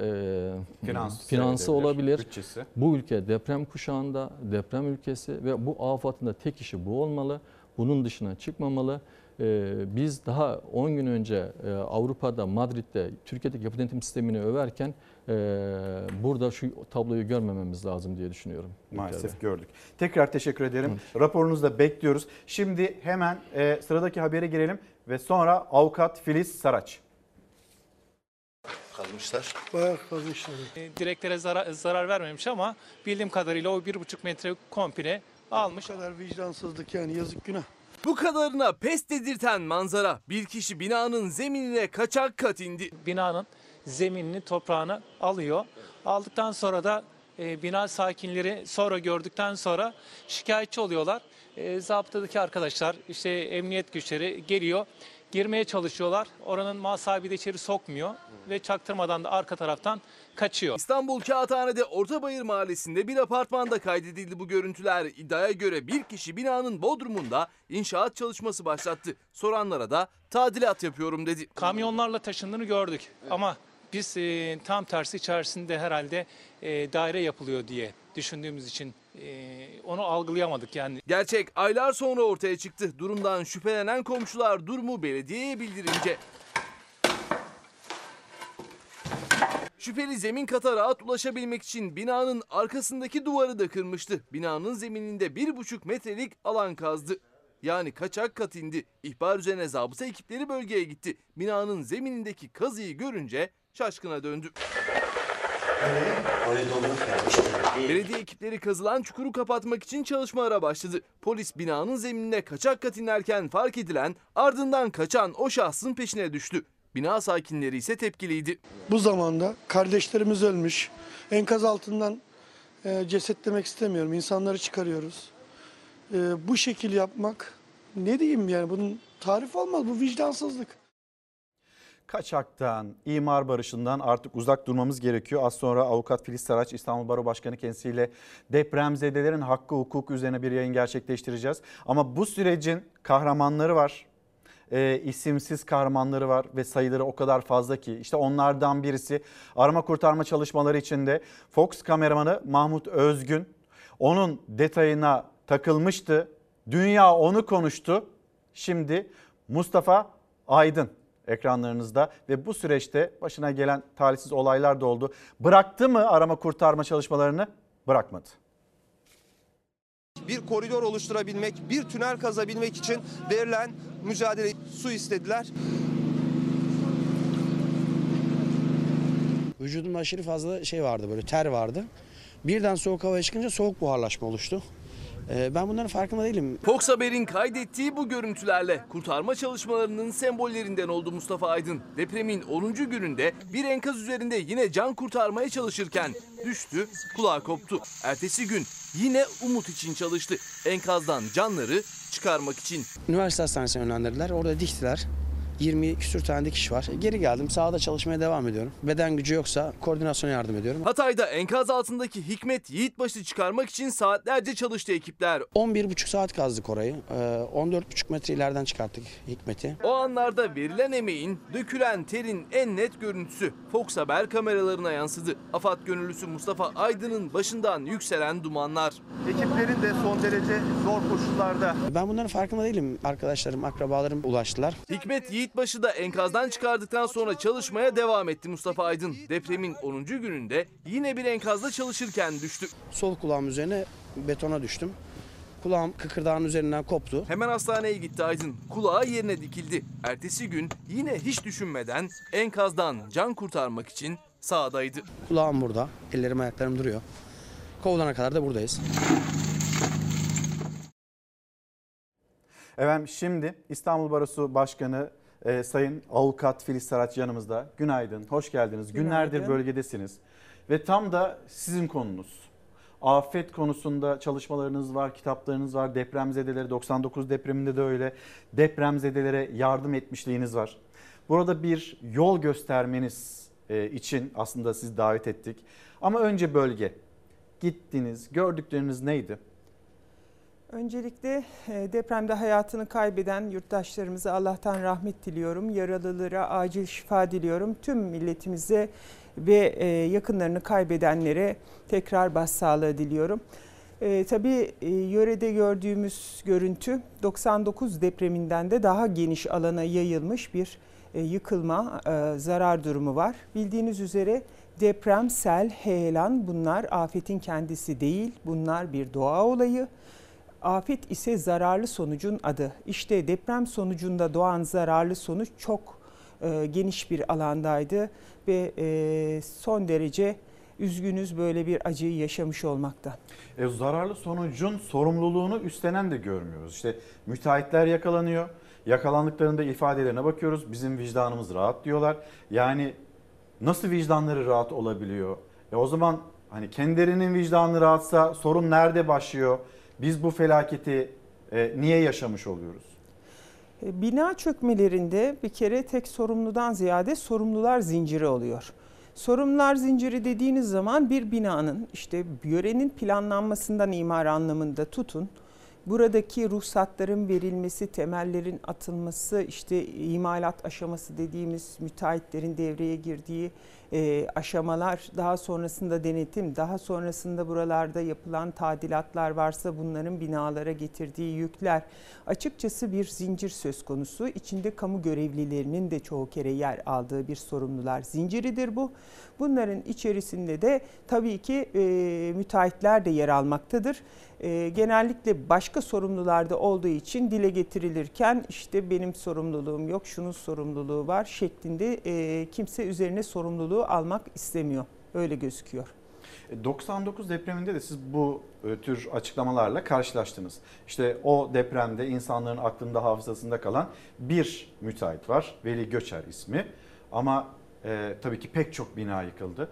Finansı olabilir. Bütçesi. Bu ülke deprem kuşağında, deprem ülkesi ve bu AFAD'ın da tek işi bu olmalı. Bunun dışına çıkmamalı. Biz daha 10 gün önce Avrupa'da, Madrid'de Türkiye'deki yapı denetim sistemini överken burada şu tabloyu görmememiz lazım diye düşünüyorum. Maalesef gördük. Tekrar teşekkür ederim. Raporunuzu da bekliyoruz. Şimdi hemen sıradaki habere girelim ve sonra avukat Filiz Saraç. Kazmışlar. Bayağı kazmışlar. Direklere zarar vermemiş ama bildiğim kadarıyla o 1,5 metre komple almış. Bu kadar vicdansızlık yani yazık günah. Bu kadarına pes dedirten manzara. Bir kişi binanın zeminine kaçak kat indi. Binanın zeminini, toprağını alıyor. Aldıktan sonra da bina sakinleri sonra gördükten sonra şikayetçi oluyorlar. Zabıtadaki arkadaşlar, işte emniyet güçleri geliyor. Girmeye çalışıyorlar. Oranın mal sahibi de içeri sokmuyor ve çaktırmadan da arka taraftan kaçıyor. İstanbul Kağıthane'de Ortabayır Mahallesi'nde bir apartmanda kaydedildi bu görüntüler. İddiaya göre bir kişi binanın bodrumunda inşaat çalışması başlattı. Soranlara da tadilat yapıyorum dedi. Kamyonlarla taşındığını gördük ama biz tam tersi içerisinde herhalde daire yapılıyor diye düşündüğümüz için onu algılayamadık yani. Gerçek aylar sonra ortaya çıktı. Durumdan şüphelenen komşular durumu belediyeye bildirince şüpheli zemin kata rahat ulaşabilmek için binanın arkasındaki duvarı da kırmıştı. Binanın zemininde 1,5 metrelik alan kazdı. Yani kaçak kat indi. İhbar üzerine zabıta ekipleri bölgeye gitti. Binanın zeminindeki kazıyı görünce şaşkına döndü. Belediye ekipleri kazılan çukuru kapatmak için çalışmalara başladı. Polis binanın zeminine kaçak kat inerken fark edilen, ardından kaçan o şahsın peşine düştü. Bina sakinleri ise tepkiliydi. Bu zamanda kardeşlerimiz ölmüş. Enkaz altından cesetlemek istemiyorum. İnsanları çıkarıyoruz. Bu şekil yapmak ne diyeyim yani bunun tarifi olmaz. Bu vicdansızlık. Kaçaktan, imar barışından artık uzak durmamız gerekiyor. Az sonra avukat Filiz Saraç, İstanbul Baro Başkanı kendisiyle depremzedelerin hakkı hukuku üzerine bir yayın gerçekleştireceğiz. Ama bu sürecin kahramanları var. İsimsiz kahramanları var ve sayıları o kadar fazla ki. İşte onlardan birisi arama kurtarma çalışmaları içinde Fox kameramanı Mahmut Özgün. Onun detayına takılmıştı. Dünya onu konuştu. Şimdi Mustafa Aydın ekranlarınızda ve bu süreçte başına gelen talihsiz olaylar da oldu. Bıraktı mı arama kurtarma çalışmalarını? Bırakmadı. Bir koridor oluşturabilmek, bir tünel kazabilmek için verilen mücadele, su istediler. Vücudumda aşırı fazla şey vardı, böyle ter vardı. Birden soğuk havaya çıkınca soğuk buharlaşma oluştu. Ben bunların farkında değilim. Fox Haber'in kaydettiği bu görüntülerle kurtarma çalışmalarının sembollerinden oldu Mustafa Aydın. Depremin 10. gününde bir enkaz üzerinde yine can kurtarmaya çalışırken düştü, kulağı koptu. Ertesi gün yine umut için çalıştı. Enkazdan canları çıkarmak için. Üniversite hastanesine yönlendirdiler, orada diktiler. 20 küsür tane dikiş var. Geri geldim, sahada çalışmaya devam ediyorum. Beden gücü yoksa koordinasyona yardım ediyorum. Hatay'da enkaz altındaki Hikmet Yiğitbaş'ı çıkarmak için saatlerce çalıştı ekipler. 11,5 saat kazdık orayı. 14,5 metre ileriden çıkarttık Hikmet'i. O anlarda verilen emeğin, dökülen terin en net görüntüsü Fox Haber kameralarına yansıdı. AFAD gönüllüsü Mustafa Aydın'ın başından yükselen dumanlar. Ekiplerin de son derece zor koşullarda. Ben bunların farkında değilim. Arkadaşlarım, akrabalarım ulaştılar. Hikmet Yiğitbaş'ı da enkazdan çıkardıktan sonra çalışmaya devam etti Mustafa Aydın. Depremin 10. gününde yine bir enkazda çalışırken düştü. Sol kulağım üzerine betona düştüm. Kulağım kıkırdağın üzerinden koptu. Hemen hastaneye gitti Aydın. Kulağı yerine dikildi. Ertesi gün yine hiç düşünmeden enkazdan can kurtarmak için sahadaydı. Kulağım burada, ellerim ayaklarım duruyor. Kovulana kadar da buradayız. Efendim şimdi İstanbul Barosu Başkanı Sayın Avukat Filiz Saraç yanımızda. Günaydın, hoş geldiniz. Günaydın. Günlerdir bölgedesiniz ve tam da sizin konunuz. Afet konusunda çalışmalarınız var, kitaplarınız var. Depremzedeleri 99 depreminde de öyle. Depremzedelere yardım etmişliğiniz var. Burada bir yol göstermeniz için aslında sizi davet ettik. Ama önce bölge. Gittiniz, gördükleriniz neydi? Öncelikle depremde hayatını kaybeden yurttaşlarımıza Allah'tan rahmet diliyorum. Yaralılara acil şifa diliyorum. Tüm milletimize ve yakınlarını kaybedenlere tekrar başsağlığı diliyorum. Tabii yörede gördüğümüz görüntü 99 depreminden de daha geniş alana yayılmış bir yıkılma, zarar durumu var. Bildiğiniz üzere deprem, sel, heyelan bunlar afetin kendisi değil. Bunlar bir doğa olayı. Afet ise zararlı sonucun adı. İşte deprem sonucunda doğan zararlı sonuç çok geniş bir alandaydı ve son derece üzgünüz böyle bir acıyı yaşamış olmakta. Zararlı sonucun sorumluluğunu üstlenen de görmüyoruz. İşte müteahhitler yakalanıyor. Yakalandıklarında ifadelerine bakıyoruz. Bizim vicdanımız rahat diyorlar. Yani nasıl vicdanları rahat olabiliyor? O zaman hani kendilerinin vicdanı rahatsa sorun nerede başlıyor? Biz bu felaketi niye yaşamış oluyoruz? Bina çökmelerinde bir kere tek sorumludan ziyade sorumlular zinciri oluyor. Sorumlular zinciri dediğiniz zaman bir binanın işte yörenin planlanmasından imar anlamında tutun, buradaki ruhsatların verilmesi, temellerin atılması, işte imalat aşaması dediğimiz müteahhitlerin devreye girdiği aşamalar, daha sonrasında denetim, daha sonrasında buralarda yapılan tadilatlar varsa bunların binalara getirdiği yükler. Açıkçası bir zincir söz konusu. İçinde kamu görevlilerinin de çoğu kere yer aldığı bir sorumlular zinciridir bu. Bunların içerisinde de tabii ki müteahhitler de yer almaktadır. Genellikle başka sorumlularda olduğu için dile getirilirken işte benim sorumluluğum yok, şunun sorumluluğu var şeklinde kimse üzerine sorumluluğu almak istemiyor. Öyle gözüküyor. 99 depreminde de siz bu tür açıklamalarla karşılaştınız. İşte o depremde insanların aklında, hafızasında kalan bir müteahhit var. Veli Göçer ismi. Ama tabii ki pek çok bina yıkıldı.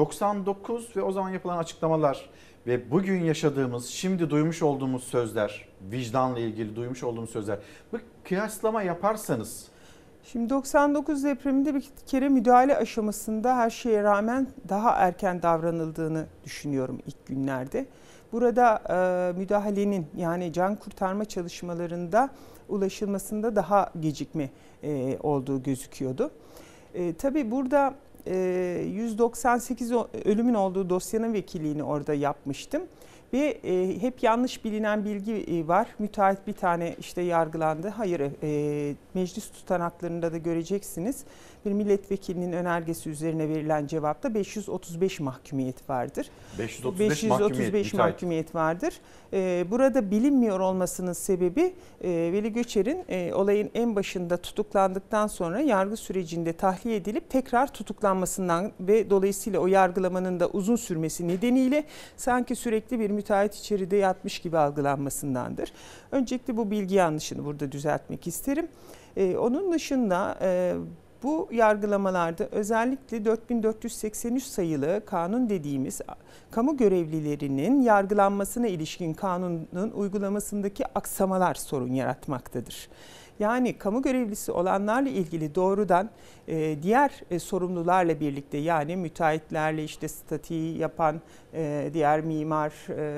99 ve o zaman yapılan açıklamalar ve bugün yaşadığımız, şimdi duymuş olduğumuz sözler, vicdanla ilgili duymuş olduğumuz sözler. Bu kıyaslama yaparsanız. Şimdi 99 depreminde bir kere müdahale aşamasında her şeye rağmen daha erken davranıldığını düşünüyorum ilk günlerde. Burada müdahalenin yani can kurtarma çalışmalarında ulaşılmasında daha gecikme olduğu gözüküyordu. Tabii burada 198 ölümün olduğu dosyanın vekilliğini orada yapmıştım. Ve hep yanlış bilinen bilgi var. Müteahhit bir tane işte yargılandı. Hayır, meclis tutanaklarında da göreceksiniz. Bir milletvekilinin önergesi üzerine verilen cevapta 535 mahkumiyet vardır. 535 mahkumiyet vardır. Burada bilinmiyor olmasının sebebi Veli Göçer'in olayın en başında tutuklandıktan sonra yargı sürecinde tahliye edilip tekrar tutuklanmasından ve dolayısıyla o yargılamanın da uzun sürmesi nedeniyle sanki sürekli bir müteahhit içeride yatmış gibi algılanmasındandır. Öncelikle bu bilgi yanlışını burada düzeltmek isterim. Onun dışında bu yargılamalarda özellikle 4483 sayılı kanun dediğimiz kamu görevlilerinin yargılanmasına ilişkin kanunun uygulamasındaki aksamalar sorun yaratmaktadır. Yani kamu görevlisi olanlarla ilgili doğrudan diğer sorumlularla birlikte, yani müteahhitlerle, işte statiği yapan diğer mimar,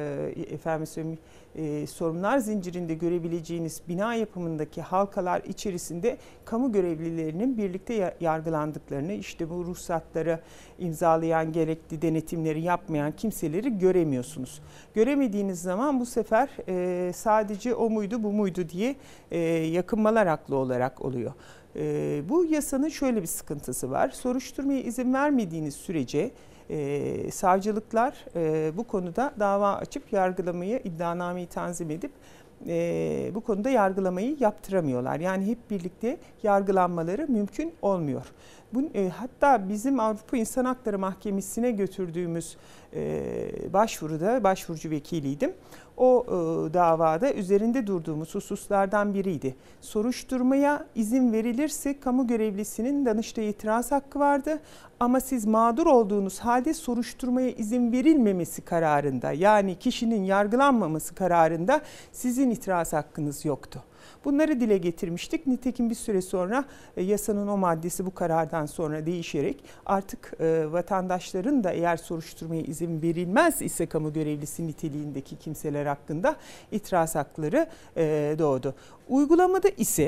sorumlular zincirinde görebileceğiniz bina yapımındaki halkalar içerisinde kamu görevlilerinin birlikte yargılandıklarını, işte bu ruhsatları imzalayan, gerekli denetimleri yapmayan kimseleri göremiyorsunuz. Göremediğiniz zaman bu sefer sadece o muydu bu muydu diye yakınmalar haklı olarak oluyor. Bu yasanın şöyle bir sıkıntısı var. Soruşturmaya izin vermediğiniz sürece savcılıklar bu konuda dava açıp yargılamayı, iddianameyi tanzim edip bu konuda yargılamayı yaptıramıyorlar. Yani hep birlikte yargılanmaları mümkün olmuyor. Hatta bizim Avrupa İnsan Hakları Mahkemesi'ne götürdüğümüz başvuruda başvurucu vekiliydim. O davada üzerinde durduğumuz hususlardan biriydi. Soruşturmaya izin verilirse kamu görevlisinin Danıştay'a itiraz hakkı vardı. Ama siz mağdur olduğunuz halde soruşturmaya izin verilmemesi kararında, yani kişinin yargılanmaması kararında sizin itiraz hakkınız yoktu. Bunları dile getirmiştik. Nitekim bir süre sonra yasanın o maddesi bu karardan sonra değişerek artık vatandaşların da eğer soruşturmaya izin verilmez ise kamu görevlisi niteliğindeki kimseler hakkında itiraz hakları doğdu. Uygulamada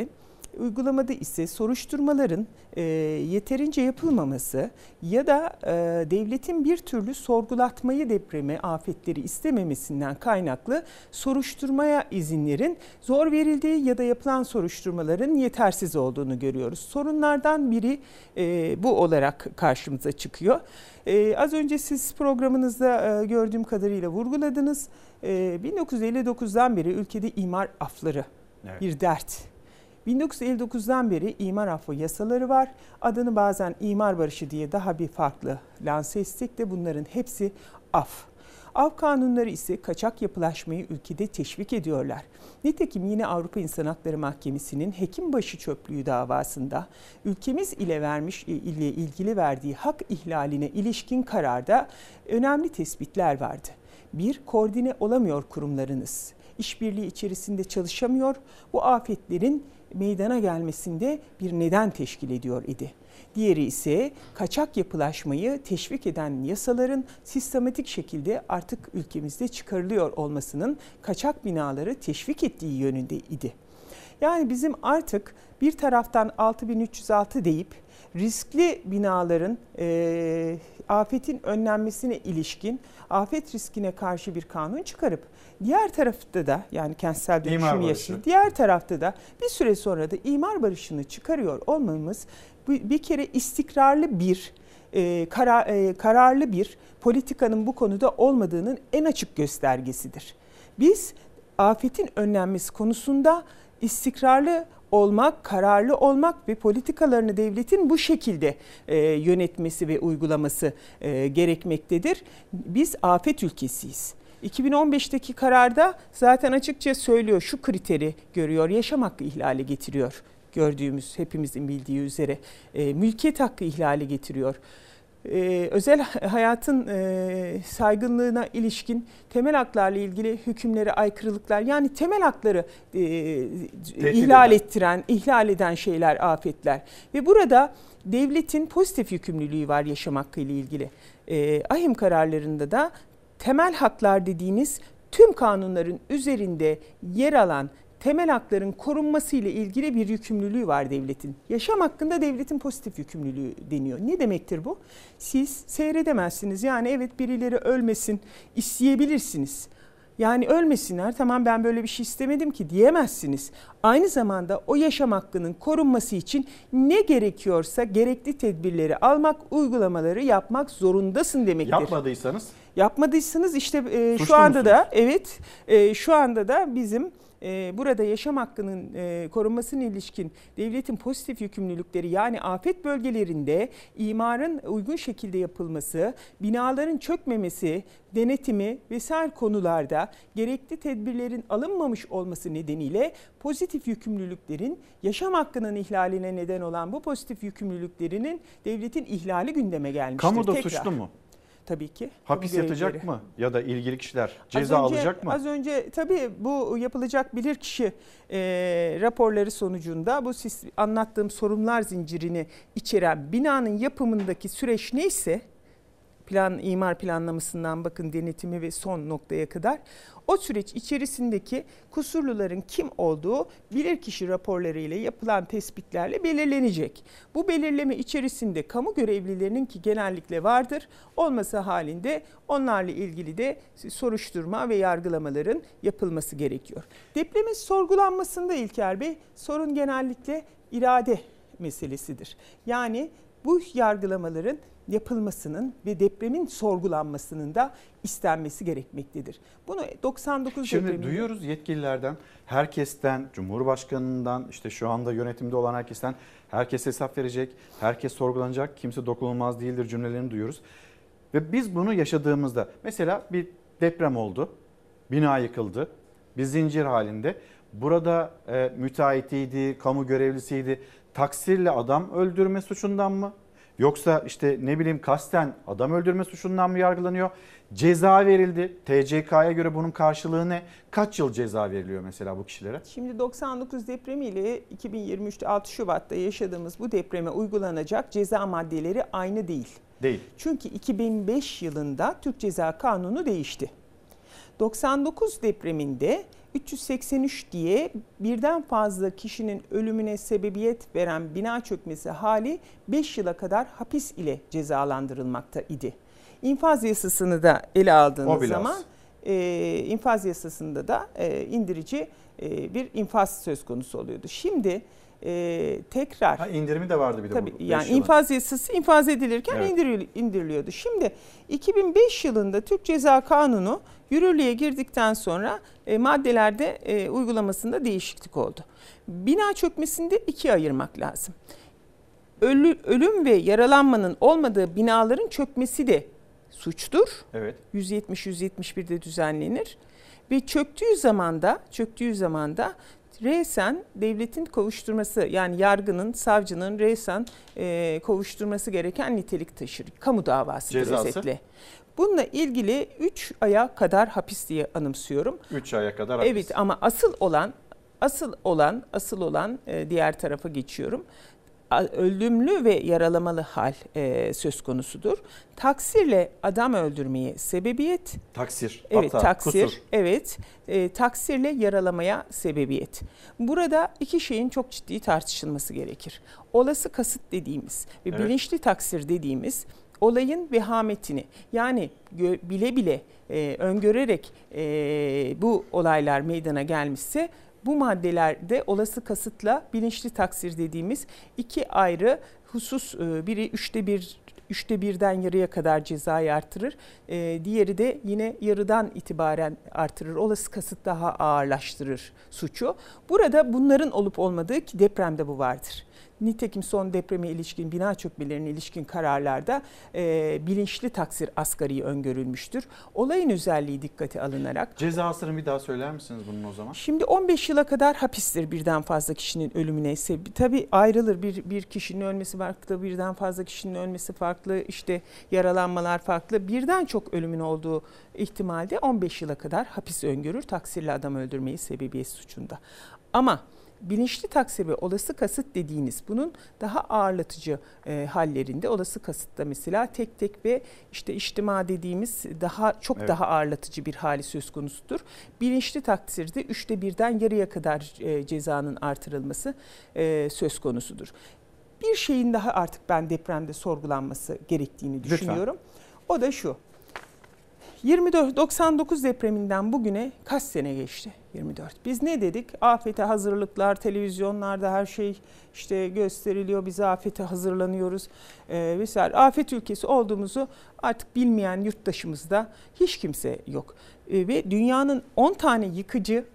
ise soruşturmaların yeterince yapılmaması ya da devletin bir türlü sorgulatmayı, depremi, afetleri istememesinden kaynaklı soruşturmaya izinlerin zor verildiği ya da yapılan soruşturmaların yetersiz olduğunu görüyoruz. Sorunlardan biri bu olarak karşımıza çıkıyor. Az önce siz programınızda gördüğüm kadarıyla vurguladınız. 1959'dan beri ülkede imar afları bir dert. 1959'dan beri imar affı yasaları var. Adını bazen imar barışı diye daha bir farklı lanse etsek de bunların hepsi af. Af kanunları ise kaçak yapılaşmayı ülkede teşvik ediyorlar. Nitekim yine Avrupa İnsan Hakları Mahkemesi'nin Hekimbaşı çöplüğü davasında ülkemiz ile ilgili verdiği hak ihlaline ilişkin kararda önemli tespitler vardı. Bir, koordine olamıyor kurumlarınız. İşbirliği içerisinde çalışamıyor. Bu afetlerin meydana gelmesinde bir neden teşkil ediyor idi. Diğeri ise kaçak yapılaşmayı teşvik eden yasaların sistematik şekilde artık ülkemizde çıkarılıyor olmasının kaçak binaları teşvik ettiği yönünde idi. Yani bizim artık bir taraftan 6306 deyip riskli binaların afetin önlenmesine ilişkin afet riskine karşı bir kanun çıkarıp diğer tarafta da, yani kentsel dönüşüm yasası, diğer tarafta da bir süre sonra da imar barışını çıkarıyor olmamız bir kere istikrarlı bir kararlı bir politikanın bu konuda olmadığının en açık göstergesidir. Biz afetin önlenmesi konusunda istikrarlı olmak, kararlı olmak ve politikalarını devletin bu şekilde yönetmesi ve uygulaması gerekmektedir. Biz afet ülkesiyiz. 2015'teki kararda zaten açıkça söylüyor, şu kriteri görüyor, yaşam hakkı ihlali getiriyor. Gördüğümüz, hepimizin bildiği üzere mülkiyet hakkı ihlali getiriyor. Özel hayatın saygınlığına ilişkin temel haklarla ilgili hükümlere aykırılıklar, yani temel hakları ihlal eden şeyler, afetler. Ve burada devletin pozitif yükümlülüğü var yaşam hakkı ile ilgili. AİHM kararlarında da temel haklar dediğiniz tüm kanunların üzerinde yer alan temel hakların korunması ile ilgili bir yükümlülüğü var devletin. Yaşam hakkında devletin pozitif yükümlülüğü deniyor. Ne demektir bu? Siz seyredemezsiniz. Yani evet, birileri ölmesin isteyebilirsiniz. Yani ölmesinler, tamam ben böyle bir şey istemedim ki diyemezsiniz. Aynı zamanda o yaşam hakkının korunması için ne gerekiyorsa gerekli tedbirleri almak, uygulamaları yapmak zorundasın demektir. Yapmadıysanız işte şu anda musunuz? da evet şu anda da bizim burada yaşam hakkının korunmasına ilişkin devletin pozitif yükümlülükleri, yani afet bölgelerinde imarın uygun şekilde yapılması, binaların çökmemesi, denetimi vesaire konularda gerekli tedbirlerin alınmamış olması nedeniyle pozitif yükümlülüklerin, yaşam hakkının ihlaline neden olan bu pozitif yükümlülüklerinin devletin ihlali gündeme gelmiştir. Kamu da suçlu mu? Tabii ki. Hapis yatacak mı? Ya da ilgili kişiler ceza alacak mı? Az önce tabii bu yapılacak bilirkişi raporları sonucunda bu anlattığım sorunlar zincirini içeren binanın yapımındaki süreç neyse, imar planlamasından bakın denetimi ve son noktaya kadar, o süreç içerisindeki kusurluların kim olduğu bilirkişi raporları ile yapılan tespitlerle belirlenecek. Bu belirleme içerisinde kamu görevlilerinin, ki genellikle vardır, olması halinde onlarla ilgili de soruşturma ve yargılamaların yapılması gerekiyor. Depremin sorgulanmasında İlker Bey, sorun genellikle irade meselesidir. Yani bu yargılamaların yapılmasının ve depremin sorgulanmasının da istenmesi gerekmektedir. Bunu 99 Şimdi depreminde duyuyoruz yetkililerden, herkesten, Cumhurbaşkanı'ndan, işte şu anda yönetimde olan herkesten, herkes hesap verecek, herkes sorgulanacak, kimse dokunulmaz değildir cümlelerini duyuyoruz. Ve biz bunu yaşadığımızda, mesela bir deprem oldu, bina yıkıldı, bir zincir halinde. Burada müteahhitiydi, kamu görevlisiydi, taksirle adam öldürme suçundan mı? Yoksa işte ne bileyim kasten adam öldürme suçundan mı yargılanıyor? Ceza verildi. TCK'ya göre bunun karşılığı ne? Kaç yıl ceza veriliyor mesela bu kişilere? Şimdi 99 depremiyle 2023'te 6 Şubat'ta yaşadığımız bu depreme uygulanacak ceza maddeleri aynı değil. Değil. Çünkü 2005 yılında Türk Ceza Kanunu değişti. 99 depreminde 383 diye birden fazla kişinin ölümüne sebebiyet veren bina çökmesi hali 5 yıla kadar hapis ile cezalandırılmakta idi. İnfaz yasasını da ele aldığınız zaman infaz yasasında da indirici bir infaz söz konusu oluyordu. Şimdi tekrar indirimi de vardı bir de tabii, bu. yani infaz yasası infaz edilirken indiriliyordu. Şimdi 2005 yılında Türk Ceza Kanunu yürürlüğe girdikten sonra maddelerde uygulamasında değişiklik oldu. Bina çökmesinde ikiye ayırmak lazım. Ölüm ve yaralanmanın olmadığı binaların çökmesi de suçtur. Evet. 170-171'de düzenlenir ve çöktüğü zaman da resen devletin kovuşturması, yani yargının, savcının resen kovuşturması gereken nitelik taşır. Kamu davasıdır özetle. Bununla ilgili 3 aya kadar hapis diye anımsıyorum. 3 aya kadar hapis. Evet, ama asıl olan diğer tarafa geçiyorum. Ölümlü ve yaralamalı hal söz konusudur. Taksirle adam öldürmeye sebebiyet. Taksir. Evet, hatta, taksir. kusur. Evet, taksirle yaralamaya sebebiyet. Burada iki şeyin çok ciddi tartışılması gerekir. Olası kasıt dediğimiz ve bilinçli taksir dediğimiz olayın vehametini, yani bile bile öngörerek bu olaylar meydana gelmişse, bu maddelerde olası kasıtla bilinçli taksir dediğimiz iki ayrı husus, biri 3'te 1'den yarıya kadar cezayı artırır. Diğeri de yine yarıdan itibaren artırır. Olası kasıt daha ağırlaştırır suçu. Burada bunların olup olmadığı, ki depremde bu vardır. Nitekim son depreme ilişkin, bina çökmelerine ilişkin kararlarda bilinçli taksir asgari öngörülmüştür. Olayın özelliği dikkate alınarak. Cezasını bir daha söyler misiniz bunun o zaman? Şimdi 15 yıla kadar hapistir birden fazla kişinin ölümüne sebep. Tabii ayrılır, bir kişinin ölmesi farklı, birden fazla kişinin ölmesi farklı, işte yaralanmalar farklı. Birden çok ölümün olduğu ihtimalde 15 yıla kadar hapis öngörür taksirle adam öldürmeyi sebebiyet suçunda. Ama bilinçli taksir ve olası kasıt dediğiniz bunun daha ağırlatıcı hallerinde, olası kasıtta mesela tek tek ve işte içtima dediğimiz daha ağırlatıcı bir hali söz konusudur. Bilinçli taksirde 3'te 1'den yarıya kadar cezanın artırılması söz konusudur. Bir şeyin daha artık ben depremde sorgulanması gerektiğini düşünüyorum. Lütfen. O da şu. 99 depreminden bugüne kaç sene geçti? 24. Biz ne dedik? Afete hazırlıklar, televizyonlarda her şey işte gösteriliyor. Biz afete hazırlanıyoruz. Vesaire. Afet ülkesi olduğumuzu artık bilmeyen yurttaşımızda hiç kimse yok. Ve dünyanın 10 tane yıkıcı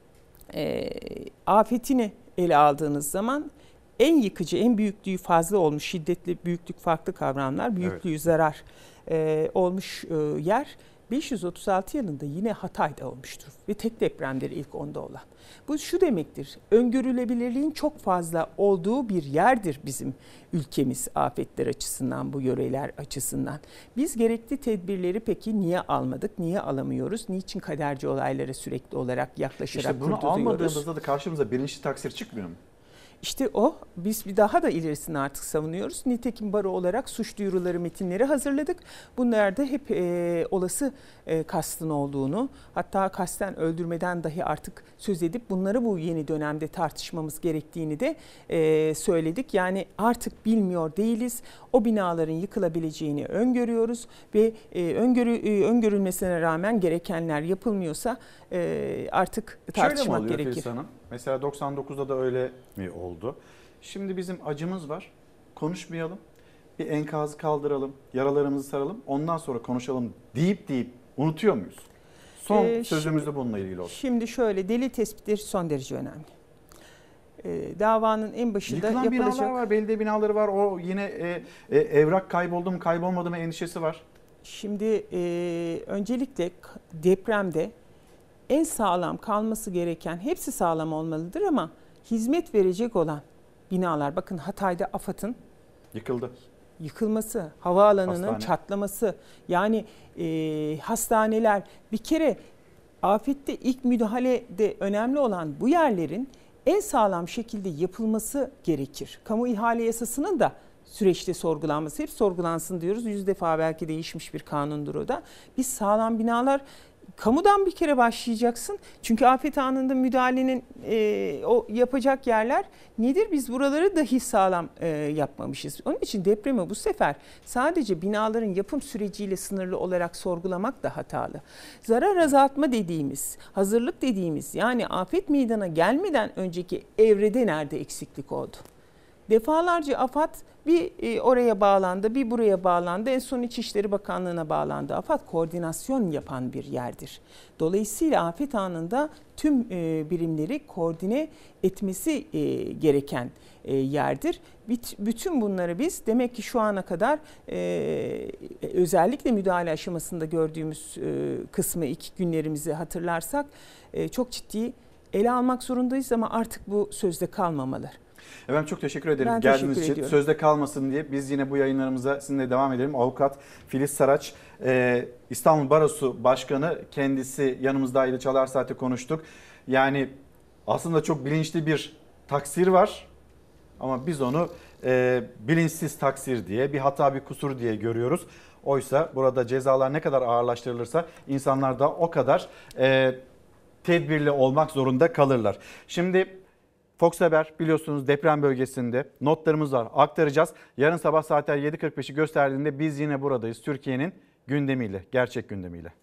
afetini ele aldığınız zaman en yıkıcı, en büyüklüğü fazla olmuş, şiddetli, büyüklük farklı kavramlar, büyüklüğü evet. Zarar olmuş yer 536 yılında yine Hatay'da olmuştur ve tek depremdir ilk 10'da olan. Bu şu demektir, öngörülebilirliğin çok fazla olduğu bir yerdir bizim ülkemiz afetler açısından, bu yöreler açısından. Biz gerekli tedbirleri peki niye almadık, niye alamıyoruz, niçin kaderci olaylara sürekli olarak yaklaşarak İşte bunu kurtuluyoruz? almadığımızda da karşımıza bilinçli taksir çıkmıyor mu? İşte o, biz bir daha da ilerisini artık savunuyoruz. Nitekim baro olarak suç duyuruları metinleri hazırladık. Bunlarda hep olası kastın olduğunu, hatta kasten öldürmeden dahi artık söz edip bunları bu yeni dönemde tartışmamız gerektiğini de söyledik. Yani artık bilmiyor değiliz. O binaların yıkılabileceğini öngörüyoruz ve öngörülmesine rağmen gerekenler yapılmıyorsa artık tartışmak gerekir. Şöyle mi oluyor Filiz Hanım? Mesela 99'da da öyle mi oldu? Şimdi bizim acımız var. Konuşmayalım. Bir enkazı kaldıralım. Yaralarımızı saralım. Ondan sonra konuşalım deyip unutuyor muyuz? Son sözümüz de bununla ilgili olsun. Şimdi şöyle, delil tespitleri son derece önemli. Davanın en başında yıkılan yapılacak... binalar var, belediye binaları var. O yine evrak kayboldu mu kaybolmadı mı endişesi var. Şimdi öncelikle depremde en sağlam kalması gereken, hepsi sağlam olmalıdır ama hizmet verecek olan binalar, bakın Hatay'da AFAD'ın yıkılması, havaalanının çatlaması, yani hastaneler, bir kere afette ilk müdahalede önemli olan bu yerlerin en sağlam şekilde yapılması gerekir. Kamu ihale yasasının da süreçte sorgulanması, hep sorgulansın diyoruz. 100 defa belki değişmiş bir kanundur o da. Biz sağlam binalar, kamudan bir kere başlayacaksın. Çünkü afet anında müdahalenin o yapacak yerler nedir? Biz buraları dahi sağlam yapmamışız. Onun için depremi bu sefer sadece binaların yapım süreciyle sınırlı olarak sorgulamak da hatalı. Zarar azaltma dediğimiz, hazırlık dediğimiz, yani afet meydana gelmeden önceki evrede nerede eksiklik oldu? Defalarca AFAD bir oraya bağlandı, bir buraya bağlandı. En son İçişleri Bakanlığı'na bağlandı. AFAD koordinasyon yapan bir yerdir. Dolayısıyla afet anında tüm birimleri koordine etmesi gereken yerdir. Bütün bunları biz demek ki şu ana kadar özellikle müdahale aşamasında gördüğümüz kısmı, ilk günlerimizi hatırlarsak çok ciddi ele almak zorundayız ama artık bu sözde kalmamalı. Efendim çok teşekkür ederim Ben geldiğiniz teşekkür için. ediyorum. Sözde kalmasın diye biz yine bu yayınlarımıza sizinle devam edelim. Avukat Filiz Saraç, İstanbul Barosu Başkanı, kendisi yanımızdaydı. Çalar Saat'te konuştuk. Yani aslında çok bilinçli bir taksir var ama biz onu bilinçsiz taksir diye, bir hata bir kusur diye görüyoruz. Oysa burada cezalar ne kadar ağırlaştırılırsa insanlar da o kadar tedbirli olmak zorunda kalırlar. Şimdi Fox Haber biliyorsunuz deprem bölgesinde, notlarımız var, aktaracağız. Yarın sabah saatler 7.45'i gösterdiğinde biz yine buradayız. Türkiye'nin gündemiyle, gerçek gündemiyle.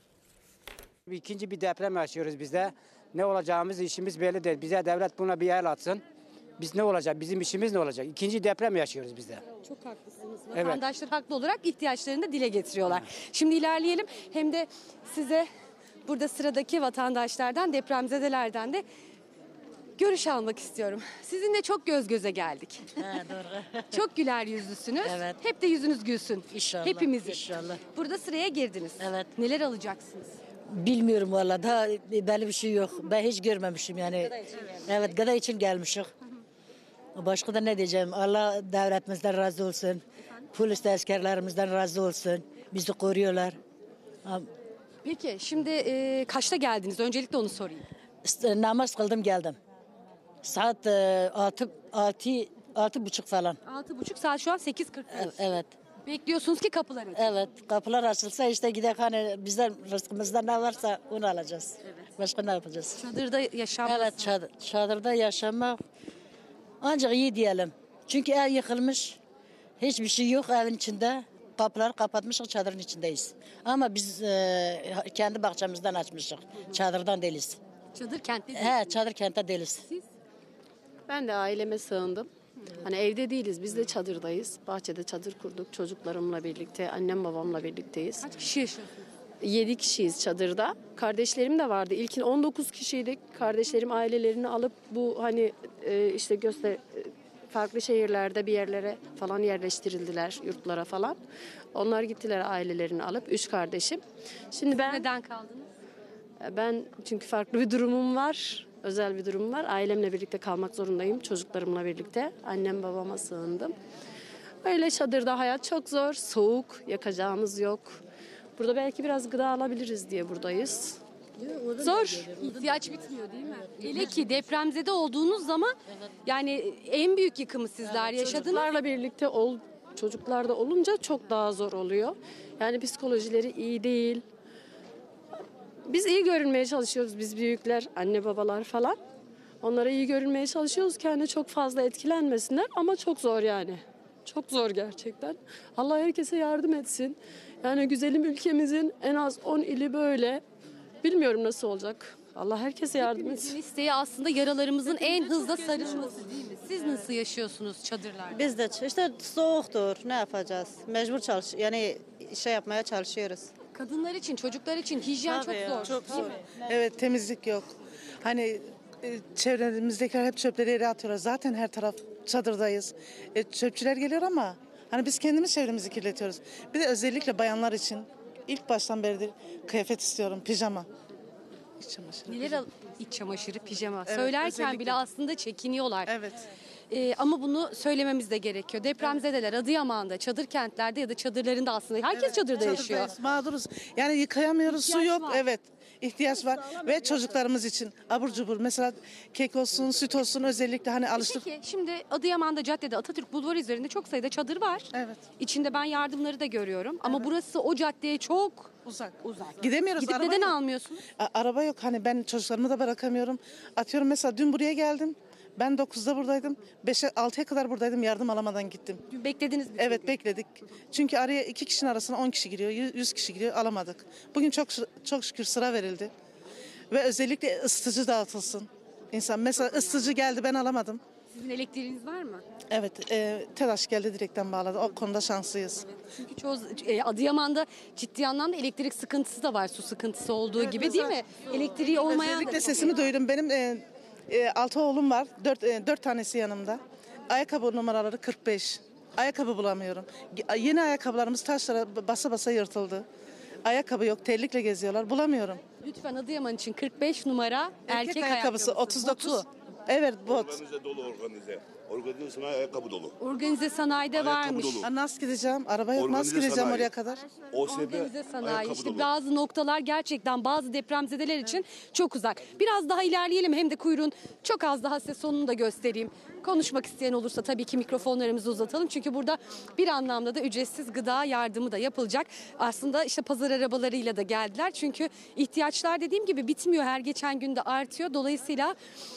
İkinci bir deprem yaşıyoruz biz de. Ne olacağımız işimiz belli değil. Bize devlet buna bir el atsın. Biz ne olacak? Bizim işimiz ne olacak? İkinci deprem yaşıyoruz biz de. Çok haklısınız. Evet. Vatandaşlar haklı olarak ihtiyaçlarını da dile getiriyorlar. Şimdi ilerleyelim. Hem de size burada sıradaki vatandaşlardan, depremzedelerden de görüş almak istiyorum. Sizinle çok göz göze geldik. Doğru. Çok güler yüzlüsünüz. Evet. Hep de yüzünüz gülsün. İnşallah. Hepimizin. İnşallah. Burada sıraya girdiniz. Evet. Neler alacaksınız? Bilmiyorum valla, daha belli bir şey yok. Ben hiç görmemişim yani. Evet, gıda için gelmişim. Başka da ne diyeceğim? Allah devletimizden razı olsun. Polis de askerlerimizden razı olsun. Bizi koruyorlar. Peki şimdi kaçta geldiniz? Öncelikle onu sorayım. Namaz kıldım geldim. Saat 6:30 falan. 6:30, saat şu an 8:45. Evet. Bekliyorsunuz ki kapılar açılsın. Evet, kapılar açılsa işte gidelim, hani bizden rızkımızda ne varsa onu alacağız. Evet. Başka ne yapacağız? Çadırda yaşamak. Evet, çadırda yaşamak ancak iyi diyelim. Çünkü ev yıkılmış, hiçbir şey yok evin içinde. kapıları kapatmışız, çadırın içindeyiz. Ama biz kendi bahçemizden açmışız. Çadırdan değiliz. Çadır kentte değil. He, çadır kentte değiliz. Ben de aileme sığındım. Hani evde değiliz, biz de çadırdayız. Bahçede çadır kurduk çocuklarımla birlikte, annem babamla birlikteyiz. Kaç kişi yaşıyorsunuz? 7 kişiyiz çadırda. Kardeşlerim de vardı. İlkin 19 kişiydik. Kardeşlerim ailelerini alıp bu hani işte farklı şehirlerde bir yerlere falan yerleştirildiler, yurtlara falan. Onlar gittiler ailelerini alıp, 3 kardeşim. Şimdi Neden kaldınız? Ben çünkü farklı bir durumum var. Özel bir durum var. Ailemle birlikte kalmak zorundayım. Çocuklarımla birlikte. Annem babama sığındım. Öyle çadırda hayat çok zor. Soğuk. Yakacağımız yok. Burada belki biraz gıda alabiliriz diye buradayız. Zor. İhtiyaç bitmiyor değil mi? Hele ki depremzede olduğunuz zaman yani en büyük yıkımı sizler yaşadınız. Çocuklarla birlikte çocuklar da olunca çok daha zor oluyor. Yani psikolojileri iyi değil. Biz iyi görünmeye çalışıyoruz, biz büyükler, anne babalar falan. Onlara iyi görünmeye çalışıyoruz ki hani çok fazla etkilenmesinler ama çok zor yani. Çok zor gerçekten. Allah herkese yardım etsin. Yani güzelim ülkemizin en az 10 ili böyle. Bilmiyorum nasıl olacak. Allah herkese yardım etsin. İsteği aslında yaralarımızın en hızlı sarılması değil mi? Siz nasıl yaşıyorsunuz çadırlarda? Biz de işte soğuktur, ne yapacağız? Mecbur yani yapmaya çalışıyoruz. Kadınlar için, çocuklar için hijyen Tabii çok zor. çok zor. Evet, temizlik yok. Hani çevremizdekiler hep çöpleri yere atıyorlar. Zaten her taraf çadırdayız. Çöpçüler geliyor ama hani biz kendimiz çevremizi kirletiyoruz. Bir de özellikle bayanlar için ilk baştan beridir kıyafet istiyorum, pijama. İç çamaşırı. İç çamaşırı, pijama. Evet, Söylerken özellikle. bile aslında çekiniyorlar. Evet. Ama bunu söylememiz de gerekiyor. Depremzedeler Adıyaman'da, çadır kentlerde ya da çadırlarında aslında herkes çadırda yaşıyor. Çadırdayız, mağduruz. Yani yıkayamıyoruz, su yok. var. Evet. İhtiyaç var ve çocuklarımız için abur cubur mesela kek olsun, süt olsun özellikle hani alıştık. Peki şimdi Adıyaman'da caddede Atatürk Bulvarı üzerinde çok sayıda çadır var. Evet. İçinde ben yardımları da görüyorum. Ama burası o caddeye çok uzak. Uzak. Gidemiyoruz. Gidip araba neden yok. almıyorsunuz? Araba yok. Hani ben çocuklarımı da bırakamıyorum. Atıyorum mesela dün buraya geldim. Ben 9'da buradaydım. 5'e 6'ya kadar buradaydım. Yardım alamadan gittim. Beklediniz mi? Evet, bekledik. Çünkü araya 2 kişinin arasına 10 kişi giriyor. 100 kişi giriyor. Alamadık. Bugün çok şükür sıra verildi. Ve özellikle ısıtıcı dağıtılsın. İnsan mesela ısıtıcı geldi, ben alamadım. Sizin elektriğiniz var mı? Evet, TEDAŞ geldi, direkten bağladı. O konuda şanslıyız. Çünkü çoğu Adıyaman'da ciddi anlamda elektrik sıkıntısı da var. Su sıkıntısı olduğu gibi değil mi? Elektriği olmayan Özellikle sesimi duydum. Benim 6 oğlum var. 4 tanesi yanımda. Ayakkabı numaraları 45. Ayakkabı bulamıyorum. Yeni ayakkabılarımız taşlara basa basa yırtıldı. Ayakkabı yok. Terlikle geziyorlar. Bulamıyorum. Lütfen Adıyaman için 45 numara erkek ayakkabısı 39. Botu. Evet, bot. Organize dolu organize. Organize sanayi ayakkabı dolu. Organize sanayide varmış. Nasıl gideceğim? Araba yok. Nasıl Organize gideceğim sanayi. oraya kadar? Organize sanayi. ayakkabı İşte dolu. bazı noktalar gerçekten bazı depremzedeler için çok uzak. Biraz daha ilerleyelim hem de kuyruğun çok az daha size sonunu da göstereyim. Konuşmak isteyen olursa tabii ki mikrofonlarımızı uzatalım. Çünkü burada bir anlamda da ücretsiz gıda yardımı da yapılacak. Aslında işte pazar arabalarıyla da geldiler. Çünkü ihtiyaçlar dediğim gibi bitmiyor. Her geçen gün de artıyor. Dolayısıyla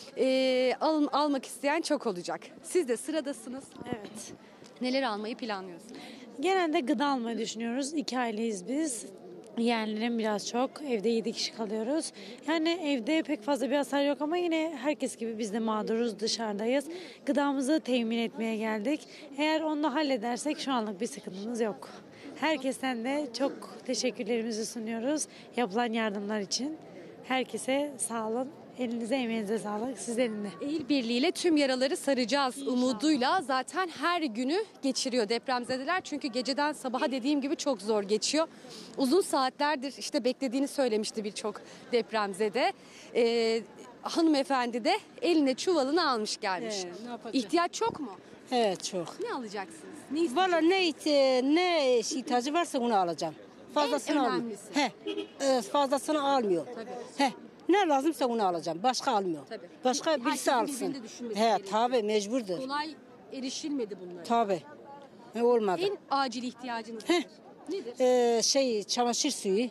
almak isteyen çok olacak. Siz de sıradasınız. Evet. Neler almayı planlıyorsunuz? Genelde gıda almayı düşünüyoruz. 2 aileyiz biz. Yeğenlerim biraz çok. Evde 7 kişi kalıyoruz. Yani evde pek fazla bir hasar yok ama yine herkes gibi biz de mağduruz, dışarıdayız. Gıdamızı temin etmeye geldik. Eğer onu halledersek şu anlık bir sıkıntımız yok. Herkesten de çok teşekkürlerimizi sunuyoruz yapılan yardımlar için. Herkese sağ olun. Elinize emeğinize sağlık. Sizlerin de. El birliğiyle tüm yaraları saracağız umuduyla zaten her günü geçiriyor depremzedeler. Çünkü geceden sabaha dediğim gibi çok zor geçiyor. Uzun saatlerdir işte beklediğini söylemişti birçok depremzede. Hanımefendi de eline çuvalını almış gelmiş. Ne yapacağız? İhtiyaç çok mu? Evet çok. Ne alacaksınız? Valla ne ihtiyacı varsa onu alacağım. Fazlasını almıyor. önemlisi. Fazlasını almıyor. Tabii. Ne lazımsa onu alacağım. Başka almıyor. Tabii. Başka birisi Herkesin alsın. birbirini düşünmesi gerekiyor. Tabii mecburdur. Kolay erişilmedi bunlara. Tabii. Olmadı. En acil ihtiyacınız nedir? Çamaşır suyu.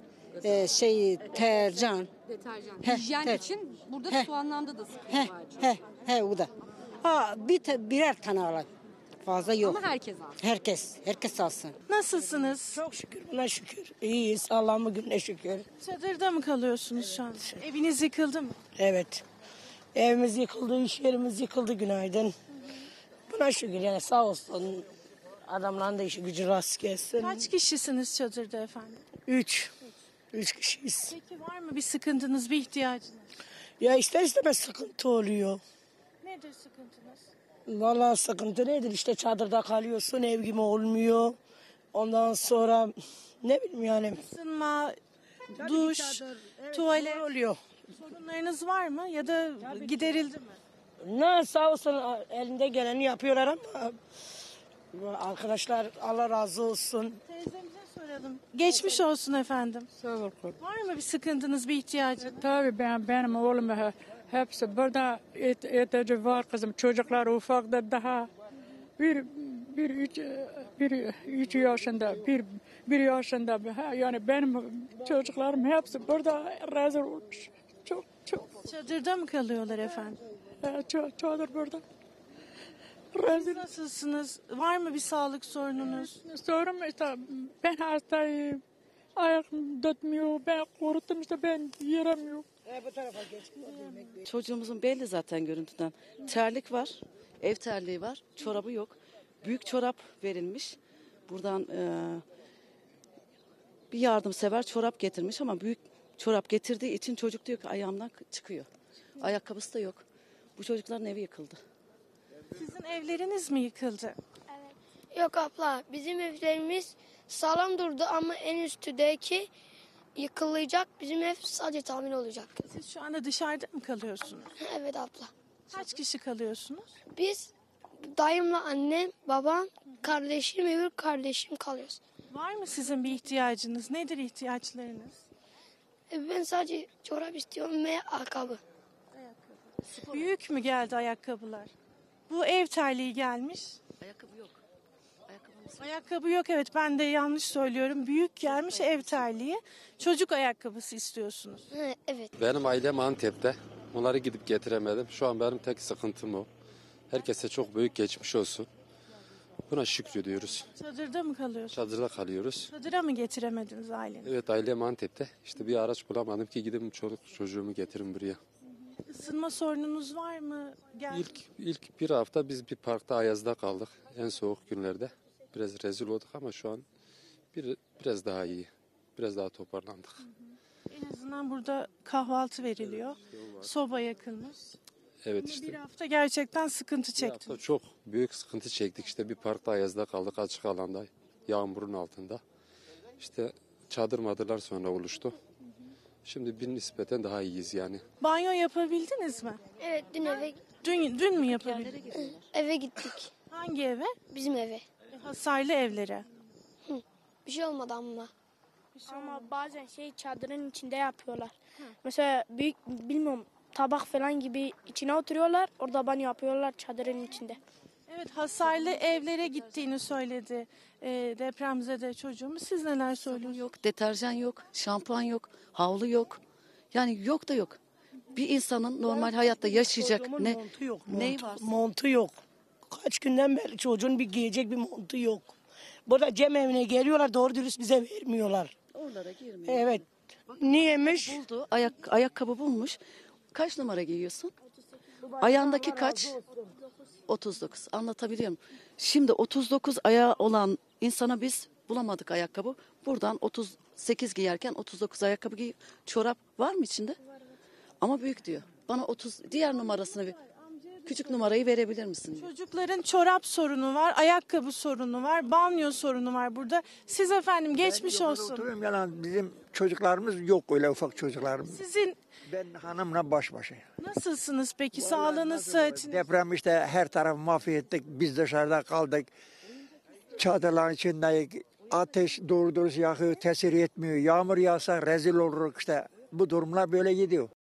Tercan. Deterjan. Heh, Hijyen evet. için burada Heh. su anlamda da sıkıntı var. O da. Birer tane alayım. Fazla yok. Ama herkes alsın. Herkes alsın. Nasılsınız? Çok şükür buna şükür. İyiyiz Allah'ın gününe şükür. Çadırda mı kalıyorsunuz şu an? Eviniz yıkıldı mı? Evet. Evimiz yıkıldı, iş yerimiz yıkıldı günaydın. Buna şükür yani sağ olsun. Adamların da işi gücü rast gelsin. Kaç kişisiniz çadırda efendim? 3 kişiyiz. Peki var mı bir sıkıntınız, bir ihtiyacınız? Ya ister istemez sıkıntı oluyor. Nedir sıkıntınız? Vallahi sıkıntı nedir? İşte çadırda kalıyorsun, ev gibi olmuyor. Ondan sonra ne bileyim yani. Isınma, duş, tuvalet oluyor. sorunlarınız var mı ya da giderildi mi? Ne sağ olsun elinde geleni yapıyorlar ama arkadaşlar Allah razı olsun. Teyzemize soralım. Geçmiş olsun efendim. Sağ olun. Var mı bir sıkıntınız, bir ihtiyacınız? Tabii benim oğlum hepsi burada ihtiyacı var kızım. Çocuklar ufakta daha üç yaşında, bir yaşında. Yani benim çocuklarım hepsi burada rezil olmuş. Çok. Çadırda mı kalıyorlar efendim? Çadır burada. Siz nasılsınız? Var mı bir sağlık sorununuz? Sorun işte ben hastayım. Ayağım tutmuyor. Ben korktum işte ben yüremiyorum. Bu tarafa geç. Çocuğumuzun belli zaten görüntüden. Terlik var, ev terliği var, çorabı yok. Büyük çorap verilmiş. Buradan bir yardımsever çorap getirmiş ama büyük çorap getirdiği için çocuk diyor ki ayağımdan çıkıyor. Ayakkabısı da yok. Bu çocukların evi yıkıldı. Sizin evleriniz mi yıkıldı? Yok abla, bizim evlerimiz sağlam durdu ama en üstündeki yıkılacak. Bizim ev sadece tamir olacak. Siz şu anda dışarıda mı kalıyorsunuz? Evet abla. Kaç kişi kalıyorsunuz? Biz dayımla annem, babam, kardeşim, öbür kardeşim kalıyoruz. Var mı sizin bir ihtiyacınız? Nedir ihtiyaçlarınız? Ben sadece çorap istiyorum ve ayakkabı. Büyük mü geldi ayakkabılar? Bu ev terliği gelmiş. Ayakkabı yok. Ayakkabı yok, evet, ben de yanlış söylüyorum. Büyük gelmiş ev terliği. Çocuk ayakkabısı istiyorsunuz. Evet. Benim ailem Antep'te. Onları gidip getiremedim. Şu an benim tek sıkıntım o. Herkese çok büyük geçmiş olsun. Buna şükrediyoruz. Çadırda mı kalıyorsunuz? Çadırda kalıyoruz. Çadıra mı getiremediniz ailenizi? Evet, ailem Antep'te. İşte bir araç bulamadım ki gidip çoluk çocuğumu getirin buraya. Isınma sorununuz var mı? İlk bir hafta biz bir parkta Ayaz'da kaldık. En soğuk günlerde. Biraz rezil olduk ama şu an biraz daha iyi. Biraz daha toparlandık. En azından burada kahvaltı veriliyor. Soba yakılmış. Evet Ama işte. bir hafta gerçekten sıkıntı çektiniz. Çok büyük sıkıntı çektik. İşte bir parkta Ayaz'da kaldık, açık alanda. Yağmurun altında. İşte madırlar sonra oluştu. Şimdi bir nispeten daha iyiyiz yani. Banyo yapabildiniz mi? Evet, dün eve Dün mü yapabildiniz? eve gittik. Hangi eve? Bizim eve. Hasarlı evlere. Bir şey olmadı ama. Ama bazen çadırın içinde yapıyorlar. Mesela büyük bilmiyorum tabak falan gibi içine oturuyorlar. Orada banyo yapıyorlar çadırın içinde. Evet, hasarlı evlere gittiğini söyledi depremzede çocuğumuz. Siz neler söylüyorsunuz? Yok, deterjan yok, şampuan yok, havlu yok. Yani yok da yok. Bir insanın normal hayatta yaşayacak Montu yok. neyi var? Montu yok. Kaç günden beri çocuğun bir giyecek bir montu yok. Burada cem evine geliyorlar, doğru dürüst bize vermiyorlar. Oralara girmiyor. Evet. Niyemiş? Buldu, ayakkabı bulmuş. Kaç numara giyiyorsun? Ayağındaki kaç? 39. Anlatabiliyor muyum? Şimdi 39 ayağı olan insana biz bulamadık ayakkabı. Buradan 38 giyerken 39 ayakkabı giyiyor. Çorap var mı içinde? Ama büyük diyor. Bana 30 diğer numarasını küçük numarayı verebilir misin? Çocukların çorap sorunu var, ayakkabı sorunu var, banyo sorunu var burada. Siz efendim geçmiş olsun. Oturuyorum yani bizim çocuklarımız yok öyle ufak çocuklarımız. Sizin Ben hanımla baş başa. nasılsınız peki? Sağlığınız, sıhhatiniz? Deprem işte her tarafı mahvettik. Biz dışarıda kaldık. Çadırların içindeyiz. Ateş doğru dürüst yakıyor, tesir etmiyor. Yağmur yağsa rezil oluruz işte. Bu durumlar böyle gidiyor.